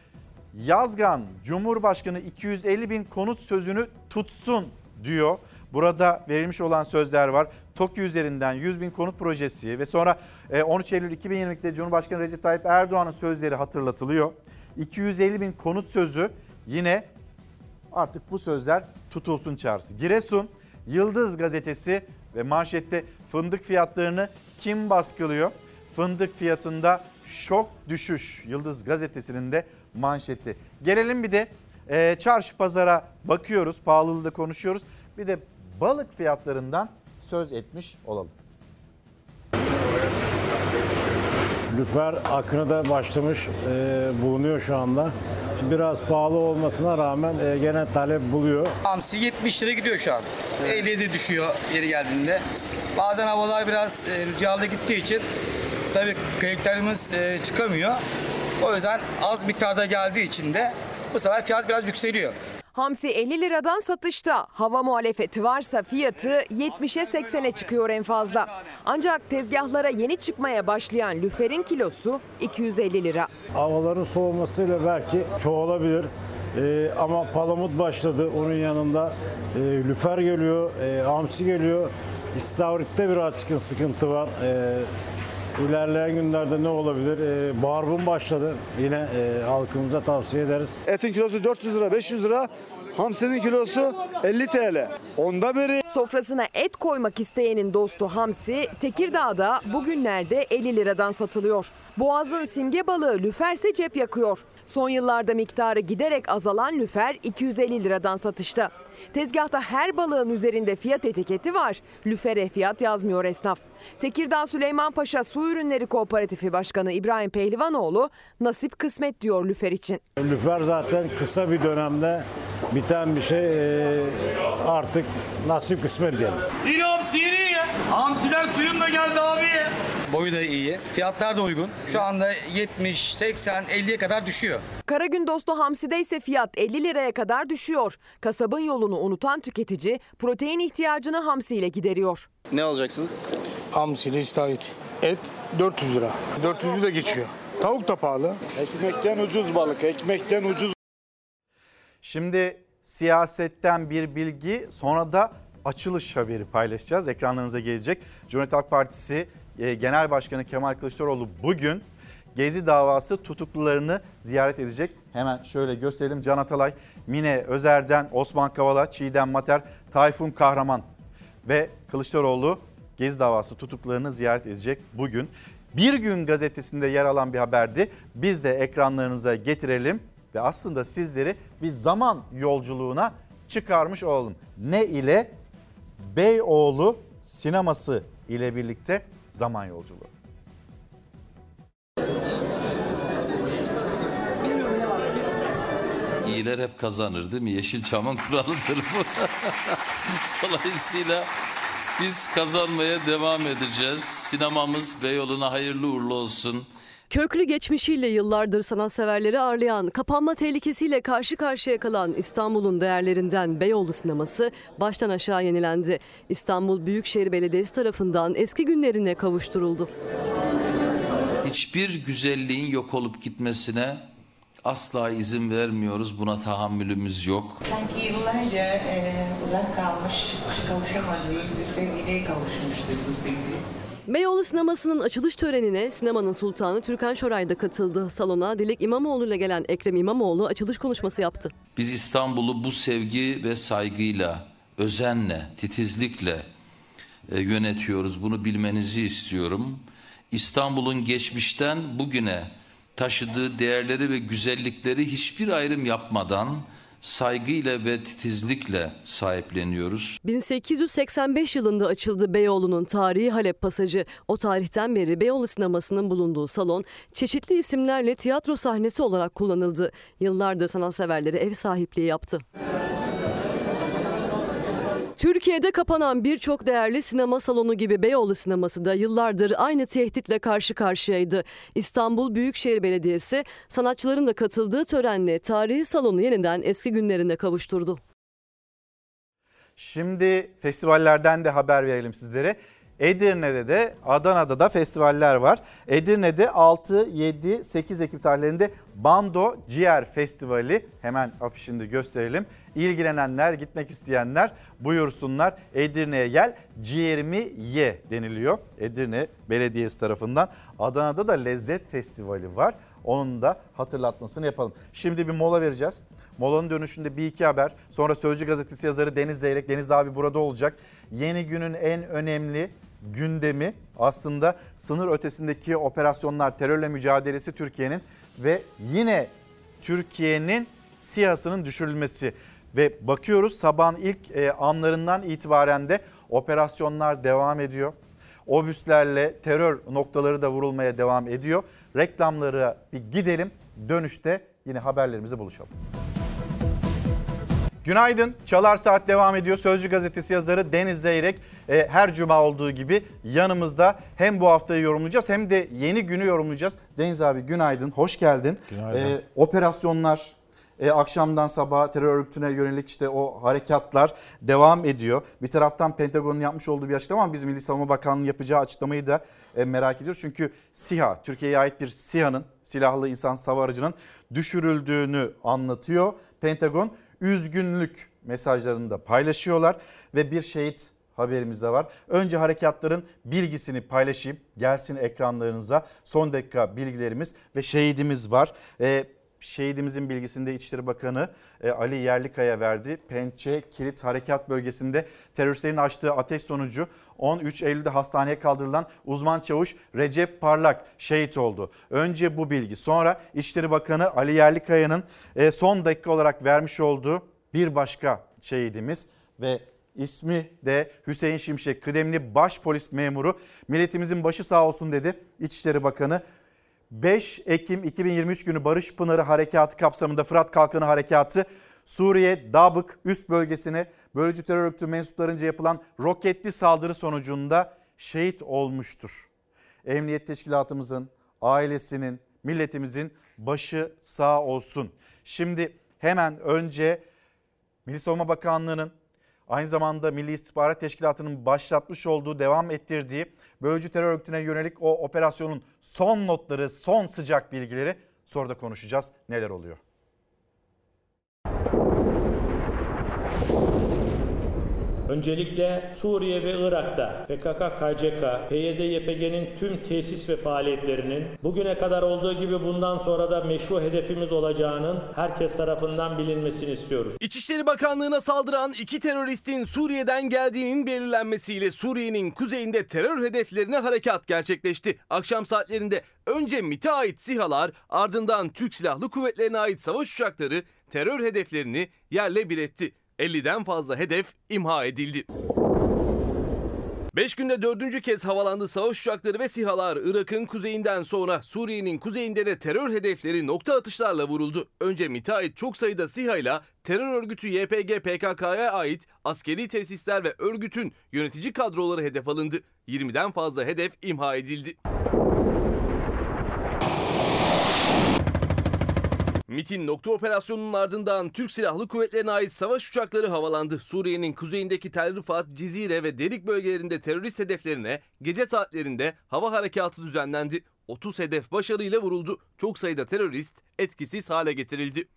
[SPEAKER 1] Yazgan Cumhurbaşkanı 250 bin konut sözünü tutsun diyor. Burada verilmiş olan sözler var. TOKİ üzerinden 100.000 konut projesi ve sonra 13 Eylül 2020'de Cumhurbaşkanı Recep Tayyip Erdoğan'ın sözleri hatırlatılıyor. 250.000 konut sözü, yine artık bu sözler tutulsun çağrısı. Giresun Yıldız gazetesi ve manşette fındık fiyatlarını kim baskılıyor? Fındık fiyatında şok düşüş. Yıldız gazetesinin de manşeti. Gelelim bir de çarşı pazara bakıyoruz. Pahalılığı da konuşuyoruz. Bir de balık fiyatlarından söz etmiş olalım.
[SPEAKER 5] Lüfer akını da başlamış bulunuyor şu anda. Biraz pahalı olmasına rağmen gene talep buluyor.
[SPEAKER 6] Hamsi 70 lira gidiyor şu an. 50'ye düşüyor yeri geldiğinde. Bazen havalar biraz rüzgarlı gittiği için tabii kayıklarımız çıkamıyor. O yüzden az miktarda geldiği için de bu sefer fiyat biraz yükseliyor.
[SPEAKER 12] Hamsi 50 liradan satışta. Hava muhalefeti varsa fiyatı 70'e 80'e çıkıyor en fazla. Ancak tezgahlara yeni çıkmaya başlayan lüferin kilosu 250 lira.
[SPEAKER 5] Havaların soğumasıyla belki çoğalabilir. Ama palamut başladı, onun yanında lüfer geliyor, hamsi geliyor. İstavrit'te biraz sıkıntı var. İlerleyen günlerde ne olabilir? Barbun başladı. Yine halkımıza tavsiye ederiz.
[SPEAKER 14] Etin kilosu 400 lira, 500 lira. Hamsinin kilosu 50 TL. Onda biri.
[SPEAKER 12] Sofrasına et koymak isteyenin dostu hamsi Tekirdağ'da bugünlerde 50 liradan satılıyor. Boğaz'ın simge balığı lüferse cep yakıyor. Son yıllarda miktarı giderek azalan lüfer 250 liradan satışta. Tezgahta her balığın üzerinde fiyat etiketi var. Lüfere fiyat yazmıyor esnaf. Tekirdağ Süleymanpaşa Su Ürünleri Kooperatifi Başkanı İbrahim Pehlivanoğlu nasip kısmet diyor lüfer için.
[SPEAKER 5] Lüfer zaten kısa bir dönemde biten bir şey, artık nasip kısmet diyelim.
[SPEAKER 6] Yine hamsi yeni ya. Hamsiler suyun da geldi abi. Boyu da iyi, fiyatlar da uygun. Şu anda 70, 80, 50'ye kadar düşüyor.
[SPEAKER 12] Karagün dostu hamside ise fiyat 50 liraya kadar düşüyor. Kasabın yolunu unutan tüketici protein ihtiyacını hamsiyle gideriyor.
[SPEAKER 14] Ne alacaksınız? Hamsiyle istavrit. Et 400 lira. 400'ü de geçiyor. Tavuk da pahalı. Ekmekten ucuz balık, ekmekten ucuz.
[SPEAKER 1] Şimdi siyasetten bir bilgi, sonra da açılış haberi paylaşacağız. Ekranlarınıza gelecek. Cumhuriyet Halk Partisi Genel Başkanı Kemal Kılıçdaroğlu bugün Gezi davası tutuklularını ziyaret edecek. Hemen şöyle gösterelim. Can Atalay, Mine Özer'den Osman Kavala, Çiğdem Mater, Tayfun Kahraman ve Kılıçdaroğlu Gezi davası tutuklularını ziyaret edecek bugün. Bir Gün gazetesinde yer alan bir haberdi. Biz de ekranlarınıza getirelim ve aslında sizleri bir zaman yolculuğuna çıkarmış olalım. Ne ile? Beyoğlu sineması ile birlikte zaman yolculuğu.
[SPEAKER 15] İyiler hep kazanır değil mi? Yeşilçam'ın kuralıdır bu. Dolayısıyla biz kazanmaya devam edeceğiz. Sinemamız Beyoğlu'na hayırlı uğurlu olsun.
[SPEAKER 18] Köklü geçmişiyle yıllardır sanatseverleri ağırlayan, kapanma tehlikesiyle karşı karşıya kalan İstanbul'un değerlerinden Beyoğlu sineması baştan aşağı yenilendi. İstanbul Büyükşehir Belediyesi tarafından eski günlerine kavuşturuldu.
[SPEAKER 15] Hiçbir güzelliğin yok olup gitmesine asla izin vermiyoruz. Buna tahammülümüz yok.
[SPEAKER 19] Sanki yıllarca uzak kalmış, kavuşamadığımız bir sevgiliye kavuşmuştur bu sevgili.
[SPEAKER 18] Beyoğlu sinemasının açılış törenine sinemanın sultanı Türkan Şoray da katıldı. Salona Dilek İmamoğlu ile gelen Ekrem İmamoğlu açılış konuşması yaptı.
[SPEAKER 15] Biz İstanbul'u bu sevgi ve saygıyla, özenle, titizlikle yönetiyoruz. Bunu bilmenizi istiyorum. İstanbul'un geçmişten bugüne taşıdığı değerleri ve güzellikleri hiçbir ayrım yapmadan saygıyla ve titizlikle sahipleniyoruz.
[SPEAKER 18] 1885 yılında açıldı Beyoğlu'nun tarihi Halep Pasajı. O tarihten beri Beyoğlu sinemasının bulunduğu salon çeşitli isimlerle tiyatro sahnesi olarak kullanıldı. Yıllardır sanatseverleri ev sahipliği yaptı. Türkiye'de kapanan birçok değerli sinema salonu gibi Beyoğlu sineması da yıllardır aynı tehditle karşı karşıyaydı. İstanbul Büyükşehir Belediyesi sanatçıların da katıldığı törenle tarihi salonu yeniden eski günlerine kavuşturdu.
[SPEAKER 1] Şimdi festivallerden de haber verelim sizlere. Edirne'de de Adana'da da festivaller var. Edirne'de 6, 7, 8 Ekim tarihlerinde Bando Ciğer Festivali, hemen afişinde gösterelim. İlgilenenler, gitmek isteyenler buyursunlar. Edirne'ye gel, ciğerimi ye deniliyor Edirne Belediyesi tarafından. Adana'da da Lezzet Festivali var. Onun da hatırlatmasını yapalım. Şimdi bir mola vereceğiz. Molanın dönüşünde bir iki haber. Sonra Sözcü gazetesi yazarı Deniz Zeyrek. Deniz abi burada olacak. Yeni günün en önemli gündemi aslında sınır ötesindeki operasyonlar, terörle mücadelesi Türkiye'nin ve yine Türkiye'nin SİHA'sının düşürülmesi. Ve bakıyoruz sabahın ilk anlarından itibaren de operasyonlar devam ediyor. Obüslerle terör noktaları da vurulmaya devam ediyor. Reklamlara bir gidelim, dönüşte yine haberlerimizi buluşalım. Günaydın. Çalar Saat devam ediyor. Sözcü gazetesi yazarı Deniz Zeyrek her cuma olduğu gibi yanımızda. Hem bu haftayı yorumlayacağız hem de yeni günü yorumlayacağız. Deniz abi günaydın, hoş geldin.
[SPEAKER 5] Günaydın.
[SPEAKER 1] Operasyonlar, akşamdan sabaha terör örgütüne yönelik işte o harekatlar devam ediyor. Bir taraftan Pentagon'un yapmış olduğu bir açıklama ama biz Milli Savunma Bakanlığı'nın yapacağı açıklamayı da merak ediyoruz. Çünkü SİHA, Türkiye'ye ait bir SİHA'nın, silahlı insansız hava aracının düşürüldüğünü anlatıyor. Pentagon üzgünlük mesajlarını da paylaşıyorlar ve bir şehit haberimiz de var. Önce harekatların bilgisini paylaşayım. Gelsin ekranlarınıza. Son dakika bilgilerimiz ve şehidimiz var. Şehidimizin bilgisini de İçişleri Bakanı Ali Yerlikaya verdi. Pençe Kilit Harekat Bölgesi'nde teröristlerin açtığı ateş sonucu 13 Eylül'de hastaneye kaldırılan uzman çavuş Recep Parlak şehit oldu. Önce bu bilgi, sonra İçişleri Bakanı Ali Yerlikaya'nın son dakika olarak vermiş olduğu bir başka şehidimiz ve ismi de Hüseyin Şimşek, kıdemli başpolis memuru. Milletimizin başı sağ olsun dedi İçişleri Bakanı. 5 Ekim 2023 günü Barış Pınarı Harekatı kapsamında Fırat Kalkanı Harekatı Suriye Dabık üst bölgesine bölücü terör örgütü mensuplarınca yapılan roketli saldırı sonucunda şehit olmuştur. Emniyet teşkilatımızın, ailesinin, milletimizin başı sağ olsun. Şimdi hemen önce Milli Savunma Bakanlığı'nın aynı zamanda Milli İstihbarat Teşkilatı'nın başlatmış olduğu, devam ettirdiği bölücü terör örgütüne yönelik o operasyonun son notları, son sıcak bilgileri sonra da konuşacağız. Neler oluyor?
[SPEAKER 8] Öncelikle Suriye ve Irak'ta PKK-KCK, PYD-YPG'nin tüm tesis ve faaliyetlerinin bugüne kadar olduğu gibi bundan sonra da meşru hedefimiz olacağının herkes tarafından bilinmesini istiyoruz.
[SPEAKER 20] İçişleri Bakanlığı'na saldıran iki teröristin Suriye'den geldiğinin belirlenmesiyle Suriye'nin kuzeyinde terör hedeflerine harekat gerçekleşti. Akşam saatlerinde önce MİT'e ait SİHA'lar, ardından Türk Silahlı Kuvvetleri'ne ait savaş uçakları terör hedeflerini yerle bir etti. 50'den fazla hedef imha edildi. 5 günde 4. kez havalandı savaş uçakları ve SİHA'lar. Irak'ın kuzeyinden sonra Suriye'nin kuzeyinde de terör hedefleri nokta atışlarla vuruldu. Önce MİT'e ait çok sayıda SİHA ile terör örgütü YPG-PKK'ya ait askeri tesisler ve örgütün yönetici kadroları hedef alındı. 20'den fazla hedef imha edildi. MİT'in nokta operasyonunun ardından Türk Silahlı Kuvvetleri'ne ait savaş uçakları havalandı. Suriye'nin kuzeyindeki Tel Rifat, Cizire ve Derik bölgelerinde terörist hedeflerine gece saatlerinde hava harekatı düzenlendi. 30 hedef başarıyla vuruldu. Çok sayıda terörist etkisiz hale getirildi.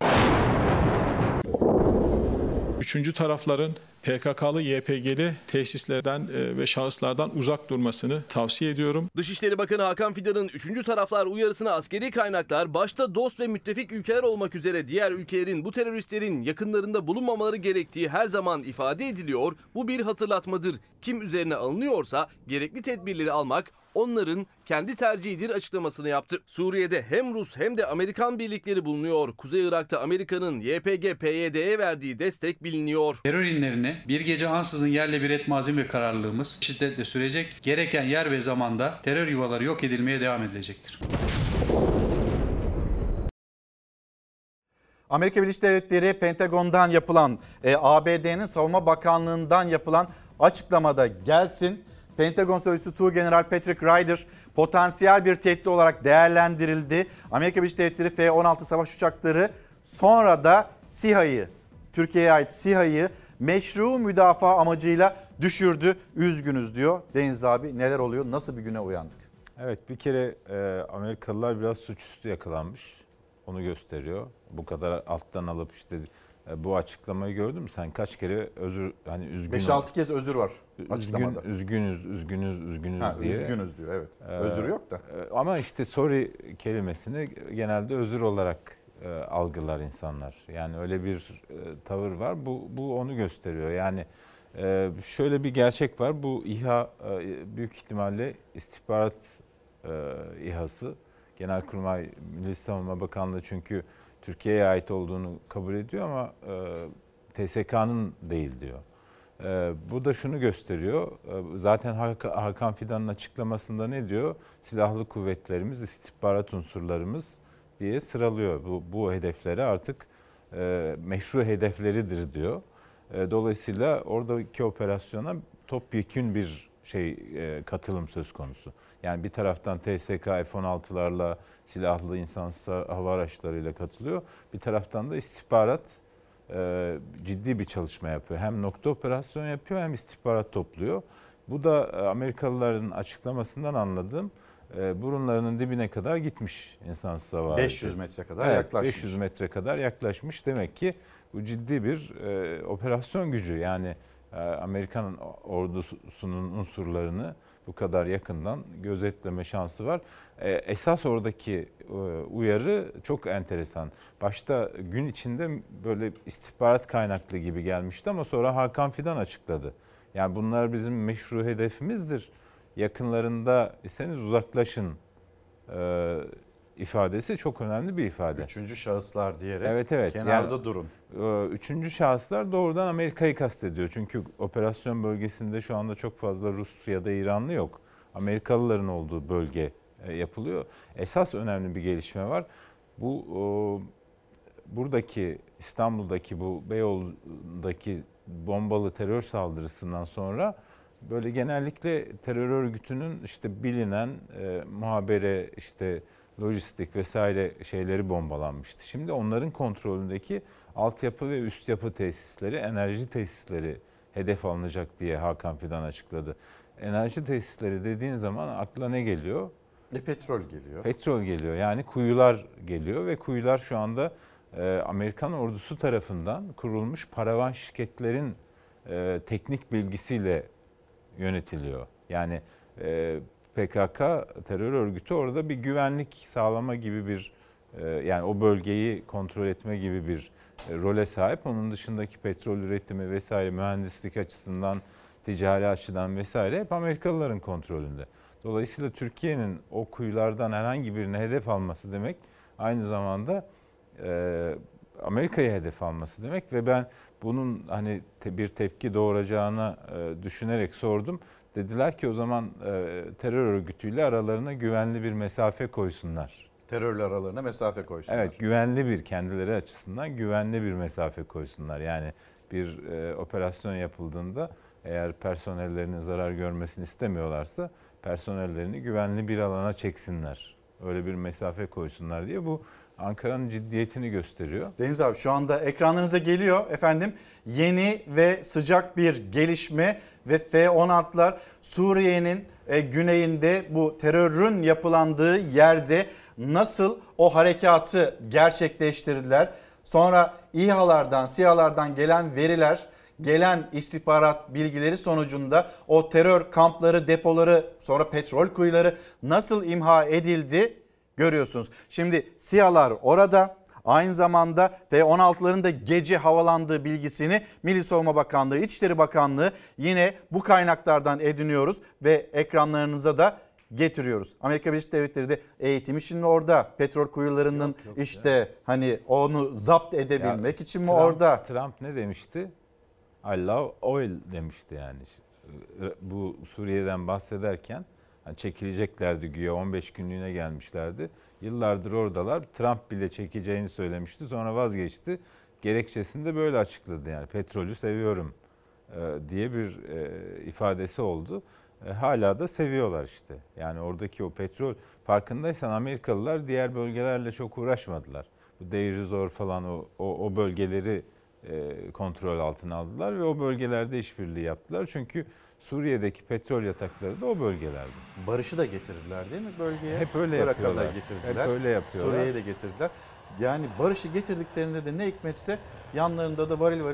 [SPEAKER 17] Üçüncü tarafların PKK'lı, YPG'li tesislerden ve şahıslardan uzak durmasını tavsiye ediyorum.
[SPEAKER 20] Dışişleri Bakanı Hakan Fidan'ın 3. taraflar uyarısına askeri kaynaklar başta dost ve müttefik ülkeler olmak üzere diğer ülkelerin bu teröristlerin yakınlarında bulunmamaları gerektiği her zaman ifade ediliyor. Bu bir hatırlatmadır. Kim üzerine alınıyorsa gerekli tedbirleri almak onların kendi tercihidir açıklamasını yaptı. Suriye'de hem Rus hem de Amerikan birlikleri bulunuyor. Kuzey Irak'ta Amerika'nın YPG-PYD'ye verdiği destek biliniyor.
[SPEAKER 21] Terör inlerini bir gece ansızın yerle bir etme azim ve kararlılığımız şiddetle sürecek. Gereken yer ve zamanda terör yuvaları yok edilmeye devam edilecektir.
[SPEAKER 1] Amerika Birleşik Devletleri Pentagon'dan yapılan, ABD'nin Savunma Bakanlığı'ndan yapılan açıklamada gelsin. Pentagon Sözcüsü Tuğgeneral Patrick Ryder potansiyel bir tehdit olarak değerlendirildi. Amerika Birleşik Devletleri F-16 savaş uçakları sonra da SİHA'yı, Türkiye'ye ait SİHA'yı meşru müdafaa amacıyla düşürdü. Üzgünüz diyor. Deniz abi neler oluyor? Nasıl bir güne uyandık?
[SPEAKER 5] Evet, bir kere Amerikalılar biraz suçüstü yakalanmış. Onu gösteriyor. Bu kadar alttan alıp işte
[SPEAKER 2] Bu açıklamayı gördün mü? Sen kaç kere üzgün
[SPEAKER 1] 5-6 kez özür var açıklamada.
[SPEAKER 2] Üzgünüz diye.
[SPEAKER 1] Üzgünüz diyor, evet. Özür yok da.
[SPEAKER 2] Ama işte sorry kelimesini genelde özür olarak algılar insanlar. Yani öyle bir tavır var. Bu onu gösteriyor. Yani şöyle bir gerçek var. Bu İHA büyük ihtimalle istihbarat İHA'sı. Genelkurmay Milli Savunma Bakanlığı çünkü Türkiye'ye ait olduğunu kabul ediyor ama TSK'nın değil diyor. Bu da şunu gösteriyor. Zaten Hakan Fidan'ın açıklamasında ne diyor? Silahlı kuvvetlerimiz, istihbarat unsurlarımız diye sıralıyor. Bu hedefleri artık meşru hedefleridir diyor. Dolayısıyla oradaki operasyona topyekün bir katılım söz konusu. Yani bir taraftan TSK F-16'larla silahlı insansız hava araçlarıyla katılıyor. Bir taraftan da istihbarat ciddi bir çalışma yapıyor. Hem nokta operasyon yapıyor hem istihbarat topluyor. Bu da Amerikalıların açıklamasından anladığım burunlarının dibine kadar gitmiş insansız hava aracı.
[SPEAKER 1] 500 metre kadar yaklaşmış.
[SPEAKER 2] 500 metre kadar yaklaşmış. Demek ki bu ciddi bir operasyon gücü. Yani Amerikan ordusunun unsurlarını bu kadar yakından gözetleme şansı var. Esas oradaki uyarı çok enteresan. Başta gün içinde böyle istihbarat kaynaklı gibi gelmişti ama sonra Hakan Fidan açıkladı. Yani bunlar bizim meşru hedefimizdir. Yakınlarında iseniz uzaklaşın ifadesi çok önemli bir ifade.
[SPEAKER 1] Üçüncü şahıslar diyerek
[SPEAKER 2] evet,
[SPEAKER 1] kenarda
[SPEAKER 2] yani,
[SPEAKER 1] durun.
[SPEAKER 2] Üçüncü şahıslar doğrudan Amerika'yı kastediyor. Çünkü operasyon bölgesinde şu anda çok fazla Rus ya da İranlı yok. Amerikalıların olduğu bölge yapılıyor. Esas önemli bir gelişme var. Buradaki İstanbul'daki bu Beyoğlu'ndaki bombalı terör saldırısından sonra böyle genellikle terör örgütünün işte bilinen muhabere, işte lojistik vesaire şeyleri bombalanmıştı. Şimdi onların kontrolündeki altyapı ve üst yapı tesisleri, enerji tesisleri hedef alınacak diye Hakan Fidan açıkladı. Enerji tesisleri dediğin zaman akla ne geliyor?
[SPEAKER 1] Petrol geliyor.
[SPEAKER 2] Petrol geliyor, yani kuyular geliyor ve kuyular şu anda Amerikan ordusu tarafından kurulmuş paravan şirketlerin teknik bilgisiyle yönetiliyor. Yani PKK terör örgütü orada bir güvenlik sağlama gibi bir yani o bölgeyi kontrol etme gibi bir role sahip. Onun dışındaki petrol üretimi vesaire mühendislik açısından, ticari açıdan vesaire hep Amerikalıların kontrolünde. Dolayısıyla Türkiye'nin o kuyulardan herhangi birine hedef alması demek aynı zamanda Amerika'ya hedef alması demek ve ben bunun hani bir tepki doğuracağını düşünerek sordum. Dediler ki o zaman terör örgütüyle aralarına güvenli bir mesafe koysunlar.
[SPEAKER 1] Terörle aralarına mesafe koysunlar.
[SPEAKER 2] Evet, güvenli bir, kendileri açısından güvenli bir mesafe koysunlar. Yani bir operasyon yapıldığında eğer personellerinin zarar görmesini istemiyorlarsa personellerini güvenli bir alana çeksinler. Öyle bir mesafe koysunlar diye bu Ankara'nın ciddiyetini gösteriyor.
[SPEAKER 1] Deniz abi şu anda ekranlarınıza geliyor efendim. Yeni ve sıcak bir gelişme ve F-16'lar Suriye'nin güneyinde bu terörün yapılandığı yerde nasıl o harekatı gerçekleştirdiler? Sonra İHA'lardan, SİHA'lardan gelen veriler, gelen istihbarat bilgileri sonucunda o terör kampları, depoları, sonra petrol kuyuları nasıl imha edildi görüyorsunuz. Şimdi SİHA'lar orada, aynı zamanda F-16'ların da gece havalandığı bilgisini Milli Savunma Bakanlığı, İçişleri Bakanlığı yine bu kaynaklardan ediniyoruz ve ekranlarınıza da getiriyoruz. Amerika Birleşik Devletleri de eğitimi şimdi orada. Petrol kuyularının hani onu zapt edebilmek için mi orada?
[SPEAKER 2] Trump ne demişti? I love oil demişti yani. Bu Suriye'den bahsederken hani çekileceklerdi güya 15 günlüğüne gelmişlerdi. Yıllardır oradalar. Trump bile çekeceğini söylemişti. Sonra vazgeçti. Gerekçesini de böyle açıkladı yani. Petrolü seviyorum diye bir ifadesi oldu. Hala da seviyorlar işte. Yani oradaki o petrol, farkındaysan Amerikalılar diğer bölgelerle çok uğraşmadılar. Bu Deir ez-Zor falan o bölgeleri kontrol altına aldılar ve o bölgelerde işbirliği yaptılar. Çünkü Suriye'deki petrol yatakları da o bölgelerde.
[SPEAKER 1] Barışı da getirdiler değil mi bölgeye?
[SPEAKER 2] Hep öyle
[SPEAKER 1] Irak'a da
[SPEAKER 2] yapıyorlar.
[SPEAKER 1] getirdiler.
[SPEAKER 2] Hep öyle yapıyorlar.
[SPEAKER 1] Suriye'ye de getirdiler. Yani barışı getirdiklerinde de ne hikmetse yanlarında da varil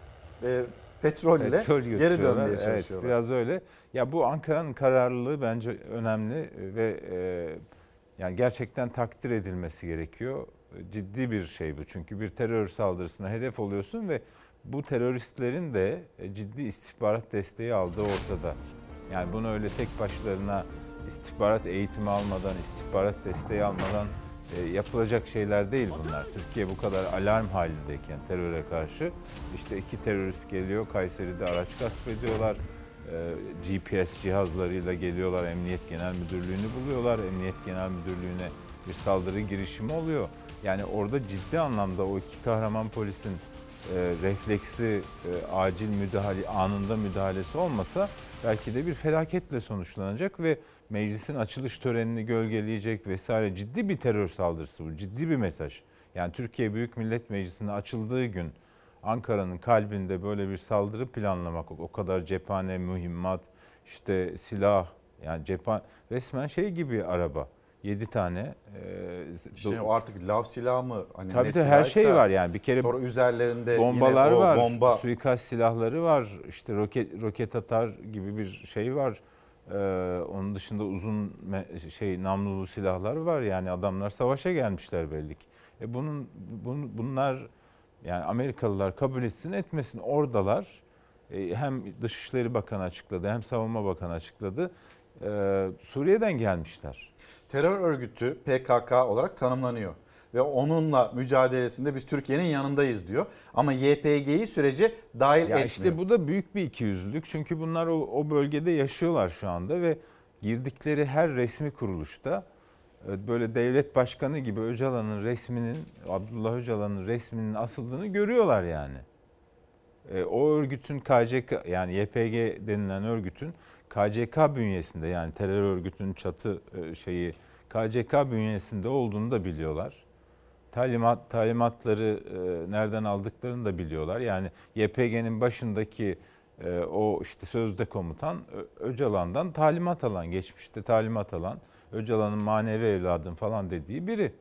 [SPEAKER 1] petrolle
[SPEAKER 2] Petrol
[SPEAKER 1] geri
[SPEAKER 2] götürüyorlar.
[SPEAKER 1] dönmeye
[SPEAKER 2] Evet,
[SPEAKER 1] çalışıyorlar.
[SPEAKER 2] biraz öyle. Ya bu Ankara'nın kararlılığı bence önemli ve yani gerçekten takdir edilmesi gerekiyor. Ciddi bir şey bu. Çünkü bir terör saldırısına hedef oluyorsun ve bu teröristlerin de ciddi istihbarat desteği aldığı ortada. Yani bunu öyle tek başlarına istihbarat eğitimi almadan, istihbarat desteği almadan yapılacak şeyler değil bunlar. Türkiye bu kadar alarm halindeyken teröre karşı işte 2 terörist geliyor, Kayseri'de araç gasp ediyorlar. GPS cihazlarıyla geliyorlar, Emniyet Genel Müdürlüğü'nü buluyorlar. Emniyet Genel Müdürlüğü'ne bir saldırı girişimi oluyor. Yani orada ciddi anlamda o 2 kahraman polisin refleksi, acil müdahale, anında müdahalesi olmasa belki de bir felaketle sonuçlanacak ve meclisin açılış törenini gölgeleyecek vesaire ciddi bir terör saldırısı bu. Ciddi bir mesaj. Yani Türkiye Büyük Millet Meclisi'nin açıldığı gün Ankara'nın kalbinde böyle bir saldırı planlamak, o kadar cephane, mühimmat, işte silah, yani resmen şey gibi araba. 7 tane.
[SPEAKER 1] O artık lav silahı mı? Hani
[SPEAKER 2] tabii de her şey var yani. Bir kere
[SPEAKER 1] sonra üzerlerinde
[SPEAKER 2] bombalar
[SPEAKER 1] yine
[SPEAKER 2] var, suikast silahları var, işte roket atar gibi bir şey var. Onun dışında uzun namlulu silahlar var. Yani adamlar savaşa gelmişler belli ki. Bunlar yani Amerikalılar kabul etsin etmesin oradalar. Hem Dışişleri Bakanı açıkladı hem Savunma Bakanı açıkladı. Suriye'den gelmişler.
[SPEAKER 1] Terör örgütü PKK olarak tanımlanıyor ve onunla mücadelesinde biz Türkiye'nin yanındayız diyor. Ama YPG'yi sürece dahil etmiyor.
[SPEAKER 2] İşte bu da büyük bir ikiyüzlülük. Çünkü bunlar o bölgede yaşıyorlar şu anda ve girdikleri her resmi kuruluşta böyle devlet başkanı gibi Öcalan'ın resminin, Abdullah Öcalan'ın resminin asıldığını görüyorlar yani. O örgütün KCK yani YPG denilen örgütün KCK bünyesinde yani terör örgütünün çatı KCK bünyesinde olduğunu da biliyorlar. Talimatları nereden aldıklarını da biliyorlar. Yani YPG'nin başındaki o işte sözde komutan Öcalan'dan talimat alan, geçmişte talimat alan, Öcalan'ın manevi evladım falan dediği biri.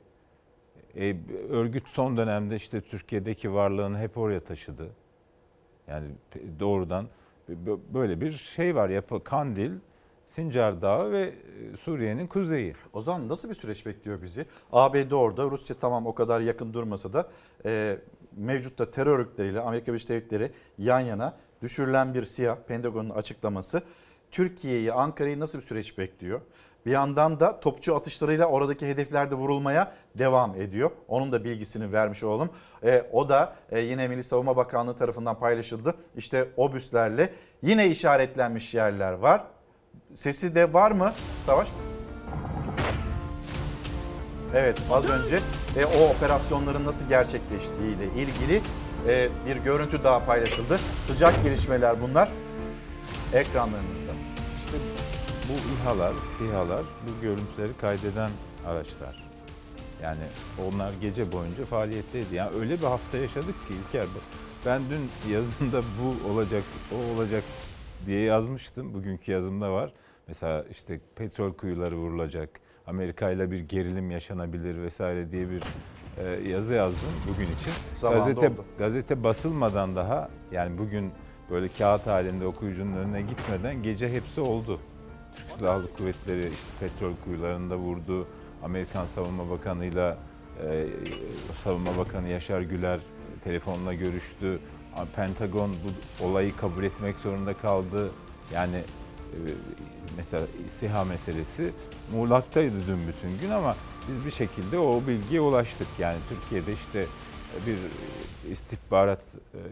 [SPEAKER 2] Örgüt son dönemde işte Türkiye'deki varlığını hep oraya taşıdı. Yani doğrudan böyle bir şey var. Kandil, Sincar Dağı ve Suriye'nin kuzeyi.
[SPEAKER 1] O zaman nasıl bir süreç bekliyor bizi? ABD orada, Rusya tamam o kadar yakın durmasa da mevcutta terör örgütleriyle Amerika Birleşik Devletleri yan yana düşürülen bir SİHA, Pentagon'un açıklaması. Türkiye'yi, Ankara'yı nasıl bir süreç bekliyor? Bir yandan da topçu atışlarıyla oradaki hedeflerde vurulmaya devam ediyor. Onun da bilgisini vermiş olalım. O da yine Milli Savunma Bakanlığı tarafından paylaşıldı. İşte obüslerle yine işaretlenmiş yerler var. Sesi de var mı Savaş? Evet, az önce o operasyonların nasıl gerçekleştiğiyle ilgili bir görüntü daha paylaşıldı. Sıcak gelişmeler bunlar ekranlarınızda.
[SPEAKER 2] İşte bu İHA'lar, SİHA'lar bu görüntüleri kaydeden araçlar. Yani onlar gece boyunca faaliyetteydi. Yani öyle bir hafta yaşadık ki İlker, ben dün yazımda bu olacak, o olacak diye yazmıştım. Bugünkü yazımda var. Mesela işte petrol kuyuları vurulacak, Amerika ile bir gerilim yaşanabilir vesaire diye bir yazı yazdım bugün için. Gazete basılmadan daha yani bugün böyle kağıt halinde okuyucunun önüne gitmeden gece hepsi oldu. Türk Silahlı Kuvvetleri işte petrol kuyularında vurdu. Amerikan Savunma Bakanı'yla Savunma Bakanı Yaşar Güler telefonla görüştü. Pentagon bu olayı kabul etmek zorunda kaldı. Yani mesela SİHA meselesi muğlaktaydı dün bütün gün ama biz bir şekilde o bilgiye ulaştık. Yani Türkiye'de işte bir istihbarat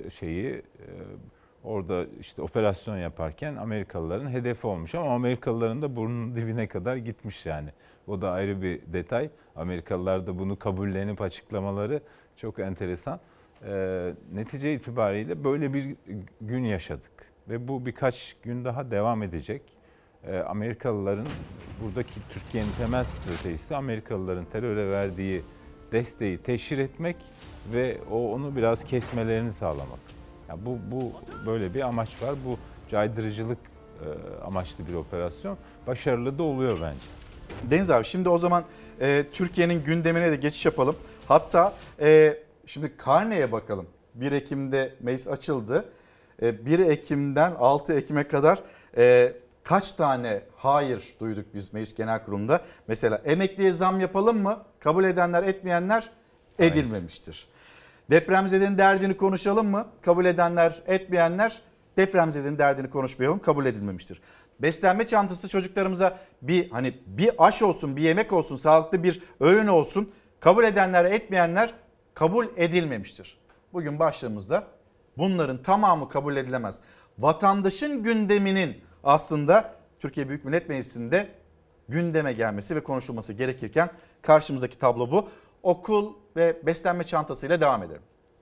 [SPEAKER 2] orada işte operasyon yaparken Amerikalıların hedefi olmuş ama Amerikalıların da burnunun dibine kadar gitmiş yani. O da ayrı bir detay. Amerikalılar da bunu kabullenip açıklamaları çok enteresan. Netice itibariyle böyle bir gün yaşadık ve bu birkaç gün daha devam edecek. Amerikalıların buradaki Türkiye'nin temel stratejisi Amerikalıların teröre verdiği desteği teşhir etmek ve onu biraz kesmelerini sağlamak. Yani bu böyle bir amaç var. Bu caydırıcılık amaçlı bir operasyon. Başarılı da oluyor bence.
[SPEAKER 1] Deniz abi şimdi o zaman Türkiye'nin gündemine de geçiş yapalım. Hatta şimdi karneye bakalım. 1 Ekim'de meclis açıldı. 1 Ekim'den 6 Ekim'e kadar kaç tane hayır duyduk biz Meclis Genel Kurulu'nda. Mesela emekliye zam yapalım mı? Kabul edenler, etmeyenler edilmemiştir. Depremzedenin derdini konuşalım mı? Kabul edenler, etmeyenler, depremzedenin derdini konuşmayalım, kabul edilmemiştir. Beslenme çantası çocuklarımıza bir aş olsun, bir yemek olsun, sağlıklı bir öğün olsun. Kabul edenler, etmeyenler kabul edilmemiştir. Bugün başlığımızda bunların tamamı kabul edilemez. Vatandaşın gündeminin aslında Türkiye Büyük Millet Meclisi'nde gündeme gelmesi ve konuşulması gerekirken karşımızdaki tablo bu. Okul ve beslenme çantasıyla devam edelim.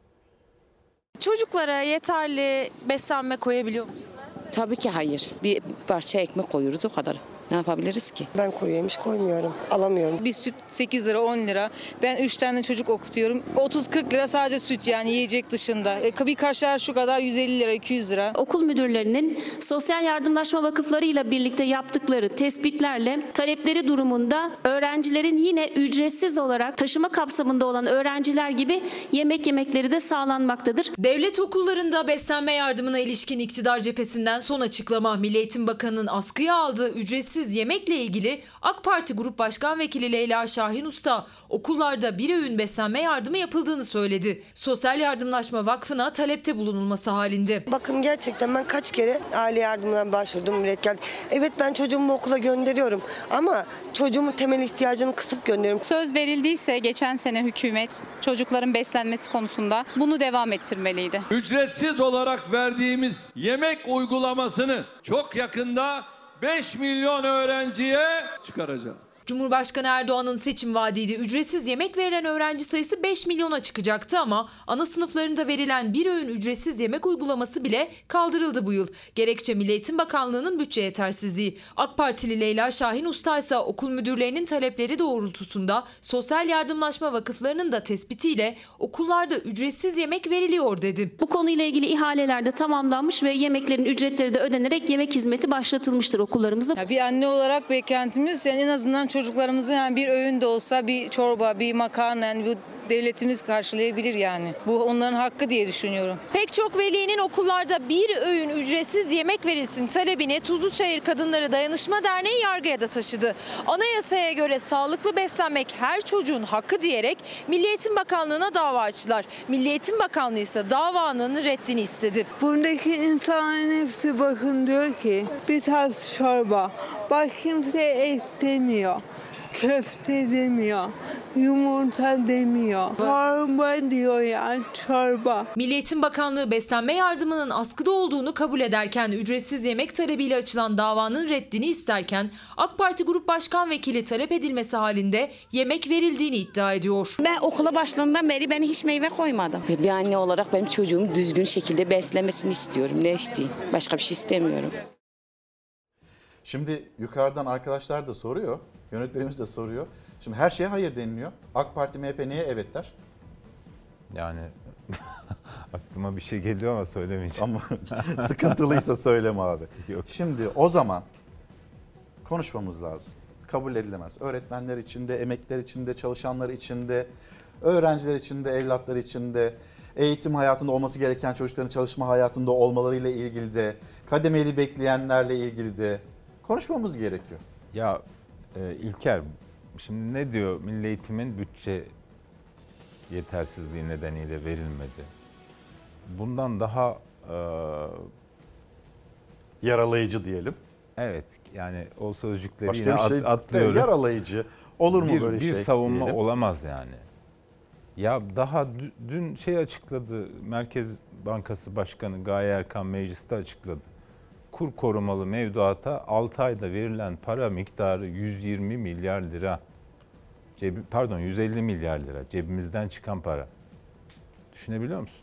[SPEAKER 9] Çocuklara yeterli beslenme koyabiliyor musunuz?
[SPEAKER 22] Tabii ki hayır. Bir parça ekmek koyuyoruz, o kadar. Ne yapabiliriz ki?
[SPEAKER 23] Ben kuru yemiş koymuyorum. Alamıyorum.
[SPEAKER 9] Bir süt 8 lira 10 lira. Ben 3 tane çocuk okutuyorum. 30-40 lira sadece süt, yani yiyecek dışında. Bir kaşar şu kadar 150 lira 200 lira.
[SPEAKER 24] Okul müdürlerinin sosyal yardımlaşma vakıflarıyla birlikte yaptıkları tespitlerle talepleri durumunda öğrencilerin yine ücretsiz olarak taşıma kapsamında olan öğrenciler gibi yemekleri de sağlanmaktadır.
[SPEAKER 25] Devlet okullarında beslenme yardımına ilişkin iktidar cephesinden son açıklama. Milli Eğitim Bakanı'nın askıya aldığı ücretsiz yemekle ilgili AK Parti Grup Başkan Vekili Leyla Şahin Usta okullarda bir öğün beslenme yardımı yapıldığını söyledi. Sosyal Yardımlaşma Vakfı'na talepte bulunulması halinde.
[SPEAKER 23] Bakın gerçekten ben kaç kere aile yardımına başvurdum, millet geldi. Evet, ben çocuğumu okula gönderiyorum ama çocuğumun temel ihtiyacını kısıp gönderiyorum.
[SPEAKER 26] Söz verildiyse geçen sene hükümet çocukların beslenmesi konusunda bunu devam ettirmeliydi.
[SPEAKER 27] Ücretsiz olarak verdiğimiz yemek uygulamasını çok yakında 5 milyon öğrenciye çıkaracağız.
[SPEAKER 25] Cumhurbaşkanı Erdoğan'ın seçim vaadiydi. Ücretsiz yemek verilen öğrenci sayısı 5 milyona çıkacaktı ama ana sınıflarında verilen bir öğün ücretsiz yemek uygulaması bile kaldırıldı bu yıl. Gerekçe Milli Eğitim Bakanlığı'nın bütçe yetersizliği. AK Partili Leyla Şahin Usta ise okul müdürlerinin talepleri doğrultusunda sosyal yardımlaşma vakıflarının da tespitiyle okullarda ücretsiz yemek veriliyor dedi.
[SPEAKER 24] Bu konuyla ilgili ihaleler de tamamlanmış ve yemeklerin ücretleri de ödenerek yemek hizmeti başlatılmıştır okullarımızda.
[SPEAKER 9] Bir anne olarak beklentimiz en azından çocuklarımızın bir öğün de olsa bir çorba, bir makarna, bu devletimiz karşılayabilir yani. Bu onların hakkı diye düşünüyorum.
[SPEAKER 25] Pek çok velinin okullarda bir öğün ücretsiz yemek verilsin talebini Tuzluçayır Kadınları Dayanışma Derneği yargıya da taşıdı. Anayasaya göre sağlıklı beslenmek her çocuğun hakkı diyerek Milli Eğitim Bakanlığı'na dava açtılar. Milli Eğitim Bakanlığı ise davanın reddini istedi.
[SPEAKER 28] Buradaki insanların hepsi bakın diyor ki bir tas çorba. Bak kimse et demiyor. Köfte demiyor, yumurta demiyor, çorba diyor yani, çorba.
[SPEAKER 25] Milli Eğitim Bakanlığı beslenme yardımının askıda olduğunu kabul ederken ücretsiz yemek talebiyle açılan davanın reddini isterken AK Parti Grup Başkan Vekili talep edilmesi halinde yemek verildiğini iddia ediyor.
[SPEAKER 22] Ben okula başladığımdan beri ben hiç meyve koymadım. Bir anne olarak benim çocuğumu düzgün şekilde beslemesini istiyorum. Ne isteyeyim? Başka bir şey istemiyorum.
[SPEAKER 1] Şimdi yukarıdan arkadaşlar da soruyor, yönetmenimiz de soruyor. Şimdi her şeye hayır deniliyor. AK Parti, MHP niye evet der?
[SPEAKER 2] Yani aklıma bir şey geliyor ama söylemeyeceğim.
[SPEAKER 1] Ama sıkıntılıysa söyleme abi.
[SPEAKER 2] Yok.
[SPEAKER 1] Şimdi o zaman konuşmamız lazım. Kabul edilemez. Öğretmenler için de, emekliler için de, çalışanlar için de, öğrenciler için de, evlatlar için de, eğitim hayatında olması gereken çocukların çalışma hayatında olmalarıyla ilgili de, kademeli bekleyenlerle ilgili de konuşmamız gerekiyor.
[SPEAKER 2] Ya İlker, şimdi ne diyor? Milli Eğitim'in bütçe yetersizliği nedeniyle verilmedi. Bundan daha
[SPEAKER 1] yaralayıcı diyelim.
[SPEAKER 2] Evet, yani o sözcükleri
[SPEAKER 1] başka
[SPEAKER 2] yine
[SPEAKER 1] bir şey
[SPEAKER 2] atlıyorum.
[SPEAKER 1] Yaralayıcı olur mu böyle şey?
[SPEAKER 2] Bir savunma
[SPEAKER 1] diyelim.
[SPEAKER 2] olamaz yani. Ya daha dün açıkladı, Merkez Bankası Başkanı Gaye Erkan mecliste açıkladı. Kur korumalı mevduata 6 ayda verilen para miktarı 120 milyar lira. 150 milyar lira cebimizden çıkan para. Düşünebiliyor musun?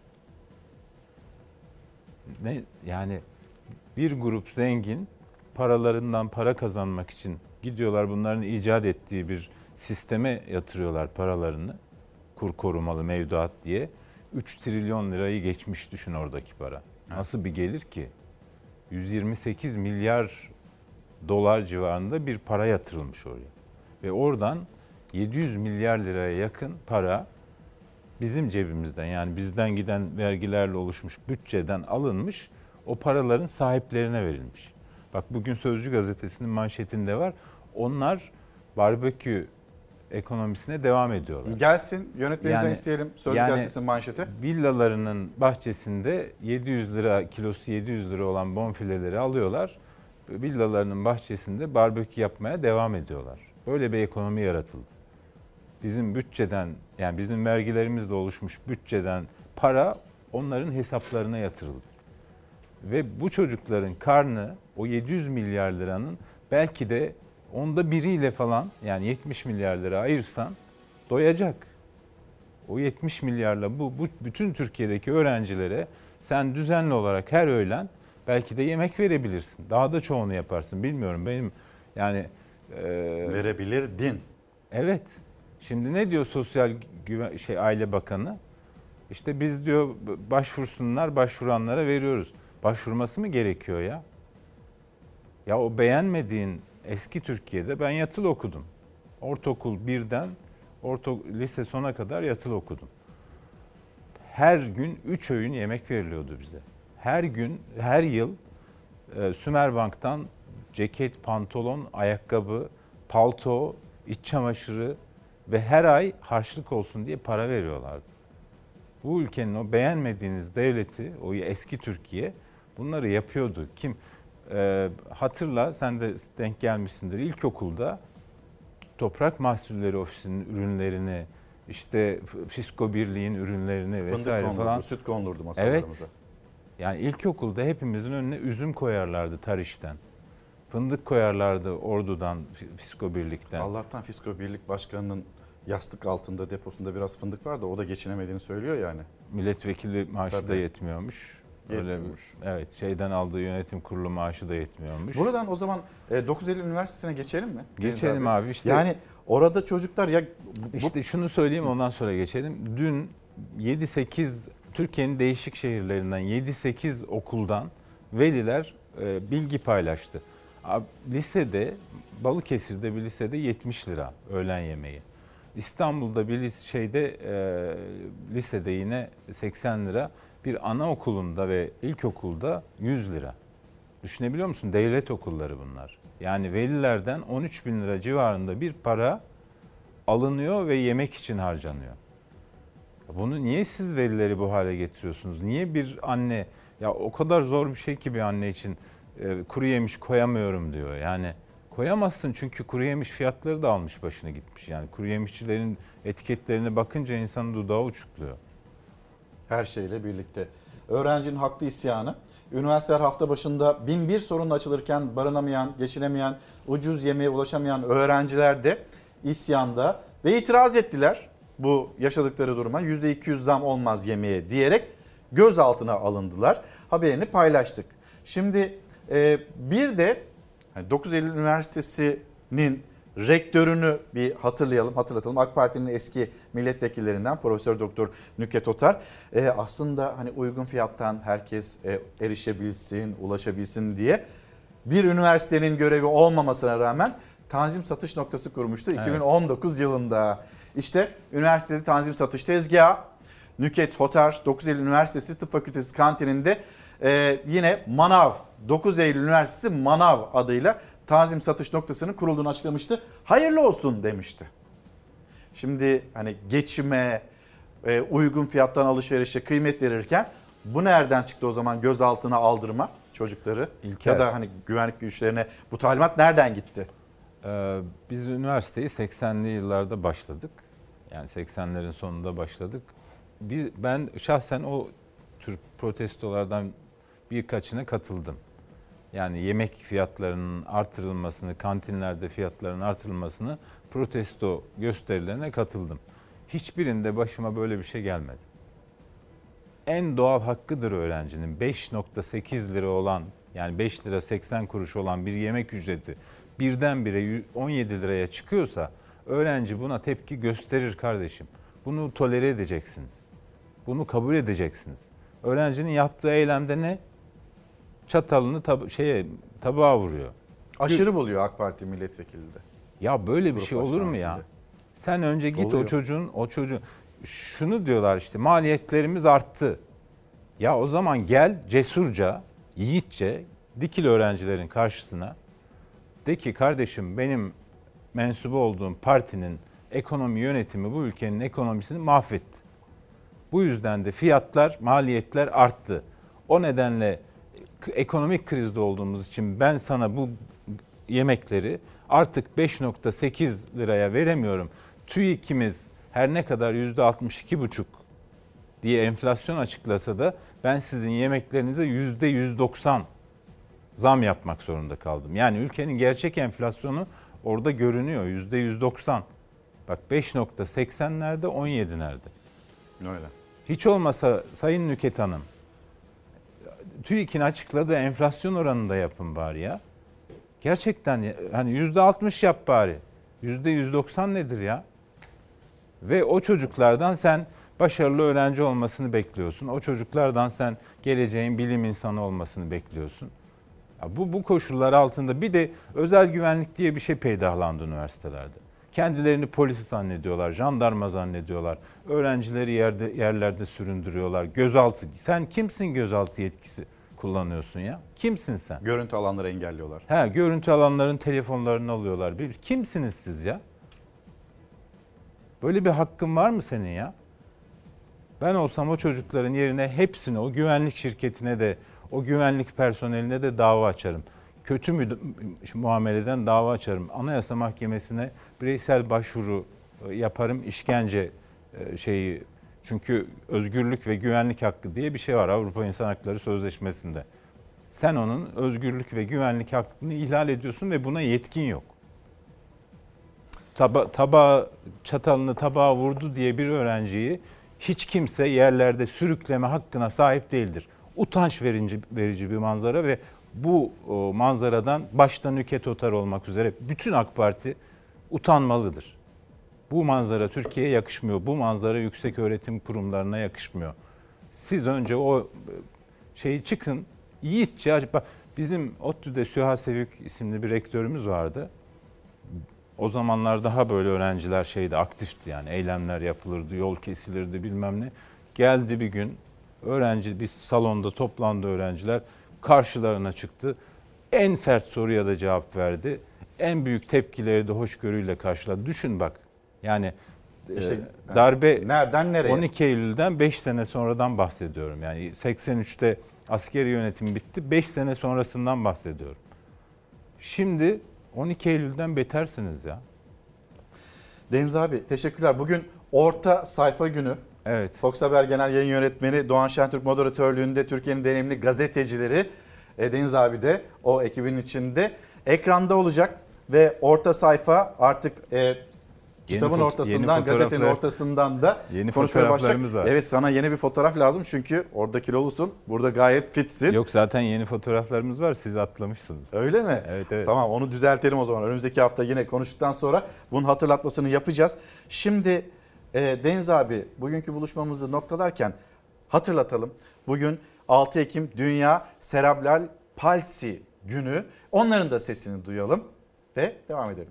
[SPEAKER 2] Yani bir grup zengin paralarından para kazanmak için gidiyorlar, bunların icat ettiği bir sisteme yatırıyorlar paralarını. Kur korumalı mevduat diye 3 trilyon lirayı geçmiş, düşün oradaki para. Nasıl bir gelir ki? 128 milyar dolar civarında bir para yatırılmış oraya. Ve oradan 700 milyar liraya yakın para bizim cebimizden, yani bizden giden vergilerle oluşmuş bütçeden alınmış, o paraların sahiplerine verilmiş. Bak bugün Sözcü gazetesinin manşetinde var. Onlar barbekü ekonomisine devam ediyorlar.
[SPEAKER 1] Gelsin yönetmenimizden isteyelim Sözcü gazetesinin manşeti.
[SPEAKER 2] Villalarının bahçesinde 700 lira kilosu 700 lira olan bonfileleri alıyorlar. Villalarının bahçesinde barbekü yapmaya devam ediyorlar. Böyle bir ekonomi yaratıldı. Bizim bütçeden, yani bizim vergilerimizle oluşmuş bütçeden para onların hesaplarına yatırıldı. Ve bu çocukların karnı o 700 milyar liranın belki de onda biriyle falan, yani 70 milyar lira ayırsan doyacak. O 70 milyarla bu bütün Türkiye'deki öğrencilere sen düzenli olarak her öğlen belki de yemek verebilirsin. Daha da çoğunu yaparsın. Bilmiyorum, benim yani
[SPEAKER 1] verebilirdin.
[SPEAKER 2] Evet. Şimdi ne diyor Aile Bakanı? İşte biz diyor başvursunlar, başvuranlara veriyoruz. Başvurması mı gerekiyor ya? Ya o beğenmediğin eski Türkiye'de ben yatılı okudum. Ortaokul 1'den lise sona kadar yatılı okudum. Her gün 3 öğün yemek veriliyordu bize. Her gün, her yıl Sümerbank'tan ceket, pantolon, ayakkabı, palto, iç çamaşırı ve her ay harçlık olsun diye para veriyorlardı. Bu ülkenin o beğenmediğiniz devleti, o eski Türkiye bunları yapıyordu. Kim? Hatırla, sen de denk gelmişsindir. İlkokulda Toprak Mahsulleri Ofisi'nin ürünlerini, işte Fisko Birliği'nin ürünlerini vesaire
[SPEAKER 1] kondurdu,
[SPEAKER 2] falan.
[SPEAKER 1] süt kondurdu masalarımıza.
[SPEAKER 2] Evet. Yani ilkokulda hepimizin önüne üzüm koyarlardı Tariş'ten. Fındık koyarlardı Ordu'dan, Fisko Birlik'ten.
[SPEAKER 1] Allah'tan Fisko Birlik Başkanı'nın yastık altında, deposunda biraz fındık var da o da geçinemediğini söylüyor yani.
[SPEAKER 2] Milletvekili maaşı da yetmiyormuş.
[SPEAKER 1] Yetmiyormuş.
[SPEAKER 2] Evet, şeyden aldığı yönetim kurulu maaşı da yetmiyormuş.
[SPEAKER 1] Buradan o zaman 9 Eylül Üniversitesi'ne geçelim mi?
[SPEAKER 2] Geçelim abi. İşte,
[SPEAKER 1] yani orada çocuklar ya...
[SPEAKER 2] İşte şunu söyleyeyim, ondan sonra geçelim. Dün 7-8 Türkiye'nin değişik şehirlerinden 7-8 okuldan veliler bilgi paylaştı. Lisede, Balıkesir'de bir lisede 70 lira öğlen yemeği. İstanbul'da bir lisede yine 80 lira. Bir anaokulunda ve ilkokulda 100 lira. Düşünebiliyor musun? Devlet okulları bunlar. Yani velilerden 13 bin lira civarında bir para alınıyor ve yemek için harcanıyor. Bunu niye siz velileri bu hale getiriyorsunuz? Niye bir anne, ya o kadar zor bir şey ki bir anne için kuru yemiş koyamıyorum diyor. Yani koyamazsın çünkü kuru yemiş fiyatları da almış başını gitmiş. Yani kuru yemişçilerin etiketlerine bakınca insanın dudağı uçukluyor.
[SPEAKER 1] Her şeyle birlikte. Öğrencinin haklı isyanı. Üniversiteler hafta başında 1001 sorunla açılırken barınamayan, geçinemeyen, ucuz yemeğe ulaşamayan öğrenciler de isyanda ve itiraz ettiler bu yaşadıkları duruma. %200 zam olmaz yemeğe diyerek gözaltına alındılar. Haberini paylaştık. Şimdi bir de 9 Eylül Üniversitesi'nin rektörünü bir hatırlatalım. AK Parti'nin eski milletvekillerinden Profesör Doktor Nükhet Otar. Aslında hani uygun fiyattan herkes erişebilsin, ulaşabilsin diye bir üniversitenin görevi olmamasına rağmen tanzim satış noktası kurmuştu 2019 yılında. İşte üniversitede tanzim satış tezgahı. Nükhet Otar 9 Eylül Üniversitesi Tıp Fakültesi kantininde yine Manav, 9 Eylül Üniversitesi Manav adıyla tanzim satış noktasının kurulduğunu açıklamıştı. Hayırlı olsun demişti. Şimdi hani geçime, uygun fiyattan alışverişe kıymet verirken bu nereden çıktı o zaman gözaltına aldırma çocukları?
[SPEAKER 2] İlker.
[SPEAKER 1] Ya da hani güvenlik güçlerine bu talimat nereden gitti?
[SPEAKER 2] Biz üniversiteyi 80'li yıllarda başladık. Yani 80'lerin sonunda başladık. Ben şahsen o tür protestolardan birkaçına katıldım. Yani yemek fiyatlarının artırılmasını, kantinlerde fiyatların artırılmasını protesto gösterilerine katıldım. Hiçbirinde başıma böyle bir şey gelmedi. En doğal hakkıdır öğrencinin 5.8 lira olan, yani 5 lira 80 kuruş olan bir yemek ücreti birdenbire 17 liraya çıkıyorsa öğrenci buna tepki gösterir kardeşim. Bunu tolere edeceksiniz. Bunu kabul edeceksiniz. Öğrencinin yaptığı eylemde ne? çatalını tabağa vuruyor.
[SPEAKER 1] Aşırı buluyor AK Parti milletvekili de.
[SPEAKER 2] Ya böyle bir
[SPEAKER 1] Grup
[SPEAKER 2] şey olur mu ya?
[SPEAKER 1] başkanlığı.
[SPEAKER 2] Sen önce git
[SPEAKER 1] Oluyor.
[SPEAKER 2] o çocuğun şunu diyorlar işte, maliyetlerimiz arttı. Ya o zaman gel cesurca, yiğitçe dikil öğrencilerin karşısına. De ki kardeşim, benim mensubu olduğum partinin ekonomi yönetimi bu ülkenin ekonomisini mahvetti. Bu yüzden de fiyatlar, maliyetler arttı. O nedenle ekonomik krizde olduğumuz için ben sana bu yemekleri artık 5.8 liraya veremiyorum. TÜİK'imiz her ne kadar %62,5 diye enflasyon açıklasa da ben sizin yemeklerinize %190 zam yapmak zorunda kaldım. Yani ülkenin gerçek enflasyonu orada görünüyor, %190. Bak 5.80 nerede, 17 nerede?
[SPEAKER 1] Öyle.
[SPEAKER 2] Hiç olmasa Sayın Nüket Hanım, TÜİK'in açıkladığı enflasyon oranında yapın bari ya. Gerçekten hani %60 yap bari. %190 nedir ya? Ve o çocuklardan sen başarılı öğrenci olmasını bekliyorsun. O çocuklardan sen geleceğin bilim insanı olmasını bekliyorsun. Ya bu koşullar altında bir de özel güvenlik diye bir şey peydahlandı üniversitelerde. Kendilerini polis zannediyorlar, jandarma zannediyorlar. Öğrencileri yerlerde süründürüyorlar. Gözaltı. Sen kimsin gözaltı yetkisi kullanıyorsun ya? Kimsin sen?
[SPEAKER 1] Görüntü alanları engelliyorlar.
[SPEAKER 2] Görüntü alanların telefonlarını alıyorlar. Kimsiniz siz ya? Böyle bir hakkın var mı senin ya? Ben olsam o çocukların yerine hepsine, o güvenlik şirketine de, o güvenlik personeline de dava açarım. Kötü muameleden dava açarım. Anayasa Mahkemesi'ne bireysel başvuru yaparım. İşkence şeyi, çünkü özgürlük ve güvenlik hakkı diye bir şey var Avrupa İnsan Hakları Sözleşmesi'nde. Sen onun özgürlük ve güvenlik hakkını ihlal ediyorsun ve buna yetkin yok. Çatalını tabağa vurdu diye bir öğrenciyi hiç kimse yerlerde sürükleme hakkına sahip değildir. Utanç verici bir manzara ve bu manzaradan başta Nüket Otar olmak üzere bütün AK Parti utanmalıdır. Bu manzara Türkiye'ye yakışmıyor. Bu manzara yüksek öğretim kurumlarına yakışmıyor. Siz önce o şeyi çıkın, yiğitçe. Bizim ODTÜ'de Süha Sevük isimli bir rektörümüz vardı. O zamanlar daha böyle öğrenciler aktifti, yani eylemler yapılırdı, yol kesilirdi bilmem ne. Geldi bir gün bir salonda toplandı öğrenciler, karşılarına çıktı. En sert soruya da cevap verdi. En büyük tepkileri de hoşgörüyle karşıladı. Düşün bak, yani darbe
[SPEAKER 1] nereden nereye?
[SPEAKER 2] 12 Eylül'den 5 sene sonradan bahsediyorum. Yani 83'te askeri yönetim bitti, 5 sene sonrasından bahsediyorum. Şimdi 12 Eylül'den betersiniz ya.
[SPEAKER 1] Deniz abi teşekkürler. Bugün orta sayfa günü.
[SPEAKER 2] Evet.
[SPEAKER 1] Fox Haber Genel Yayın Yönetmeni Doğan Şentürk moderatörlüğünde Türkiye'nin deneyimli gazetecileri Deniz abi de o ekibin içinde ekranda olacak ve orta sayfa artık kitabın ortasından, gazetenin ortasından da konuşmaya başlayacak. Var. Evet, sana yeni bir fotoğraf lazım çünkü orada kilolusun, burada gayet fitsin.
[SPEAKER 2] Yok, zaten yeni fotoğraflarımız var, siz atlamışsınız.
[SPEAKER 1] Öyle mi?
[SPEAKER 2] Evet.
[SPEAKER 1] Tamam, onu düzeltelim o zaman. Önümüzdeki hafta yine konuştuktan sonra bunun hatırlatmasını yapacağız. Şimdi Deniz abi, bugünkü buluşmamızı noktalarken hatırlatalım. Bugün 6 Ekim Dünya Serebral Palsi Günü. Onların da sesini duyalım ve devam edelim.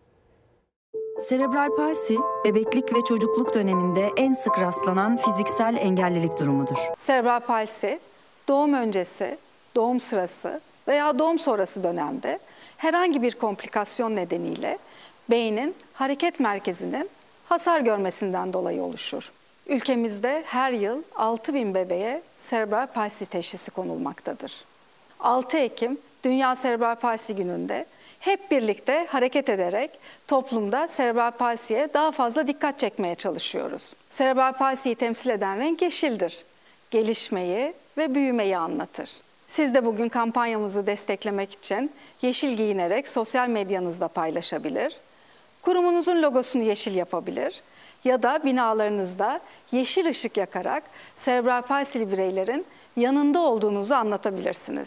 [SPEAKER 3] Serebral palsi, bebeklik ve çocukluk döneminde en sık rastlanan fiziksel engellilik durumudur.
[SPEAKER 26] Serebral palsi, doğum öncesi, doğum sırası veya doğum sonrası dönemde herhangi bir komplikasyon nedeniyle beynin hareket merkezinin hasar görmesinden dolayı oluşur. Ülkemizde her yıl 6.000 bebeğe serebral palsi teşhisi konulmaktadır. 6 Ekim Dünya Serebral Palsi Günü'nde hep birlikte hareket ederek toplumda serebral palsiye daha fazla dikkat çekmeye çalışıyoruz. Serebral palsiyi temsil eden renk yeşildir. Gelişmeyi ve büyümeyi anlatır. Siz de bugün kampanyamızı desteklemek için yeşil giyinerek sosyal medyanızda paylaşabilir, kurumunuzun logosunu yeşil yapabilir ya da binalarınızda yeşil ışık yakarak serebral palsili bireylerin yanında olduğunuzu anlatabilirsiniz.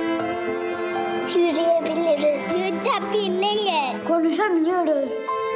[SPEAKER 4] Yürüyebiliriz, yutabiliriz, konuşabiliyoruz.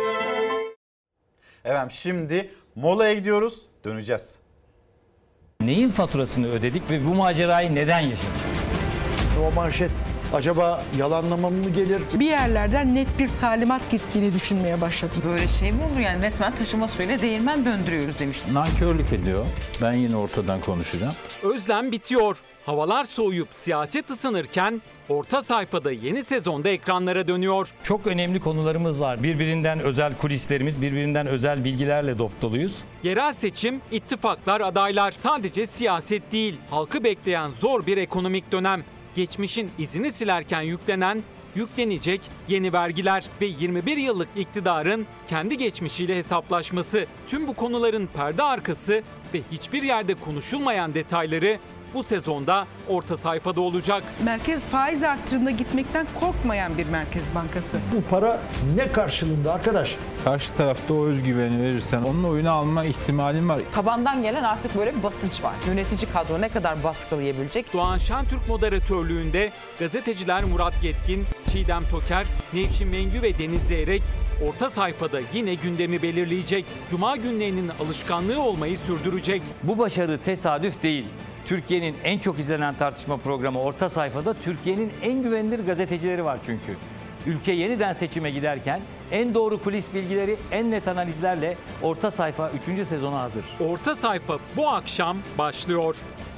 [SPEAKER 1] Evet, şimdi molaya gidiyoruz, döneceğiz.
[SPEAKER 6] Neyin faturasını ödedik ve bu macerayı neden yaşadık? o manşet acaba yalanlama mı gelir?
[SPEAKER 7] Bir yerlerden net bir talimat gittiğini düşünmeye başladım.
[SPEAKER 10] Böyle şey mi olur yani, resmen taşıma suyuyla değirmen döndürüyoruz demiş.
[SPEAKER 2] Nankörlük ediyor. Ben yine ortadan konuşacağım.
[SPEAKER 11] Özlem bitiyor. Havalar soğuyup siyaset ısınırken orta sayfada yeni sezonda ekranlara dönüyor.
[SPEAKER 12] Çok önemli konularımız var. Birbirinden özel kulislerimiz, birbirinden özel bilgilerle doluyuz.
[SPEAKER 11] Yerel seçim, ittifaklar, adaylar, sadece siyaset değil. Halkı bekleyen zor bir ekonomik dönem. Geçmişin izini silerken yüklenecek yeni vergiler ve 21 yıllık iktidarın kendi geçmişiyle hesaplaşması. Tüm bu konuların perde arkası ve hiçbir yerde konuşulmayan detayları bu sezonda orta sayfada olacak.
[SPEAKER 7] Merkez faiz artırımına gitmekten korkmayan bir merkez bankası.
[SPEAKER 6] Bu para ne karşılığında arkadaş?
[SPEAKER 2] Karşı tarafta o özgüveni verirsen onun oyunu alma ihtimalin var.
[SPEAKER 10] Tabandan gelen artık böyle bir basınç var. Yönetici kadro ne kadar baskılayabilecek?
[SPEAKER 11] Doğan Şentürk moderatörlüğünde gazeteciler Murat Yetkin, Çiğdem Toker, Nevşin Mengü ve Deniz Zeyrek orta sayfada yine gündemi belirleyecek. Cuma günlerinin alışkanlığı olmayı sürdürecek.
[SPEAKER 12] Bu başarı tesadüf değil. Türkiye'nin en çok izlenen tartışma programı Orta Sayfa'da Türkiye'nin en güvenilir gazetecileri var çünkü. Ülke yeniden seçime giderken en doğru kulis bilgileri, en net analizlerle Orta Sayfa 3. sezona hazır.
[SPEAKER 11] Orta Sayfa bu akşam başlıyor.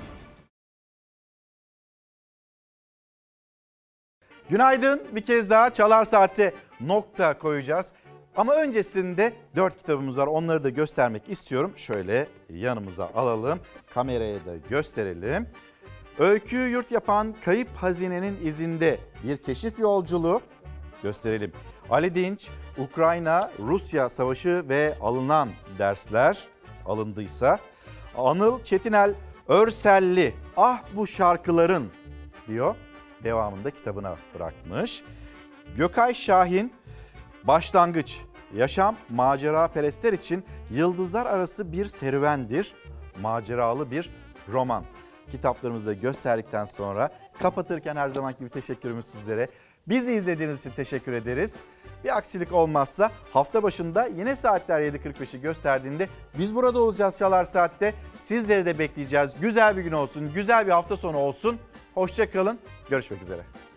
[SPEAKER 1] Günaydın. Bir kez daha Çalar Saat'e nokta koyacağız. Ama öncesinde 4 kitabımız var. Onları da göstermek istiyorum. Şöyle yanımıza alalım. Kameraya da gösterelim. Öykü yurt yapan Kayıp Hazinenin İzinde bir keşif yolculuğu gösterelim. Ali Dinç, Ukrayna-Rusya Savaşı ve alınan dersler alındıysa. Anıl Çetinel Örselli, ah bu şarkıların diyor. Devamında kitabına bırakmış. Gökay Şahin, Başlangıç, yaşam macera perestler için yıldızlar arası bir serüvendir. Maceralı bir roman. Kitaplarımızı da gösterdikten sonra kapatırken her zamanki gibi teşekkürümüz sizlere. Bizi izlediğiniz için teşekkür ederiz. Bir aksilik olmazsa hafta başında yine saatler 7.45'i gösterdiğinde biz burada olacağız Çalar Saat'te. Sizleri de bekleyeceğiz. Güzel bir gün olsun, güzel bir hafta sonu olsun. Hoşça kalın, görüşmek üzere.